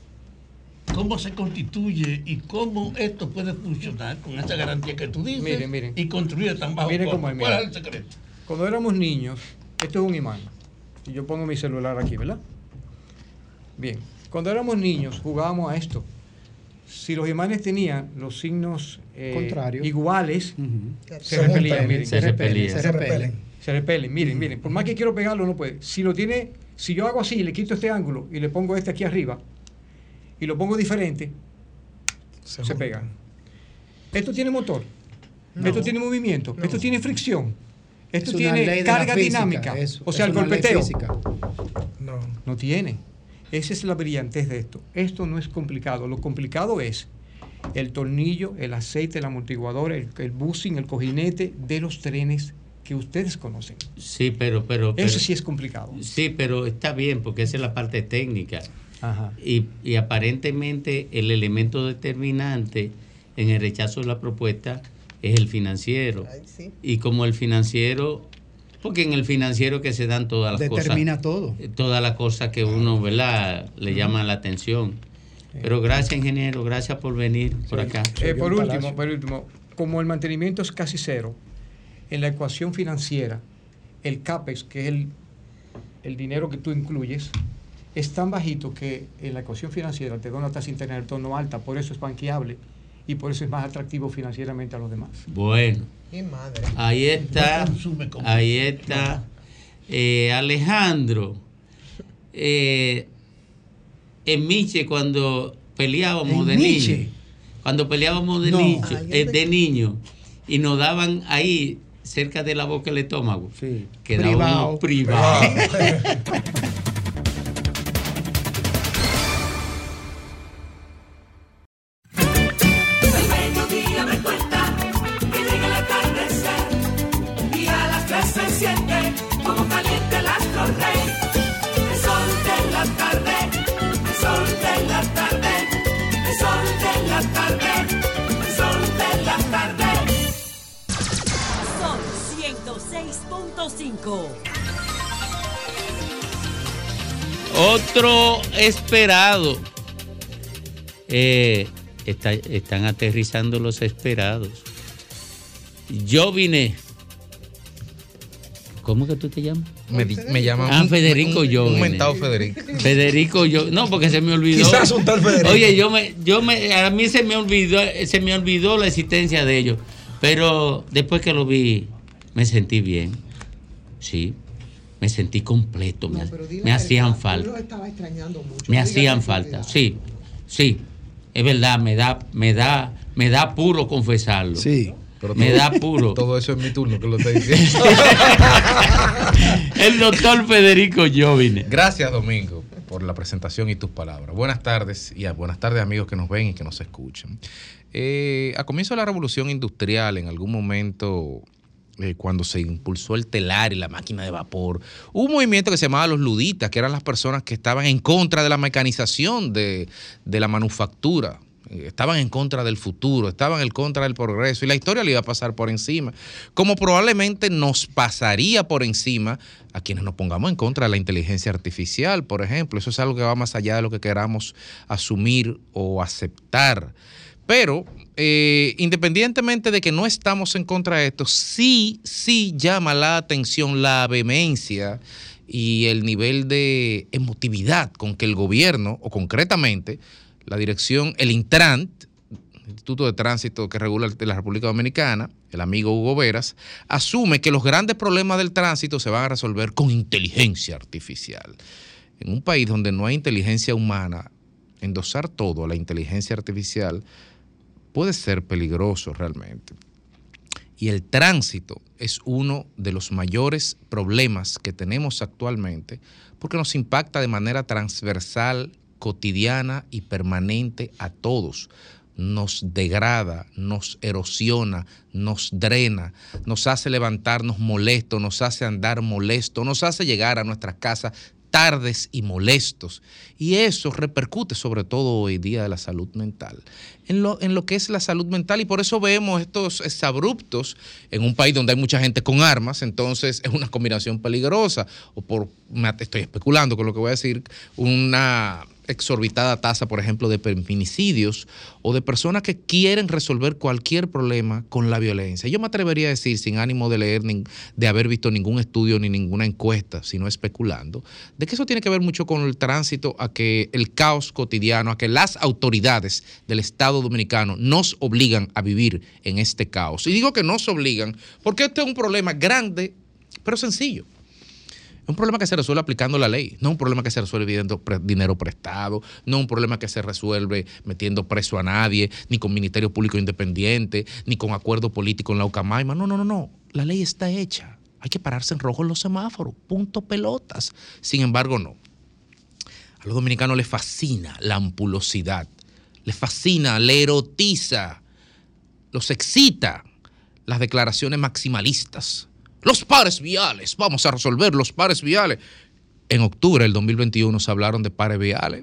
cómo se constituye y cómo esto puede funcionar con esa garantía que tú dices Miren, miren. y construir tan bajo Miren costo. cómo es, ¿Cuál miren. es el secreto? Cuando éramos niños, esto es un imán. Y yo pongo mi celular aquí, ¿verdad? Bien. Cuando éramos niños, jugábamos a esto. Si los imanes tenían los signos eh, Contrarios. iguales, Ujú. se, Se repelían. juntan, Miren, se repelían. Se Se repelen. repelen. se repelen. Miren, miren. Por más que quiero pegarlo, no puede. Si lo tiene, si yo hago así y le quito este ángulo y le pongo este aquí arriba y lo pongo diferente, Se se, juntan. pegan. Esto tiene motor. No. Esto tiene movimiento. No. Eeta tiene fricción. Esto Es una ley tiene de carga la física, dinámica. eso, o sea, es el una ley golpeteo. física. No. No tiene. Esa es la brillantez de esto. Esto no es complicado. Lo complicado es el tornillo, el aceite, el amortiguador, el, el bushing, el cojinete de los trenes que ustedes conocen. Sí, pero, pero, pero Eso sí es complicado. sí, pero está bien porque esa es la parte técnica. Ajá. Y, y aparentemente el elemento determinante en el rechazo de la propuesta es el financiero. Ay, sí. Y como el financiero, porque en el financiero que se dan todas las Determina cosas, todo. eh, todas las cosas que uno, ¿verdad?, le llaman la atención. Pero gracias, ingeniero, gracias por venir por acá. Eh, por un último, palacio. por último, como el mantenimiento es casi cero, en la ecuación financiera, el CAPEX, que es el, el dinero que tú incluyes, es tan bajito que en la ecuación financiera te da una tasa interna de retorno alta, por eso es banqueable y por eso es más atractivo financieramente a los demás. Bueno, Mi madre. ahí está, No consume como- ahí está. Eh, Alejandro, eh, en Miche cuando peleábamos ¿En de Miche? niño, cuando peleábamos de No. niño, Ay, eh, yo de sé. niño, y nos daban ahí cerca de la boca el estómago, Sí. quedábamos Privado. privados. El mediodía me cuenta que llega el atardecer y a las tres se siente como caliente el astro rey. El sol de la tarde, el sol de la tarde, el sol de la tarde, el sol de la tarde. seis punto cinco. Otro esperado. Eh, está, están aterrizando los esperados. Yo vine. ¿Cómo que tú te llamas? Me, me llaman ah, Federico yo. Un mentado Federico. Federico yo. No, porque se me olvidó. Quizás un tal Federico. Oye, yo me, yo me, a mí se me olvidó, se me olvidó la existencia de ellos. Pero después que lo vi, me sentí bien. Sí. Me sentí completo. No, me, me hacían falta. Yo lo estaba extrañando mucho. Me hacían falta. Sí, sí. Es verdad, me da, me da, me da puro confesarlo. Sí. Pero me todo, da puro. Todo eso es mi turno que lo está diciendo. El doctor Federico Jovine. Gracias, Domingo, por la presentación y tus palabras. Buenas tardes y a, buenas tardes, amigos que nos ven y que nos escuchan. Eh, a comienzo de la revolución industrial, en algún momento, eh, cuando se impulsó el telar y la máquina de vapor, hubo un movimiento que se llamaba los luditas, que eran las personas que estaban en contra de la mecanización de, de la manufactura. Estaban en contra del futuro, estaban en contra del progreso y la historia le iba a pasar por encima, como probablemente nos pasaría por encima a quienes nos pongamos en contra de la inteligencia artificial, por ejemplo. Eso es algo que va más allá de lo que queramos asumir o aceptar. Pero eh, independientemente de que no estamos en contra de esto, sí, sí llama la atención la vehemencia y el nivel de emotividad con que el gobierno, o concretamente la dirección, el Intran, el Instituto de Tránsito que regula la República Dominicana, el amigo Hugo Veras, asume que los grandes problemas del tránsito se van a resolver con inteligencia artificial. En un país donde no hay inteligencia humana, endosar todo a la inteligencia artificial puede ser peligroso realmente. Y el tránsito es uno de los mayores problemas que tenemos actualmente porque nos impacta de manera transversal, cotidiana y permanente a todos. Nos degrada, nos erosiona, nos drena, nos hace levantarnos molestos, nos hace andar molestos, nos hace llegar a nuestras casas tardes y molestos. Y eso repercute sobre todo hoy día de la salud mental, en lo, en lo que es la salud mental, y por eso vemos estos exabruptos en un país donde hay mucha gente con armas. Entonces es una combinación peligrosa, o por, estoy especulando con lo que voy a decir, una exorbitada tasa, por ejemplo, de feminicidios o de personas que quieren resolver cualquier problema con la violencia. Yo me atrevería a decir, sin ánimo de leer, ni de haber visto ningún estudio ni ninguna encuesta, sino especulando, de que eso tiene que ver mucho con el tránsito, a que el caos cotidiano, a que las autoridades del Estado Dominicano nos obligan a vivir en este caos. Y digo que nos obligan porque este es un problema grande, pero sencillo. Es un problema que se resuelve aplicando la ley, no un problema que se resuelve pidiendo pre- dinero prestado, no un problema que se resuelve metiendo preso a nadie, ni con Ministerio Público Independiente, ni con acuerdo político en la Ucamaima. No, no, no, no. La ley está hecha. Hay que pararse en rojo en los semáforos. Punto pelotas. Sin embargo, no. A los dominicanos les fascina la ampulosidad. Les fascina, le erotiza, los excita las declaraciones maximalistas. Los pares viales, vamos a resolver los pares viales. En octubre del dos mil veintiuno se hablaron de pares viales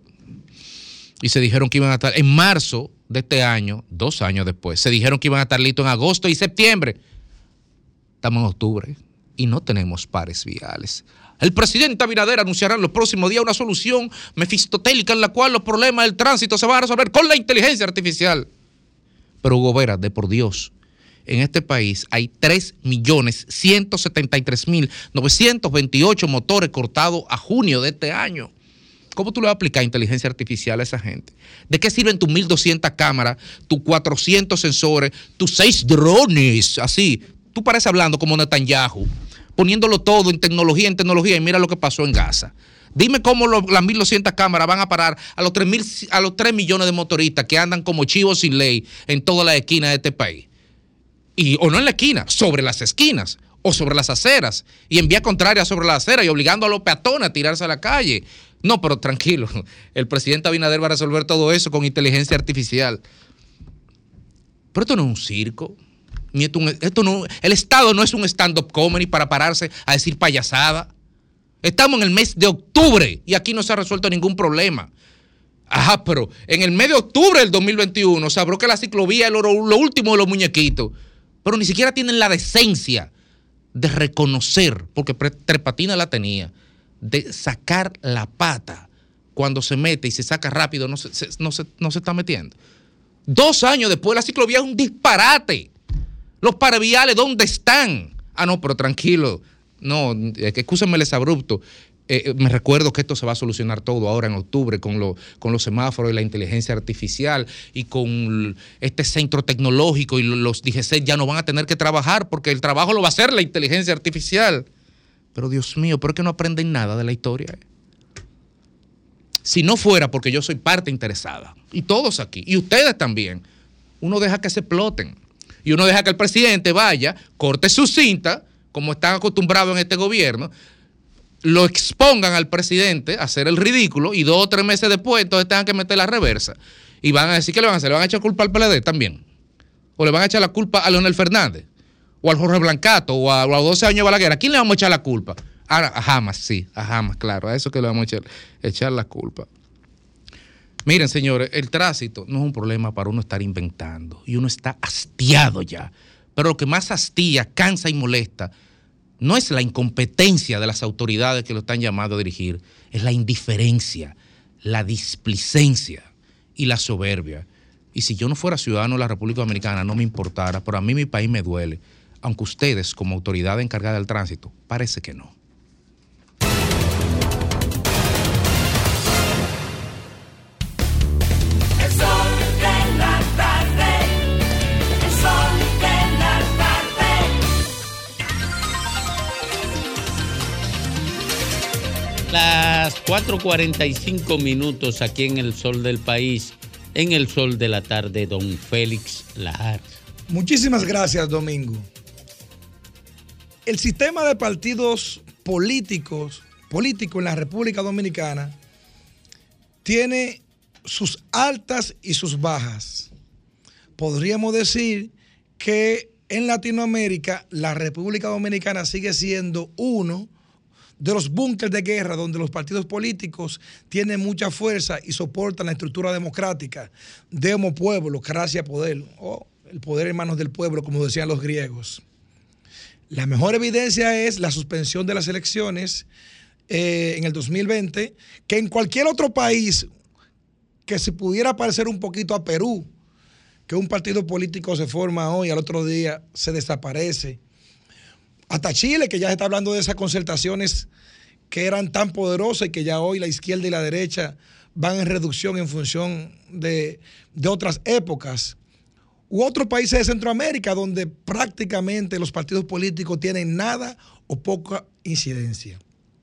y se dijeron que iban a estar en marzo de este año, dos años después, se dijeron que iban a estar listos en agosto y septiembre. Estamos en octubre y no tenemos pares viales. El presidente Abinader anunciará en los próximos días una solución mefistotélica en la cual los problemas del tránsito se van a resolver con la inteligencia artificial. Pero Hugo Vera, de por Dios, en este país hay tres millones ciento setenta y tres mil novecientos veintiocho motores cortados a junio de este año. ¿Cómo tú le vas a aplicar inteligencia artificial a esa gente? ¿De qué sirven tus mil doscientas cámaras, tus cuatrocientos sensores, tus seis drones? Así, tú pareces hablando como Netanyahu, poniéndolo todo en tecnología, en tecnología, y mira lo que pasó en Gaza. Dime cómo lo, las mil doscientas cámaras van a parar a los, tres mil, a los tres millones de motoristas que andan como chivos sin ley en todas las esquinas de este país. Y, o no en la esquina, sobre las esquinas o sobre las aceras, y en vía contraria sobre la acera y obligando a los peatones a tirarse a la calle. No, pero tranquilo, el presidente Abinader va a resolver todo eso con inteligencia artificial. Pero esto no es un circo. Ni esto, esto no, el Estado no es un stand-up comedy para pararse a decir payasada. Estamos en el mes de octubre y aquí no se ha resuelto ningún problema. Ajá, pero en el mes de octubre del dos mil veintiuno se abrió que la ciclovía es lo, lo último de los muñequitos. Pero ni siquiera tienen la decencia de reconocer, porque Tres Patines la tenía, de sacar la pata cuando se mete y se saca rápido, no se, se, no se, no se está metiendo. Dos años después la ciclovía es un disparate. Los paraviales, ¿dónde están? Ah, no, pero tranquilo. No, excúsenme el exabrupto. Eh, me recuerdo que esto se va a solucionar todo ahora en octubre con, lo, con los semáforos y la inteligencia artificial y con este centro tecnológico, y los D G C ya no van a tener que trabajar porque el trabajo lo va a hacer la inteligencia artificial. Pero Dios mío, ¿por qué no aprenden nada de la historia? Si no fuera porque yo soy parte interesada, y todos aquí, y ustedes también, uno deja que se exploten. Y uno deja que el presidente vaya, corte su cinta, como están acostumbrados en este gobierno, lo expongan al presidente a hacer el ridículo, y dos o tres meses después entonces tengan que meter la reversa. Y van a decir que le van a hacer, le van a echar culpa al P L D también. O le van a echar la culpa a Leonel Fernández, o al Jorge Blancato, o a, o a los doce años de Balaguer. ¿A quién le vamos a echar la culpa? Ahora, a Jamas, sí, a Jamas, claro, a eso que le vamos a echar, echar la culpa. Miren, señores, el tránsito no es un problema para uno estar inventando, y uno está hastiado ya. Pero lo que más hastía, cansa y molesta no es la incompetencia de las autoridades que lo están llamando a dirigir, es la indiferencia, la displicencia y la soberbia. Y si yo no fuera ciudadano de la República Dominicana, no me importara, pero a mí mi país me duele, aunque ustedes, como autoridad encargada del tránsito, parece que no. Las cuatro cuarenta y cinco minutos aquí en el Sol del País, en el Sol de la Tarde, don Félix Lajar. Muchísimas gracias, Domingo. El sistema de partidos políticos, políticos en la República Dominicana tiene sus altas y sus bajas. Podríamos decir que en Latinoamérica la República Dominicana sigue siendo uno de los búnkers de guerra donde los partidos políticos tienen mucha fuerza y soportan la estructura democrática. Demo pueblo, gracia poder, o el poder en manos del pueblo, como decían los griegos. La mejor evidencia es la suspensión de las elecciones eh, en el dos mil veinte, que en cualquier otro país que se pudiera parecer un poquito a Perú, que un partido político se forma hoy y al otro día se desaparece. Hasta Chile, que ya se está hablando de esas concertaciones que eran tan poderosas y que ya hoy la izquierda y la derecha van en reducción en función de, de otras épocas. U otros países de Centroamérica donde prácticamente los partidos políticos tienen nada o poca incidencia.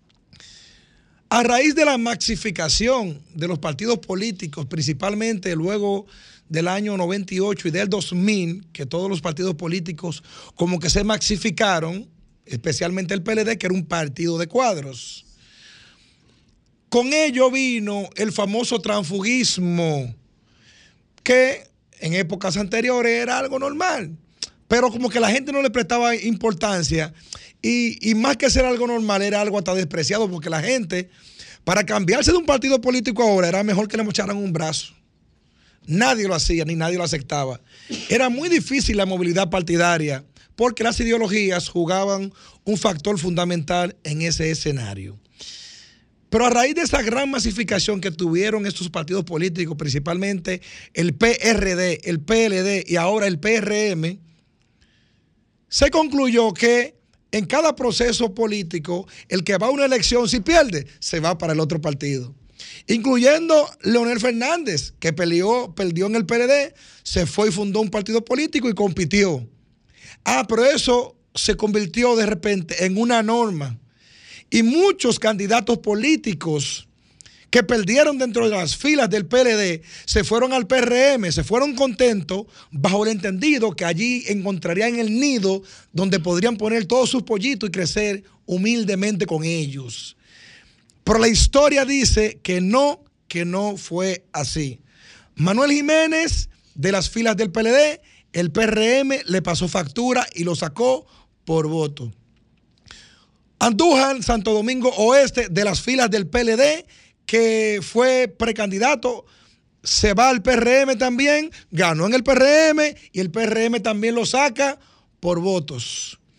A raíz de la maxificación de los partidos políticos, principalmente luego del año noventa y ocho y del dos mil, que todos los partidos políticos como que se maxificaron, especialmente el P L D, que era un partido de cuadros. Con ello vino el famoso transfugismo, que en épocas anteriores era algo normal, pero como que la gente no le prestaba importancia y, y más que ser algo normal era algo hasta despreciado, porque la gente, para cambiarse de un partido político ahora, era mejor que le mocharan un brazo. Nadie lo hacía ni nadie lo aceptaba. Era muy difícil la movilidad partidaria porque las ideologías jugaban un factor fundamental en ese escenario. Pero a raíz de esa gran masificación que tuvieron estos partidos políticos, principalmente el P R D, el P L D y ahora el P R M, se concluyó que en cada proceso político, el que va a una elección, si pierde, se va para el otro partido. Incluyendo Leonel Fernández, que peleó, perdió en el P L D, se fue y fundó un partido político y compitió. Ah, pero eso se convirtió de repente en una norma. Y muchos candidatos políticos que perdieron dentro de las filas del P L D se fueron al P R M, se fueron contentos bajo el entendido que allí encontrarían el nido donde podrían poner todos sus pollitos y crecer humildemente con ellos. Pero la historia dice que no, que no fue así. Manuel Jiménez, de las filas del P L D, el P R M le pasó factura y lo sacó por voto. Andújar Santo Domingo Oeste, de las filas del P L D, que fue precandidato, se va al P R M también, ganó en el P R M y el P R M también lo saca por votos.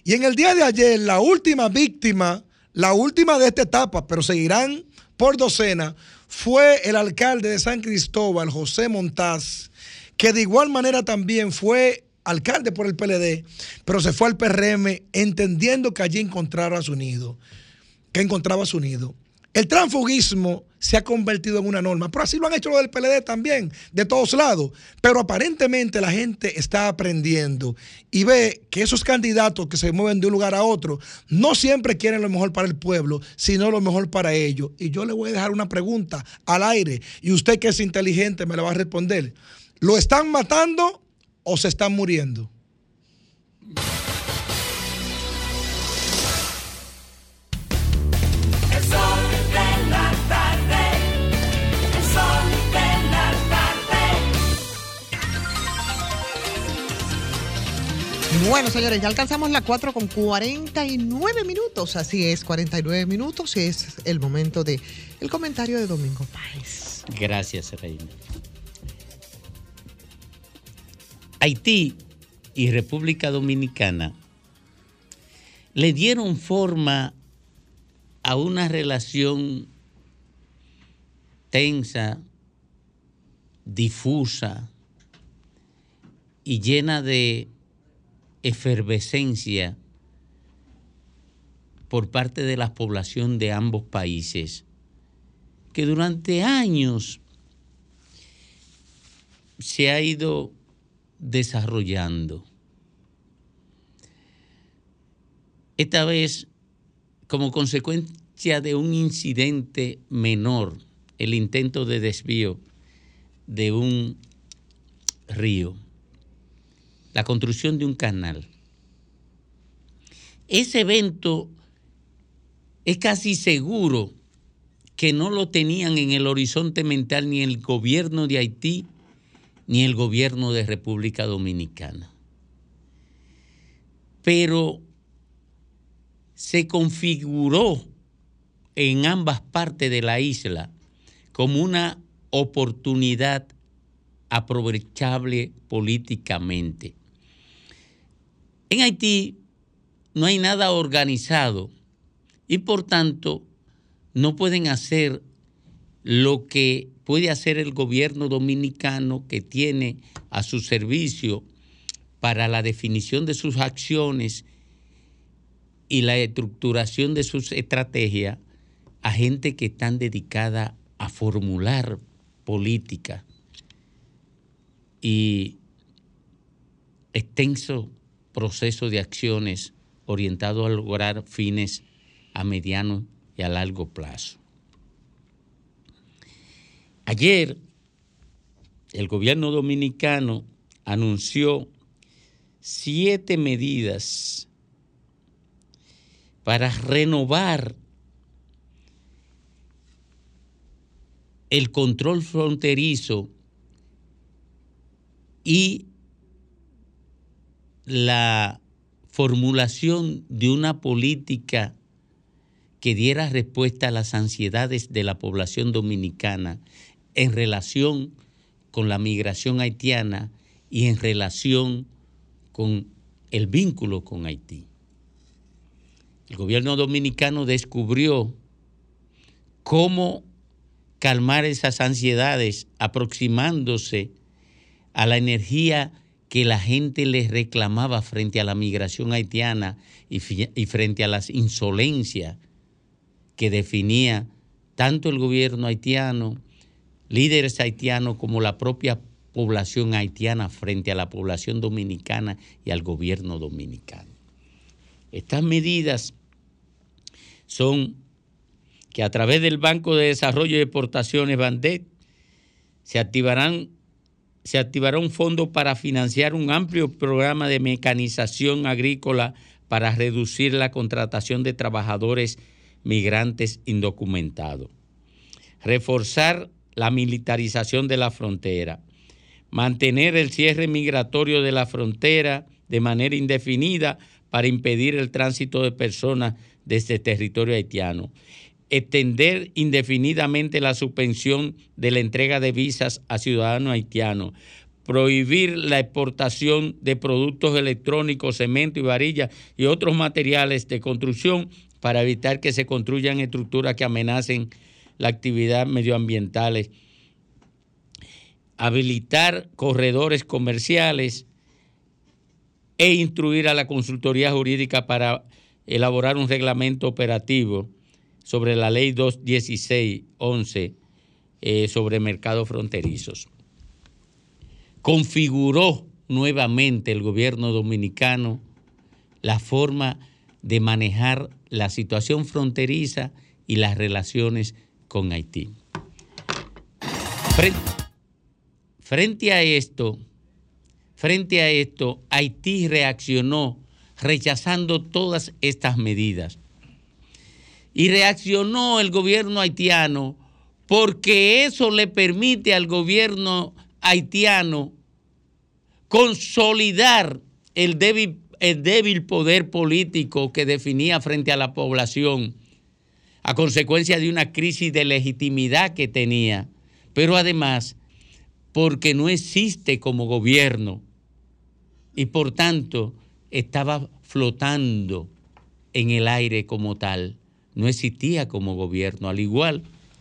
Y en el día de ayer, la última víctima, la última de esta etapa, pero seguirán por docena, fue el alcalde de San Cristóbal, José Montaz, que de igual manera también fue alcalde por el P L D, pero se fue al P R M entendiendo que allí encontraba su nido, que encontraba su nido. El transfugismo se ha convertido en una norma, pero así lo han hecho los del P L D también, de todos lados. Pero aparentemente la gente está aprendiendo y ve que esos candidatos que se mueven de un lugar a otro no siempre quieren lo mejor para el pueblo, sino lo mejor para ellos. Y yo le voy a dejar una pregunta al aire y usted, que es inteligente, me la va a responder. ¿Lo están matando o se están muriendo? Bueno, señores, ya alcanzamos las cuatro con cuarenta y nueve minutos. Así es, cuarenta y nueve minutos y es el momento de el comentario de Domingo Páez. Gracias, Reina. Haití y República Dominicana le dieron forma a una relación tensa, difusa y llena de efervescencia por parte de la población de ambos países, que durante años se ha ido desarrollando. Esta vez, como consecuencia de un incidente menor, el intento de desvío de un río, la construcción de un canal. Ese evento es casi seguro que no lo tenían en el horizonte mental ni el gobierno de Haití ni el gobierno de República Dominicana. Pero se configuró en ambas partes de la isla como una oportunidad aprovechable políticamente. En Haití no hay nada organizado y por tanto no pueden hacer lo que puede hacer el gobierno dominicano, que tiene a su servicio para la definición de sus acciones y la estructuración de sus estrategias a gente que están dedicada a formular política y extenso proceso de acciones orientado a lograr fines a mediano y a largo plazo. Ayer, el gobierno dominicano anunció siete medidas para renovar el control fronterizo y la formulación de una política que diera respuesta a las ansiedades de la población dominicana en relación con la migración haitiana y en relación con el vínculo con Haití. El gobierno dominicano descubrió cómo calmar esas ansiedades aproximándose a la energía que la gente les reclamaba frente a la migración haitiana y, y frente a las insolencias que definía tanto el gobierno haitiano, líderes haitianos, como la propia población haitiana frente a la población dominicana y al gobierno dominicano. Estas medidas son que a través del Banco de Desarrollo de Exportaciones, BANDEX, se activarán se activará un fondo para financiar un amplio programa de mecanización agrícola para reducir la contratación de trabajadores migrantes indocumentados. Reforzar la militarización de la frontera. Mantener el cierre migratorio de la frontera de manera indefinida para impedir el tránsito de personas desde territorio haitiano. Extender indefinidamente la suspensión de la entrega de visas a ciudadanos haitianos. prohibir la exportación de productos electrónicos, cemento y varillas y otros materiales de construcción para evitar que se construyan estructuras que amenacen la actividad medioambiental, habilitar corredores comerciales e instruir a la consultoría jurídica para elaborar un reglamento operativo sobre la ley doscientos dieciséis once eh, sobre mercados fronterizos. Configuró nuevamente el gobierno dominicano la forma de manejar la situación fronteriza y las relaciones con Haití. Frente, frente a esto, frente a esto, Haití reaccionó rechazando todas estas medidas. Y reaccionó el gobierno haitiano porque eso le permite al gobierno haitiano consolidar el débil, el débil poder político que definía frente a la población a consecuencia de una crisis de legitimidad que tenía, pero además porque no existe como gobierno y por tanto estaba flotando en el aire como tal, no existía como gobierno, al igual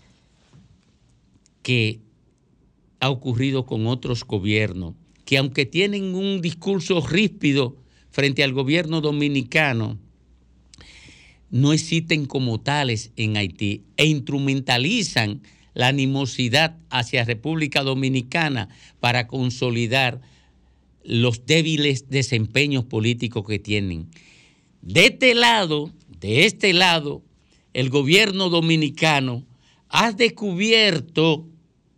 que ha ocurrido con otros gobiernos, que aunque tienen un discurso ríspido frente al gobierno dominicano, no existen como tales en Haití e instrumentalizan la animosidad hacia República Dominicana para consolidar los débiles desempeños políticos que tienen. De este lado, de este lado, el gobierno dominicano ha descubierto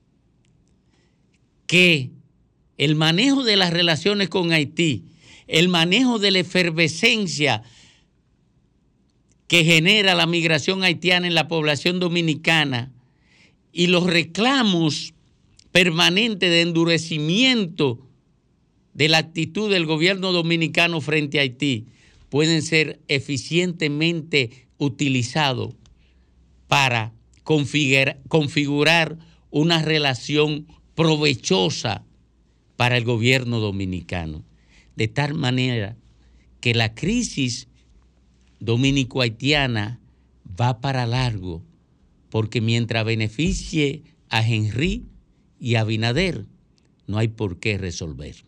que el manejo de las relaciones con Haití, el manejo de la efervescencia que genera la migración haitiana en la población dominicana y los reclamos permanentes de endurecimiento de la actitud del gobierno dominicano frente a Haití pueden ser eficientemente utilizados para configurar, configurar una relación provechosa para el gobierno dominicano, de tal manera que la crisis dominico-haitiana va para largo, porque mientras beneficie a Henry y a Abinader, no hay por qué resolver.